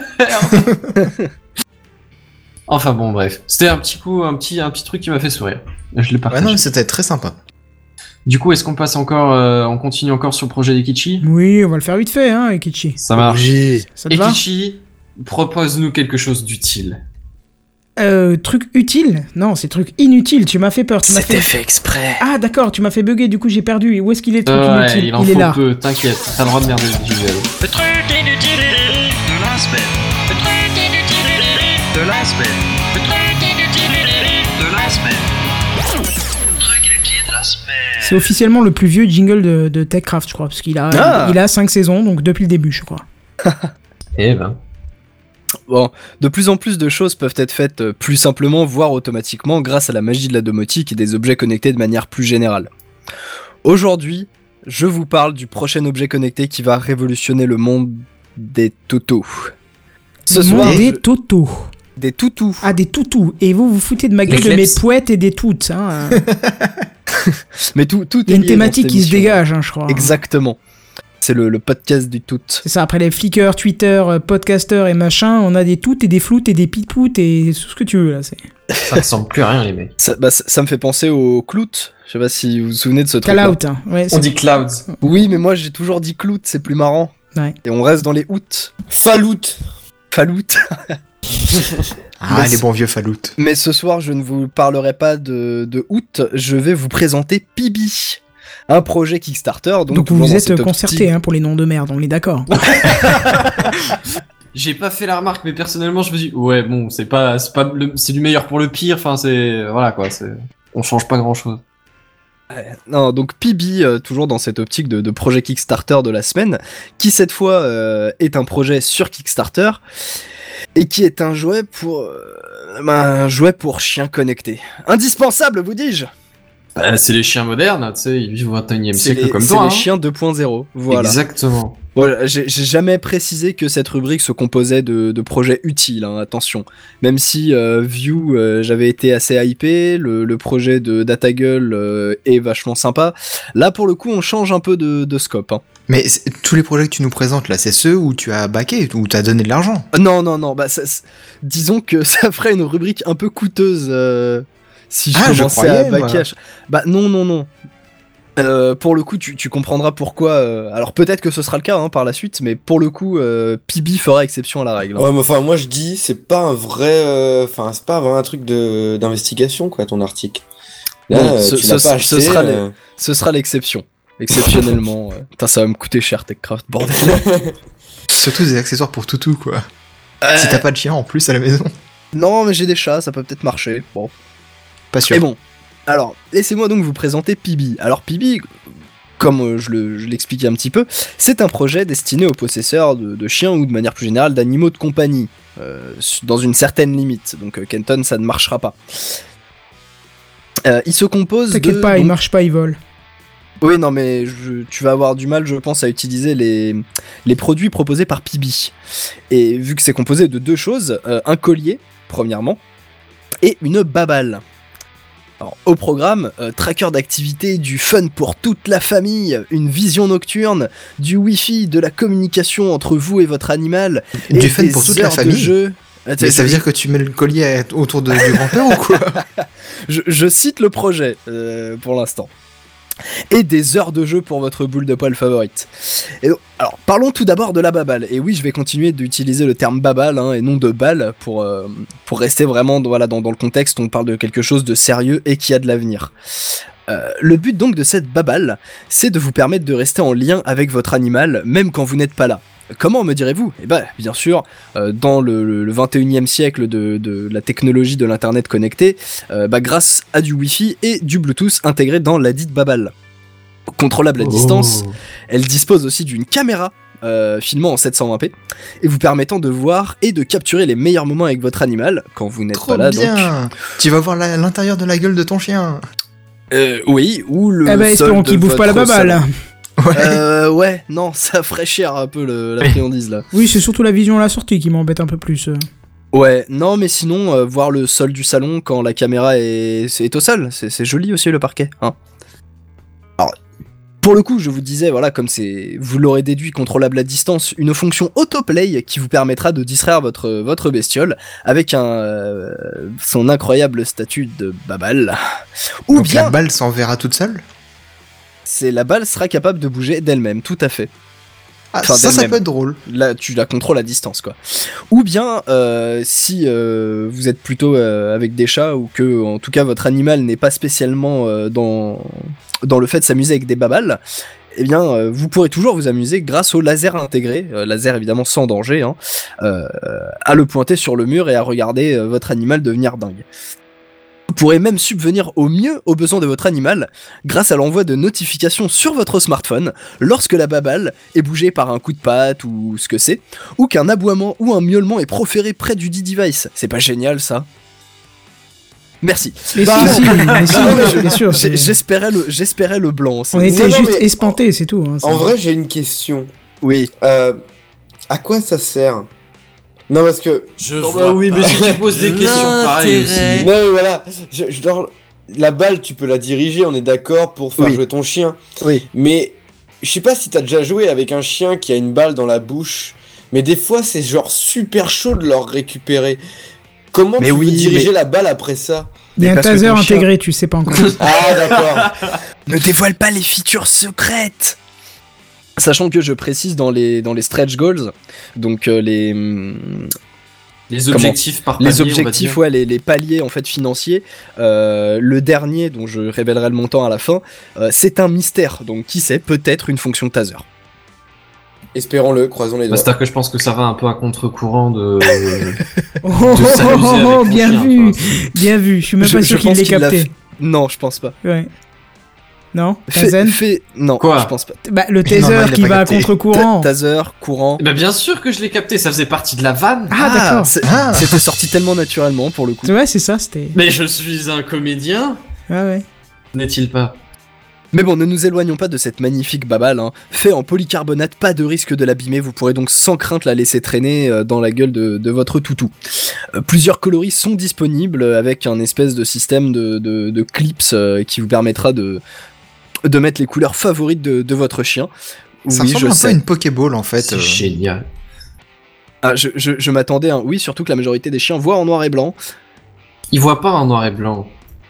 Enfin bon, bref. C'était un petit coup, un petit truc qui m'a fait sourire. Je l'ai partagé. Ouais, non, c'était très sympa. Du coup, est-ce qu'on passe encore, on continue encore sur le projet d'Ekichi? Oui, on va le faire vite fait, hein, Ekichi. Ça marche. Ça te va? Ekichi, propose-nous quelque chose d'utile. Truc utile? Non, c'est truc inutile. Tu m'as fait peur. C'était fait exprès. Ah, d'accord, tu m'as fait bugger, du coup j'ai perdu. Où est-ce qu'il est, le truc Ouais, inutile? il en est faut là. peu, t'inquiète, t'as le droit de merder le jingle. Le truc inutile de la semaine. Le truc inutile de la semaine. Le truc inutile de la semaine. Le truc inutile de la semaine. C'est officiellement le plus vieux jingle de TechCraft, je crois, parce qu'il a 5 saisons, donc depuis le début, je crois. Eh ben. Bon, de plus en plus de choses peuvent être faites plus simplement, voire automatiquement, grâce à la magie de la domotique et des objets connectés de manière plus générale. Aujourd'hui, je vous parle du prochain objet connecté qui va révolutionner le monde des toutous. Ce soir, des toutous. Des toutous. Ah, des toutous. Et vous foutez de ma gueule de mes pouettes et des toutes. Hein. Mais tout il y a une thématique qui se dégage, hein, je crois. Exactement. C'est le podcast du tout. C'est ça, après les Flickr, Twitter, Podcaster et machin, on a des toutes et des floutes et des pitpoutes et tout ce que tu veux là. Ça ressemble plus à rien, les mecs. Ça me fait penser au Clout. Je sais pas si vous vous souvenez de ce truc. Clout, hein. Ouais, on dit Clouds. Oui, mais moi j'ai toujours dit Clout, c'est plus marrant. Ouais. Et on reste dans les out. Falout. Ah, les bons vieux Falout. Mais ce soir, je ne vous parlerai pas de out, je vais vous présenter Pibi. Un projet Kickstarter. Donc vous vous êtes concerté pour les noms de merde, on est d'accord. J'ai pas fait la remarque, mais personnellement, je me dis, ouais, bon, c'est du meilleur pour le pire. Enfin, voilà quoi. On change pas grand chose. Non, donc Pibi, toujours dans cette optique de projet Kickstarter de la semaine, qui cette fois est un projet sur Kickstarter et qui est un jouet pour chiens connectés. Indispensable, vous dis-je. C'est les chiens modernes, tu sais, ils vivent au 21e siècle comme C'est toi. les chiens 2.0, voilà. Exactement. Voilà, j'ai jamais précisé que cette rubrique se composait de projets utiles, hein, attention. Même si View, j'avais été assez hypé, le projet de Datagull est vachement sympa. Là, pour le coup, on change un peu de scope. Hein. Mais tous les projets que tu nous présentes là, c'est ceux où tu as backé, où tu as donné de l'argent. Non, bah disons que ça ferait une rubrique un peu coûteuse si je commençais à backer. Bah non. Pour le coup, tu comprendras pourquoi. Alors peut-être que ce sera le cas par la suite, mais pour le coup, Pibi fera exception à la règle. Hein. Ouais, mais enfin, moi je dis, c'est pas un vrai, c'est pas vraiment un truc d'investigation quoi, ton article. Là, bon, tu l'as pas acheté. Ce sera l'exception. Exceptionnellement. Putain, ça va me coûter cher TechCraft, bordel. Surtout des accessoires pour toutou quoi. Si t'as pas de chien en plus à la maison. Non, mais j'ai des chats, ça peut peut-être marcher. Bon. Pas sûr. Et bon. Alors, laissez-moi donc vous présenter Pibi. Alors Pibi, comme je l'expliquais un petit peu, c'est un projet destiné aux possesseurs de chiens ou de manière plus générale d'animaux de compagnie, dans une certaine limite. Donc Kenton, ça ne marchera pas. Il se compose T'inquiète pas, il marche pas, il vole. Oui, non, mais tu vas avoir du mal, je pense, à utiliser les produits proposés par Pibi. Et vu que c'est composé de deux choses, un collier, premièrement, et une babale. Alors, au programme, tracker d'activité, du fun pour toute la famille, une vision nocturne, du wifi, de la communication entre vous et votre animal. Du fun pour toute la famille jeu. Mais ça veut dire que tu mets le collier autour du grand-père ou quoi? je cite le projet pour l'instant. Et des heures de jeu pour votre boule de poil favorite. Et donc, alors, parlons tout d'abord de la babale. Et oui, je vais continuer d'utiliser le terme babale et non de balle pour rester vraiment dans le contexte où on parle de quelque chose de sérieux et qui a de l'avenir. Le but donc de cette babale, c'est de vous permettre de rester en lien avec votre animal, même quand vous n'êtes pas là. Comment, me direz-vous? Eh ben, bien sûr, dans le 21e siècle de la technologie de l'internet connecté, grâce à du Wi-Fi et du Bluetooth intégré dans la dite babale. Contrôlable à distance, elle dispose aussi d'une caméra filmant en 720p et vous permettant de voir et de capturer les meilleurs moments avec votre animal quand vous n'êtes pas là. Bien. Donc, tu vas voir l'intérieur de la gueule de ton chien. Oui, ou le. Eh ben, espérons qu'il bouffe pas la babale. Ouais, non, ça ferait cher un peu la friandise là. Oui, c'est surtout la vision à la sortie qui m'embête un peu plus. Ouais, non, mais sinon, voir le sol du salon quand la caméra est au sol, c'est joli aussi le parquet. Hein. Alors, pour le coup, je vous disais, voilà, comme vous l'aurez déduit, contrôlable à distance, une fonction autoplay qui vous permettra de distraire votre bestiole avec son incroyable statut de babale. Ou donc bien la balle s'enverra toute seule? la balle sera capable de bouger d'elle-même, tout à fait. d'elle-même. peut être drôle. Là, tu la contrôles à distance, quoi. Ou bien, si vous êtes plutôt avec des chats, ou que, en tout cas, votre animal n'est pas spécialement dans le fait de s'amuser avec des babales, eh bien, vous pourrez toujours vous amuser grâce au laser intégré, laser évidemment sans danger, hein, à le pointer sur le mur et à regarder votre animal devenir dingue. Vous pourrez même subvenir au mieux aux besoins de votre animal grâce à l'envoi de notifications sur votre smartphone lorsque la babale est bougée par un coup de patte ou ce que c'est, ou qu'un aboiement ou un miaulement est proféré près du dit device. C'est pas génial ça ? Merci. Mais bien sûr. J'espérais le blanc. On était juste espantés, c'est tout. Hein, en vrai, j'ai une question. Oui. À quoi ça sert ? Non, parce que... oui, mais si tu poses des questions pareilles aussi. Non, mais voilà. Genre, la balle, tu peux la diriger, on est d'accord, pour faire jouer ton chien. Oui. Mais je sais pas si t'as déjà joué avec un chien qui a une balle dans la bouche, mais des fois, c'est genre super chaud de leur récupérer. Comment tu peux diriger la balle après ça ? Il y a un taser intégré, tu sais pas encore. Ah, d'accord. Ne dévoile pas les features secrètes. Sachant que je précise dans les stretch goals, donc les objectifs par palier, les objectifs, ouais, les paliers en fait financiers. Le dernier, dont je révélerai le montant à la fin, c'est un mystère. Donc qui sait, peut-être une fonction taser. Espérons-le, croisons les doigts. C'est-à-dire que je pense que ça va un peu à contre-courant de. Bien vu. Je suis même pas sûr qu'il l'ait capté. Non, je pense pas. Ouais. Non, non, quoi je pense pas. Bah, le taser qui va à contre-courant. Taser, courant. Bah, bien sûr que je l'ai capté, ça faisait partie de la vanne. Ah, d'accord. C'était sorti tellement naturellement pour le coup. Ouais, c'est ça, c'était. Mais je suis un comédien. Ah ouais. N'est-il pas ? Mais bon, ne nous éloignons pas de cette magnifique babale, hein. Fait en polycarbonate, pas de risque de l'abîmer, vous pourrez donc sans crainte la laisser traîner dans la gueule de votre toutou. Plusieurs coloris sont disponibles avec un espèce de système de clips qui vous permettra de mettre les couleurs favorites de votre chien. Ça ressemble un peu à une Pokéball en fait. C'est génial. Ah, je m'attendais, hein. Oui, surtout que la majorité des chiens voient en noir et blanc. Ils voient pas en noir et blanc.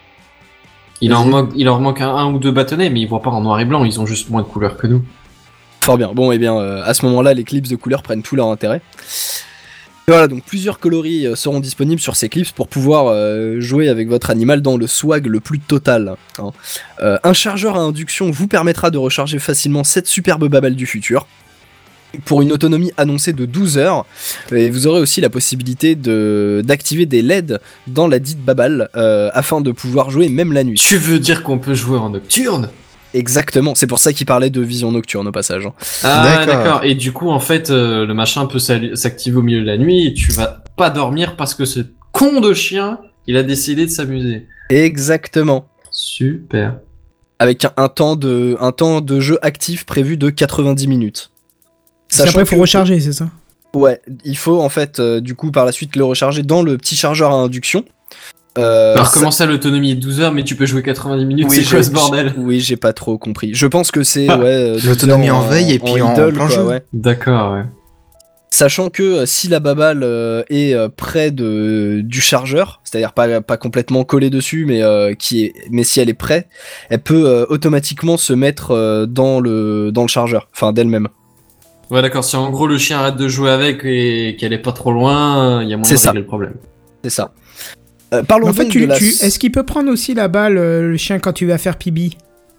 Il leur manque un ou deux bâtonnets, mais ils voient pas en noir et blanc, ils ont juste moins de couleurs que nous. Fort bien. Bon, et bien, à ce moment-là, les clips de couleurs prennent tout leur intérêt. Et voilà, donc plusieurs coloris seront disponibles sur ces clips pour pouvoir jouer avec votre animal dans le swag le plus total. Hein. Un chargeur à induction vous permettra de recharger facilement cette superbe babale du futur. Pour une autonomie annoncée de 12 heures, et vous aurez aussi la possibilité d'activer des LED dans la dite babale afin de pouvoir jouer même la nuit. Tu veux dire qu'on peut jouer en nocturne ? Exactement, c'est pour ça qu'il parlait de vision nocturne au passage. Ah d'accord, et du coup en fait le machin peut s'activer au milieu de la nuit et tu vas pas dormir parce que ce con de chien, il a décidé de s'amuser. Exactement. Super. Avec un temps de jeu actif prévu de 90 minutes. Après, il faut recharger, c'est ça ? Ouais, il faut en fait, du coup, par la suite, le recharger dans le petit chargeur à induction. Alors, comment ça, l'autonomie est de 12 heures, mais tu peux jouer 90 minutes, oui, c'est quoi ce bordel ? Oui, j'ai pas trop compris. Je pense que c'est, l'autonomie en veille et puis en plein jeu. Ouais. D'accord, ouais. Sachant que si la babale est près du chargeur, c'est-à-dire pas complètement collée dessus, mais si elle est près, elle peut automatiquement se mettre dans le chargeur, enfin d'elle-même. Ouais, d'accord. Si en gros le chien arrête de jouer avec et qu'elle est pas trop loin, il y a moyen de régler le problème. C'est ça. Parlons en fait, donc est-ce qu'il peut prendre aussi la balle, le chien, quand tu vas faire pipi ?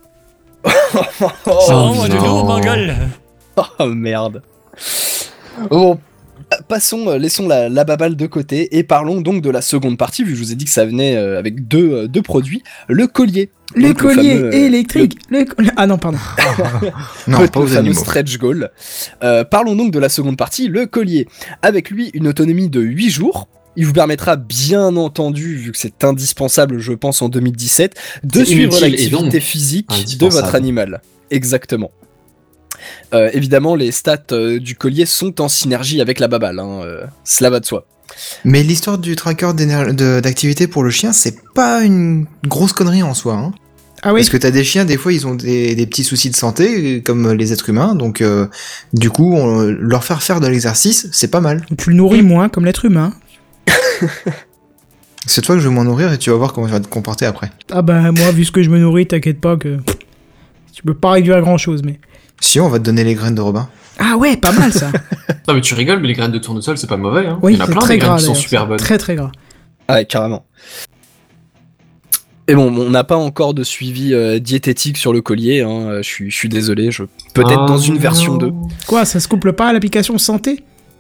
Oh merde. Bon, laissons la babale de côté et parlons donc de la seconde partie, vu que je vous ai dit que ça venait avec deux produits. Le collier. Le collier électrique. Ah non, pardon. Non, pas aux fameux animaux. stretch goal. Parlons donc de la seconde partie, le collier. Avec lui, une autonomie de 8 jours. Il vous permettra, bien entendu, vu que c'est indispensable, je pense, en 2017, de suivre l'activité physique de votre animal. Exactement. Évidemment, les stats du collier sont en synergie avec la babale, hein, cela va de soi. Mais l'histoire du tracker d'activité pour le chien, c'est pas une grosse connerie en soi. Hein. Ah oui. Parce que t'as des chiens, des fois, ils ont des petits soucis de santé, comme les êtres humains, donc du coup, leur faire de l'exercice, c'est pas mal. Tu le nourris moins, comme l'être humain. C'est toi que je vais m'en nourrir et tu vas voir comment tu vas te comporter après. Ah bah moi, vu ce que je me nourris, t'inquiète pas que tu peux pas réduire grand chose, mais... Si, on va te donner les graines de Robin. Ah ouais, pas mal ça. Non mais tu rigoles, mais les graines de tournesol c'est pas mauvais. Hein. Oui, Il y en a c'est plein très des graines gras qui sont d'ailleurs, super c'est bonnes. Très très gras. Ouais, carrément. Et bon, on n'a pas encore de suivi diététique sur le collier, hein. Je suis désolé, peut-être dans une version 2. Quoi, ça se couple pas à l'application santé?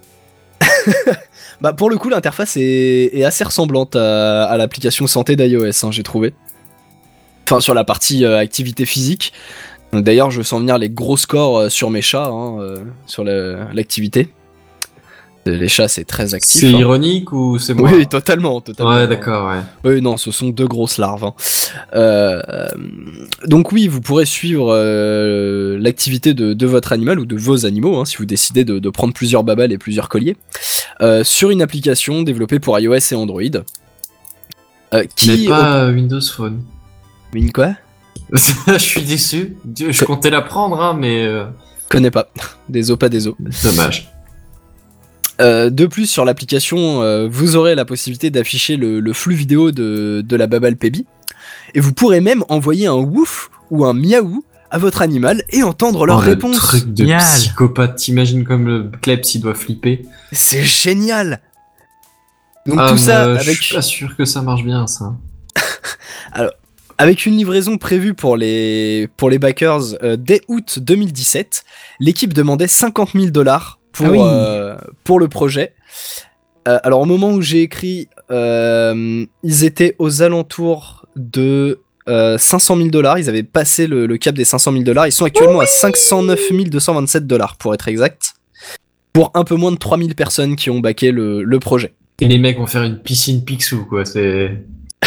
Bah pour le coup, l'interface est assez ressemblante à l'application santé d'iOS, hein, j'ai trouvé. Enfin, sur la partie activité physique. D'ailleurs, je sens venir les gros scores sur mes chats, hein, sur l'activité. Les chats, c'est très actif. C'est hein. ironique ou c'est moi? Oui, totalement. Ouais, d'accord, ouais. Oui, non, ce sont deux grosses larves. Hein. Donc oui, vous pourrez suivre l'activité de votre animal ou de vos animaux, hein, si vous décidez de prendre plusieurs babales et plusieurs colliers, sur une application développée pour iOS et Android. Mais pas Windows Phone. Mine quoi? Je suis déçu. Je comptais la prendre, hein, mais... Connais pas. Désolé, pas désolé. Dommage. De plus, sur l'application, vous aurez la possibilité d'afficher le flux vidéo de la babale Pébi. Et vous pourrez même envoyer un wouf ou un miaou à votre animal et entendre leur réponse. Le truc de psychopathe. T'imagines comme le Klebs, il doit flipper. C'est génial. Donc tout ça avec... Je suis pas sûr que ça marche bien, ça. Alors, avec une livraison prévue pour les backers dès août 2017, l'équipe demandait $50,000 pour le projet. Alors au moment où j'ai écrit, ils étaient aux alentours de $500,000. Ils avaient passé le cap des $500,000. Ils sont actuellement à $509,227 pour être exact. Pour un peu moins de 3000 personnes qui ont backé le projet. Et les mecs vont faire une piscine Picsou, quoi. C'est...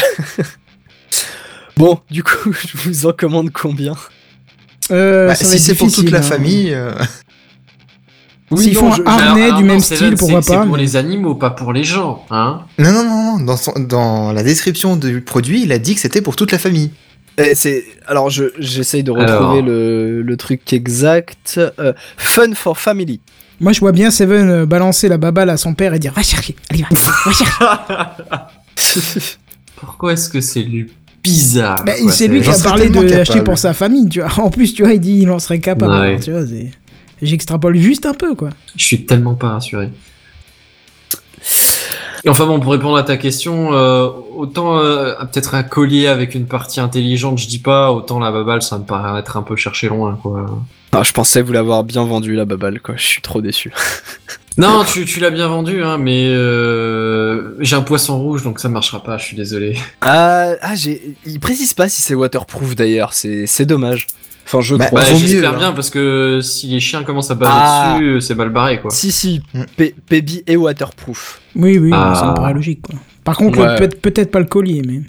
Bon, du coup, je vous en commande combien? Si c'est pour toute la famille... Oui, s'ils font un harnais du même style, pourquoi pas? C'est pour les animaux, pas pour les gens, hein. Non. Dans la description du produit, il a dit que c'était pour toute la famille. Alors, j'essaye de retrouver le truc exact. Fun for family. Moi, je vois bien Seven balancer la babale à son père et dire « Va chercher, allez, va chercher !» Pourquoi est-ce que c'est lui bizarre? C'est lui qui a parlé de l'acheter pour sa famille, tu vois. En plus, tu vois, il dit il en serait capable. Ouais. Tu vois, j'extrapole juste un peu, quoi. Je suis tellement pas rassuré. Et enfin bon, pour répondre à ta question, autant peut-être un collier avec une partie intelligente, je dis pas, autant la babale, ça me paraît être un peu chercher loin, quoi. Ah, je pensais vous l'avoir bien vendu, la babale, quoi. Je suis trop déçu. Non, tu l'as bien vendu, hein, mais j'ai un poisson rouge, donc ça marchera pas, je suis désolé. Il précise pas si c'est waterproof, d'ailleurs. C'est dommage. Enfin, je crois. J'espère bien, parce que si les chiens commencent à baver dessus, c'est mal barré, quoi. Si, Pébi est waterproof. Oui, ça me paraît logique, quoi. Par contre, peut-être pas le collier, mais...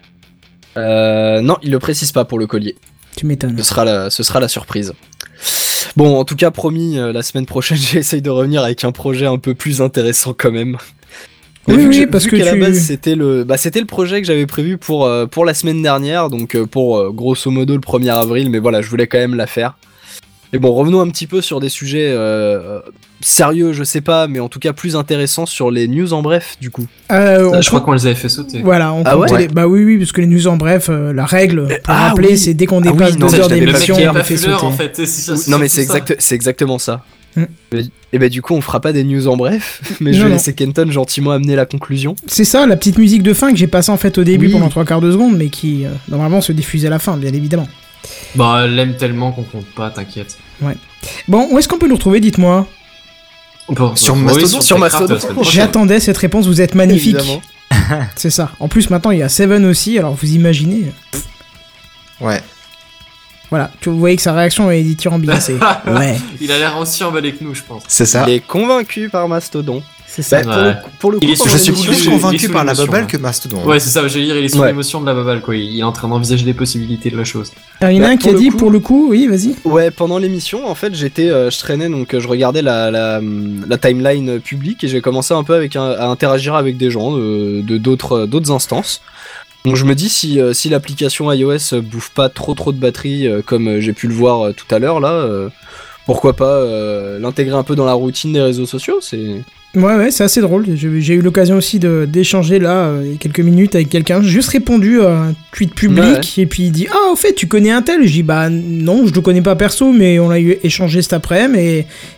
Non, il le précise pas pour le collier. Tu m'étonnes. Ce sera la surprise. Bon, en tout cas, promis, la semaine prochaine, j'essaye de revenir avec un projet un peu plus intéressant quand même. Parce que à la base, c'était le projet que j'avais prévu pour la semaine dernière, donc pour grosso modo le 1er avril, mais voilà, je voulais quand même la faire. Et bon, revenons un petit peu sur des sujets sérieux, je sais pas, mais en tout cas plus intéressants sur les news en bref, du coup. Je crois qu'on les avait fait sauter. Voilà, bah oui, parce que les news en bref, la règle, pour rappeler, c'est dès qu'on dépasse 2 heures d'émission, on les fait sauter. En fait, non, mais c'est exactement ça. Et bah du coup on fera pas des news en bref, mais je vais laisser Kenton gentiment amener la conclusion. C'est ça, la petite musique de fin que j'ai passée en fait au début pendant 3/4 de seconde, mais qui normalement se diffuse à la fin, bien évidemment. Bah elle l'aime tellement qu'on compte pas, t'inquiète. Ouais. Bon, où est-ce qu'on peut nous retrouver, dites-moi? Sur Mastodon. J'attendais cette réponse, vous êtes magnifique. C'est ça. En plus maintenant il y a Seven aussi, alors vous imaginez. Ouais. Voilà, vous voyez que sa réaction est dithyrambique. Ouais. Il a l'air aussi emballé que nous, je pense. C'est ça. Il est convaincu par Mastodon. C'est ça. Pour le coup, je suis plus convaincu par la babale que Mastodon. Ouais, c'est ça, j'allais dire, il est sous l'émotion de la babale, quoi. Il est en train d'envisager les possibilités de la chose. Alors, il y en a un qui a dit, pour le coup, oui, vas-y. Ouais, pendant l'émission, en fait, je traînais, donc je regardais la timeline publique et j'ai commencé un peu à interagir avec des gens de d'autres instances. Donc je me dis si l'application iOS bouffe pas trop de batterie comme j'ai pu le voir tout à l'heure là, pourquoi pas l'intégrer un peu dans la routine des réseaux sociaux, c'est... Ouais, c'est assez drôle. J'ai eu l'occasion aussi d'échanger là il y a quelques minutes avec quelqu'un. J'ai juste répondu à un tweet public et puis il dit au fait tu connais un tel. Je dis bah non, je le connais pas perso, mais on a eu échangé cet après-midi. Et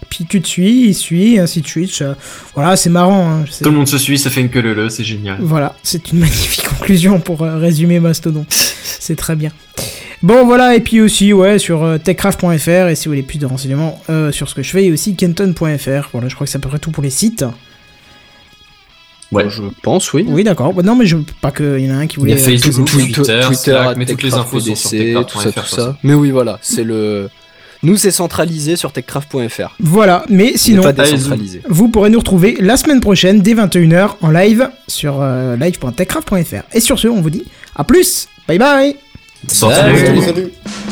puis tu te suis, il suit, et ainsi de suite. Voilà, c'est marrant. Hein. Tout le monde se suit, ça fait une queue leu, c'est génial. Voilà, c'est une magnifique conclusion pour résumer Mastodon. C'est très bien. Bon voilà, et puis aussi sur techcraft.fr, et si vous voulez plus de renseignements sur ce que je fais, il y a aussi kenton.fr. Voilà, je crois que c'est à peu près tout pour les sites. Ouais, je pense, oui. Oui, d'accord. Non, mais je pas qu'il y en a un qui voulait. Il y a Facebook, Twitter, Slack, mais toutes les infos sont sur techcraft.fr. tout ça. Mais oui, voilà, c'est le... Nous, c'est centralisé sur techcraft.fr. Voilà, mais sinon, pas décentralisé. Vous pourrez nous retrouver la semaine prochaine, dès 21h, en live, sur live.techcraft.fr. Et sur ce, on vous dit à plus. Bye bye. Salut. Salut.